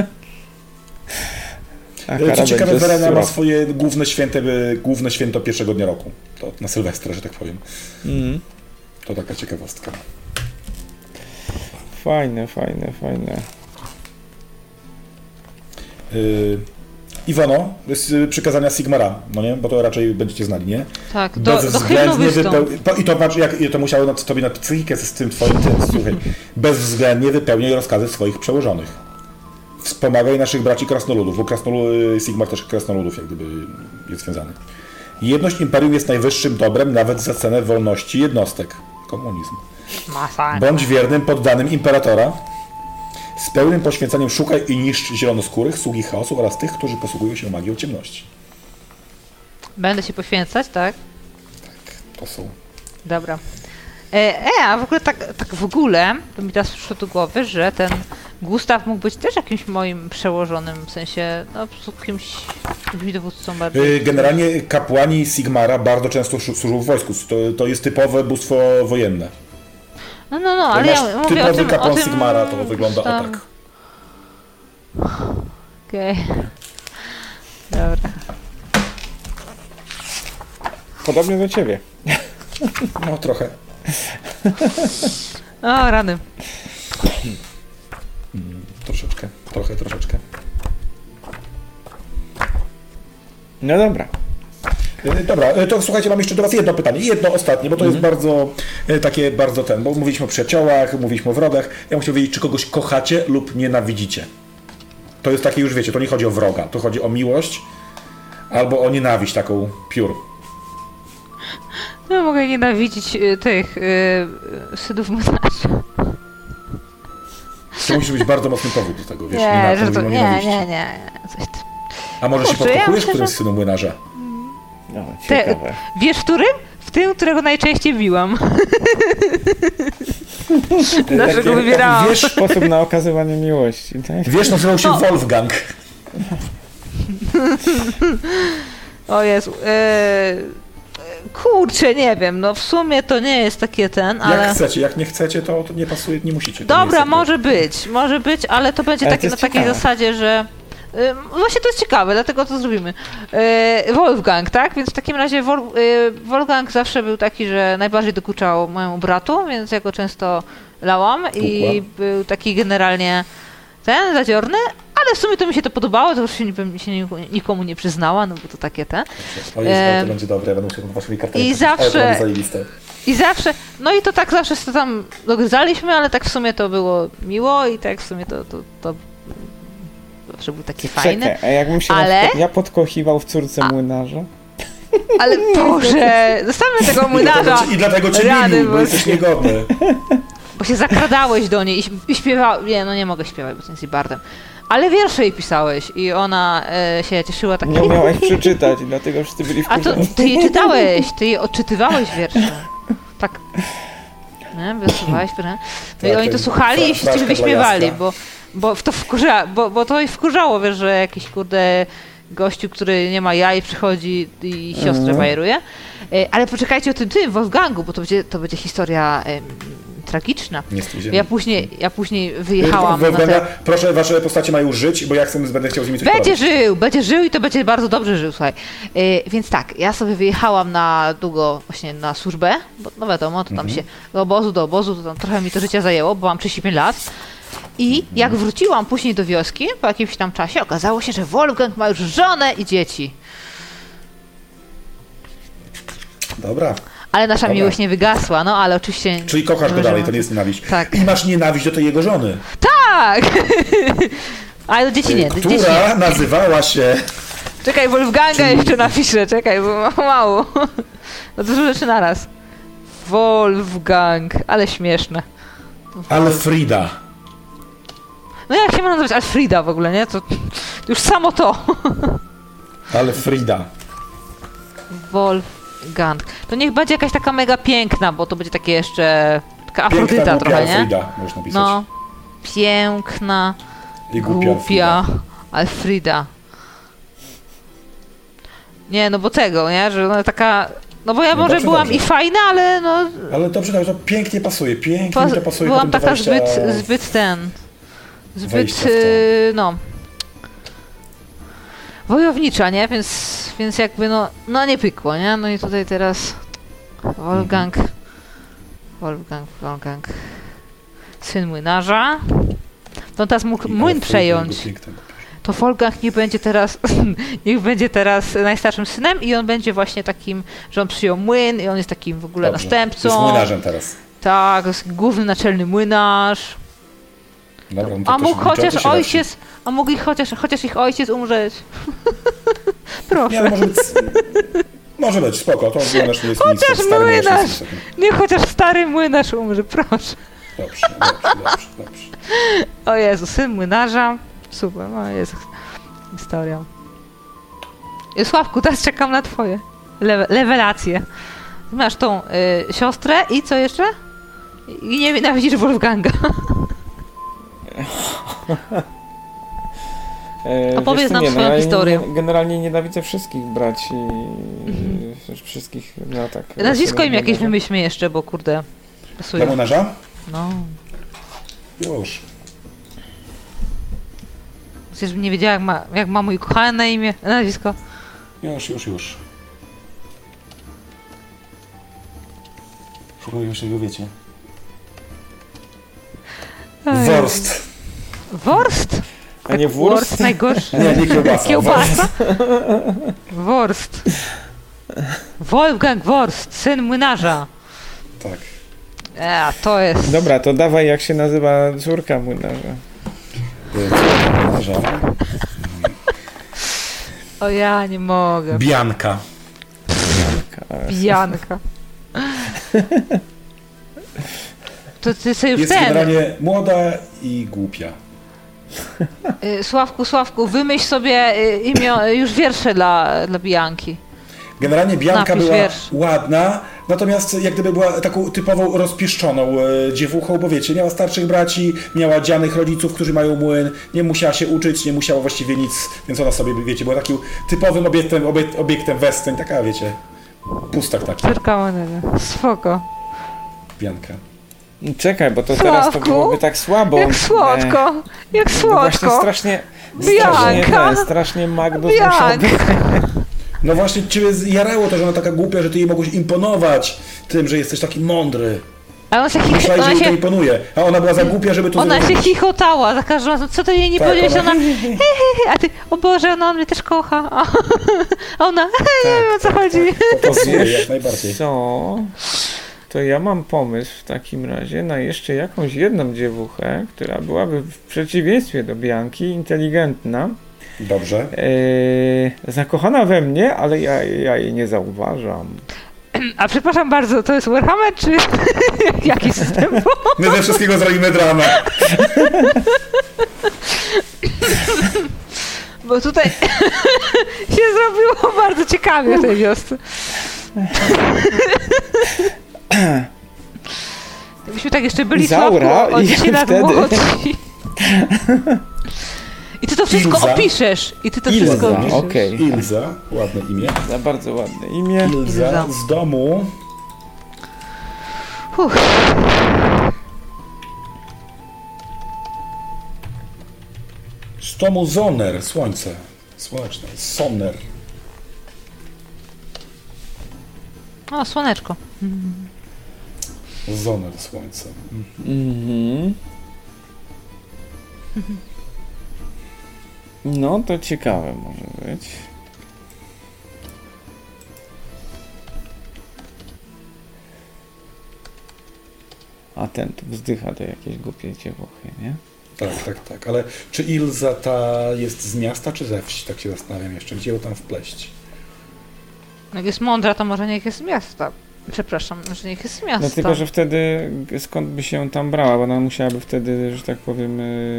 Co ciekawe, Werena ma swoje główne święto pierwszego dnia roku. To na Sylwestra, że tak powiem. To taka ciekawostka. Fajne. Iwono, z przykazania Sigmara, no nie? Bo to raczej będziecie znali, nie? Tak, do hymnu I to patrz, jak to musiało na tobie na psychikę z tym twoim słuchaj. Bezwzględnie wypełniaj rozkazy swoich przełożonych. Wspomagaj naszych braci krasnoludów, bo Sigmar też krasnoludów jak gdyby jest związany. Jedność imperium jest najwyższym dobrem, nawet za cenę wolności jednostek. Komunizm. Bądź wiernym poddanym imperatora. Z pełnym poświęceniem szukaj i niszcz zielonoskórych, sługi chaosu oraz tych, którzy posługują się magią ciemności. Będę się poświęcać, tak? Tak, to są. Dobra. A w ogóle tak w ogóle, to mi teraz przyszło do głowy, że ten Gustaw mógł być też jakimś moim przełożonym, w sensie, no po prostu jakimś dowódcą bardziej. Generalnie kapłani Sigmara bardzo często służą w wojsku. To jest typowe bóstwo wojenne. No, ale ja mówię typowy kapłan Sigmara, to wygląda tam... o tak. Okej. Dobra. Podobnie do ciebie. No, trochę. O, rany. Troszeczkę. No dobra. Dobra, to słuchajcie, mam jeszcze do was jedno pytanie. Jedno ostatnie, bo to jest bardzo bo mówiliśmy o przyjaciołach, mówiliśmy o wrogach. Ja bym chciał wiedzieć, czy kogoś kochacie lub nienawidzicie. To jest takie już, wiecie, to nie chodzi o wroga, to chodzi o miłość, Albo o nienawiść taką piór. No mogę nienawidzić tych synów młynarza. To musi być bardzo mocny powód do tego, wiesz? Nie, że to... Nie. Coś tam. A może się podkochujesz, który jest synem młynarza? No, ciekawe. Wiesz w którym? W tym, którego najczęściej biłam. Dlaczego wybierałam? Wiesz sposób na okazywanie miłości, tak? Wiesz, nazywał się Wolfgang. O Jezu. Kurczę, nie wiem, no w sumie to nie jest takie ale... Jak chcecie, jak nie chcecie, to nie pasuje, nie musicie. Dobra, może być, ale to będzie takie na takiej zasadzie, że... Właśnie to jest ciekawe, dlatego to zrobimy. Wolfgang, tak? Więc w takim razie Wolfgang zawsze był taki, że najbardziej dokuczał mojemu bratu, więc ja go często lałam i był taki generalnie zadziorny, ale w sumie to mi się to podobało, to już się nikomu nie przyznała, no bo to takie O Jezu, to będzie dobre, będę musiał waszymi kartami. I zawsze, no i to tak zawsze się tam dogryzaliśmy, ale tak w sumie to było miło i tak w sumie to zawsze był taki fajny. A jakbym się ja podkochiwał w córce młynarza? Ale Boże, zostawmy tego młynarza. I dlatego cię lubił, bo jesteś niegodny. Bo się zakradałeś do niej i śpiewałeś. Nie mogę śpiewać, bo jesteś bardem. Ale wiersze jej pisałeś i ona się cieszyła tak. Nie umiałaś przeczytać, dlatego wszyscy byli wkurzeni. A to ty jej czytałeś, ty jej odczytywałeś wiersze. Tak. Nie? Wysuwałeś, no i oni to słuchali i wszyscy wyśmiewali, bo to ich wkurzało, wiesz, że jakiś gościu, który nie ma jaj, przychodzi i siostrę bajeruje. Ale poczekajcie o tym Wolfgangu, bo to będzie historia tragiczna. Ja później wyjechałam na Proszę, wasze postacie mają żyć, bo ja będę chciał z nimi coś Będzie żył i to będzie bardzo dobrze żył, słuchaj. Więc tak, ja sobie wyjechałam na długo właśnie na służbę, bo no wiadomo, to tam się do obozu, to tam trochę mi to życie zajęło, bo mam 35 lat. I jak wróciłam później do wioski, po jakimś tam czasie, okazało się, że Wolfgang ma już żonę i dzieci. Dobra. Ale nasza miłość nie wygasła, no ale oczywiście... Czyli kochasz go dalej, to nie jest nienawiść. Tak. I masz nienawiść do tej jego żony. Tak! Ale do dzieci nie. Która nazywała się... Czekaj, Wolfganga jeszcze napiszę, czekaj, bo mam mało. No dużo rzeczy naraz. Wolfgang, ale śmieszne. Alfrida. No jak się ma nazywać Alfrida w ogóle, nie? To już samo to. Alfrida. Wolfgang. To niech będzie jakaś taka mega piękna, bo to będzie takie jeszcze... Taka Afrodyta trochę, nie? Alfrida, możesz napisać. No. Piękna, i głupia Alfrida. Nie, no bo tego, nie? Że ona taka... No bo ja może dobrze, byłam i fajna, ale no... Ale dobrze, to pięknie pasuje, to pasuje. Byłam taka zbyt, no... wojownicza, nie? Więc jakby no nie pykło, nie? No i tutaj teraz Wolfgang. Syn młynarza. To teraz mógł młyn przejąć. To Wolfgang niech będzie teraz najstarszym synem i on będzie właśnie takim, że on przyjął młyn i on jest takim w ogóle następcą. Jest młynarzem teraz. Tak, jest główny naczelny młynarz. Dobra, a mógł chociaż ich ojciec umrzeć. Proszę. Nie, może być, spoko. To młynarz nie jest chociaż młynarz! Nie, chociaż stary młynarz umrze, proszę. Dobrze. O Jezu, syn młynarza. Super, o Jezu. Historia. Sławku, teraz czekam na twoje lewelacje. Masz tą siostrę i co jeszcze? I nie nienawidzisz Wolfganga. Opowiedz nam swoją historię. Generalnie nienawidzę wszystkich braci. Wszystkich, no tak. Nazwisko im jakieś wymyślmy jeszcze, bo kurde. Dla młynarza? No. Już. Przecież nie wiedziała, jak ma mój kochany na imię, nazwisko. Już. Już go wiecie. Worst. Worst? A nie wurst? Najgorszy. Nie kiełbasa. Kiełbasa? Worst. Wolfgang Worst, syn młynarza. Tak. To jest... Dobra, to dawaj, jak się nazywa córka młynarza. O, ja nie mogę. Bianka. Bianka. To ty sobie już jest ten... generalnie młoda i głupia. Sławku, wymyśl sobie imię, już wiersze dla Bianki. Generalnie Bianka Napisz była wiersz. ładna, natomiast jak gdyby była taką typową rozpieszczoną dziewuchą, bo wiecie, miała starszych braci, miała dzianych rodziców, którzy mają młyn, nie musiała się uczyć, nie musiała właściwie nic, więc ona sobie, wiecie, była takim typowym obiektem westchnień, taka, wiecie, pustak taki. Córka spoko. Bianka. Czekaj, bo to Sławku, teraz to byłoby tak słabo. Jak słodko, jak No słodko. właśnie Bianka. strasznie Magdus Bianka. musiałby... No właśnie, ciebie jarało to, że ona taka głupia, że ty jej mogłeś imponować tym, że jesteś taki mądry. A ona się, Myślałeś, że jej to imponuje, a ona była za głupia, żeby to ona zrobić. się chichotała za każdym razem. Co to jej nie Tak, powiedziałeś? ona- Ona a ty, o Boże, on mnie też kocha. A ona, nie wiem o co chodzi. To pasuje jak najbardziej. Co? To ja mam pomysł w takim razie na jeszcze jakąś jedną dziewuchę, która byłaby w przeciwieństwie do Bianki inteligentna, Dobrze. zakochana we mnie, ale ja jej nie zauważam. A przepraszam bardzo, to jest Warhammer, czy jaki system? My ze wszystkiego zrobimy dramę. Bo tutaj się zrobiło bardzo ciekawie w tej wiosce. Gdybyśmy tak jeszcze byli Izaura, Sławku, o 10 lat wtedy- młodsi. I ty to wszystko Ilza. opiszesz. I ty to Ilza, wszystko opiszesz. okej. Ilza, ładne imię. Za bardzo ładne imię. Ilza z domu. Uff. Z domu Zoner, słońce. Słoneczne. Soner. O, słoneczko. Zoner, słońce. Mhm. No to ciekawe może być. A ten tu wzdycha do jakiejś głupiej dziewuchy, nie? Tak. Ale czy Ilza ta jest z miasta, czy ze wsi? Tak się zastanawiam jeszcze. Gdzie ją tam wpleść? Jak jest mądra, to może niech jest z miasta. Przepraszam, że niech jest z miasta. No tylko, że wtedy skąd by się tam brała, bo ona musiałaby wtedy, że tak powiem...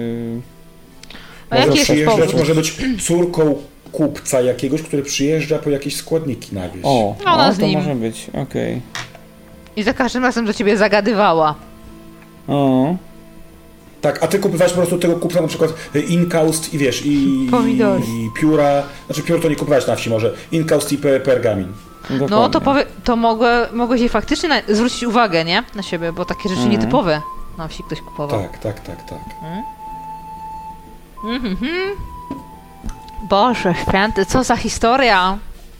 A jaki Może jest przyjeżdżać, powód? może być córką kupca jakiegoś, który przyjeżdża po jakieś składniki na wieś. O, No, ona z to nim. może być, okej. I za każdym razem do ciebie zagadywała. O, Tak, a ty kupowałeś po prostu tego kupca na przykład inkaust i wiesz, i Pomidory. pióra, znaczy piór to nie kupowałeś na wsi może, inkaust i pergamin. dokładnie. No to mogłeś jej faktycznie zwrócić uwagę, nie? Na siebie, bo takie rzeczy nietypowe na wsi ktoś kupował. Tak. Boże święty, co za historia.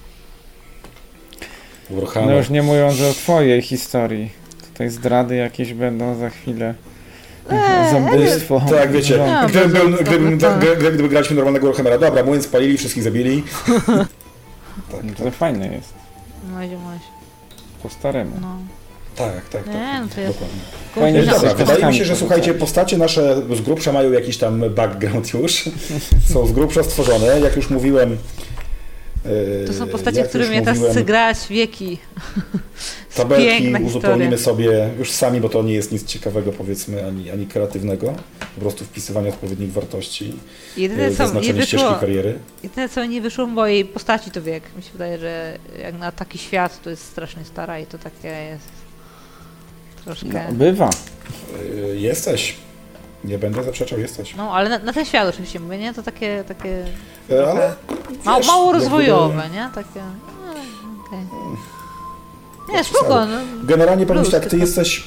Warhammer. No już nie mówiąc o twojej historii. Tutaj zdrady jakieś będą za chwilę. Zabójstwo. Tak, wiecie, No, gdyby graliśmy normalnego Warhammera, dobra, młyn spalili, wszystkich zabili. No to fajne jest. No idzie maś. Po staremu. No. Tak. Nie, no to jest... Dokładnie. Fajnie, że Dobra, coś wydaje mi się, kostkami że słuchajcie, porzucać. postacie nasze z grubsza mają jakiś tam background już. Są z grubsza stworzone, jak już mówiłem. To są postacie, jak którymi już ja teraz mówiłem, chcę grać wieki. Tabelki Piękna uzupełnimy historia. sobie już sami, bo to nie jest nic ciekawego, powiedzmy, ani kreatywnego. Po prostu wpisywanie odpowiednich wartości, zaznaczenie ścieżki kariery. Jedyne co nie wyszło w mojej postaci to wiek. Mi się wydaje, że jak na taki świat to jest strasznie stara i to takie jest troszkę... No, bywa. Jesteś. Nie będę zaprzeczał, jesteś. No, ale na ten świat oczywiście mówię, nie? To takie Ale wiesz, mało jak rozwojowe, gdyby- nie? Takie... okej. Nie, spoko, no. Generalnie powiem ci Plus, tak, ty tylko- jesteś...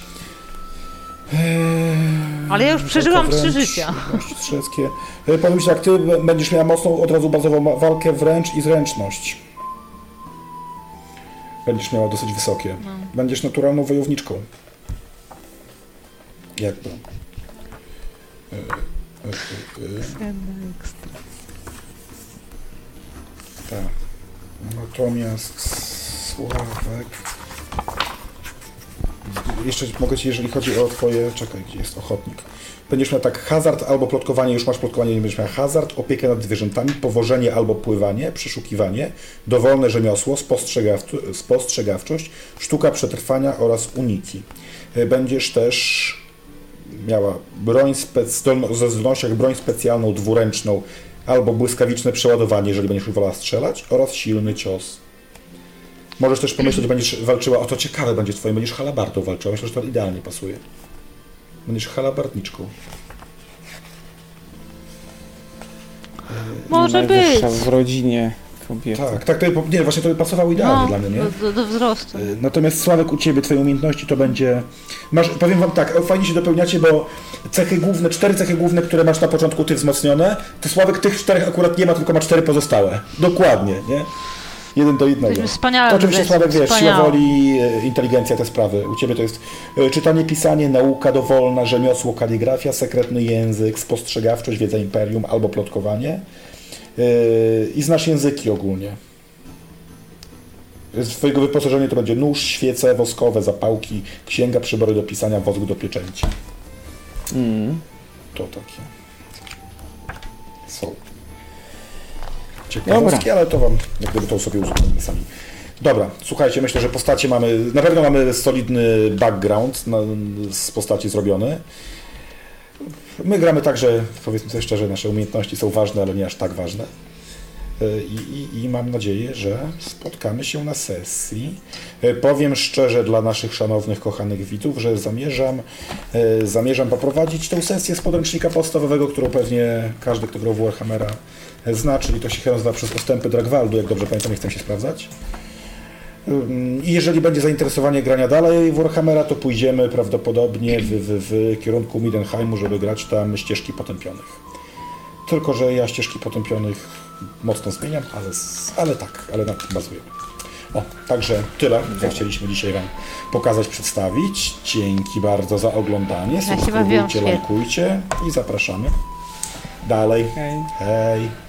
Ale ja już przeżyłam walka 3 wręcz, życia. umiejętności strzeleckie. Powiem ci tak, ty będziesz miała mocną, od razu bazową walkę wręcz i zręczność. Będziesz miała dosyć wysokie. No. Będziesz naturalną wojowniczką. Jakby. Tak. Natomiast Sławek... jeszcze mogę ci, jeżeli chodzi o twoje... Czekaj, gdzie jest ochotnik? Będziesz miał tak hazard albo plotkowanie, już masz plotkowanie, nie będziesz miał hazard, opiekę nad zwierzętami, powożenie albo pływanie, przeszukiwanie, dowolne rzemiosło, spostrzegawczość, sztuka przetrwania oraz uniki. Będziesz też miała ze zdolnościach broń specjalną, dwuręczną albo błyskawiczne przeładowanie, jeżeli będziesz wolała strzelać, oraz silny cios. Możesz też pomyśleć, że będziesz walczyła, o to ciekawe będzie twoje, będziesz halabardą walczyła, myślę, że to idealnie pasuje. Będziesz halabardniczką. Może być. W rodzinie kobiety. Tak, nie, właśnie to by pasowało idealnie dla mnie, nie? Do wzrostu. Natomiast Sławek, u ciebie, twoje umiejętności to będzie... powiem wam tak, fajnie się dopełniacie, bo cztery cechy główne, które masz na początku, ty wzmocnione, to Sławek tych 4 akurat nie ma, tylko ma 4 pozostałe. Dokładnie, nie? 1 do 1. Wspaniałe. To oczywiście Sławek, wiesz, siła woli, inteligencja, te sprawy. U ciebie to jest czytanie, pisanie, nauka dowolna, rzemiosło, kaligrafia, sekretny język, spostrzegawczość, wiedza imperium albo plotkowanie. I znasz języki ogólnie. Z twojego wyposażenia to będzie nóż, świece woskowe, zapałki, księga, przybory do pisania, wosk do pieczęci. To takie są ciekawostki, ale to wam jak gdyby to sobie uzupełnimy sami. Dobra, słuchajcie, myślę, że postacie na pewno mamy solidny background z postaci zrobiony. My gramy tak, że powiedzmy sobie szczerze, nasze umiejętności są ważne, ale nie aż tak ważne. I mam nadzieję, że spotkamy się na sesji. Powiem szczerze dla naszych szanownych, kochanych widzów, że zamierzam poprowadzić tę sesję z podręcznika podstawowego, którą pewnie każdy, kto grał w Warhammera, zna, czyli to się nazywa Przez postępy Dragwaldu, jak dobrze pamiętam, nie chcę się sprawdzać. I jeżeli będzie zainteresowanie grania dalej w Warhammera, to pójdziemy prawdopodobnie w kierunku Midenheimu, żeby grać tam ścieżki potępionych. Tylko że ja ścieżki potępionych mocno zmieniam, ale na tym bazujemy. Także tyle, co chcieliśmy dzisiaj wam pokazać, przedstawić. Dzięki bardzo za oglądanie. Subskrybujcie, lajkujcie i zapraszamy dalej. Hej. Hej.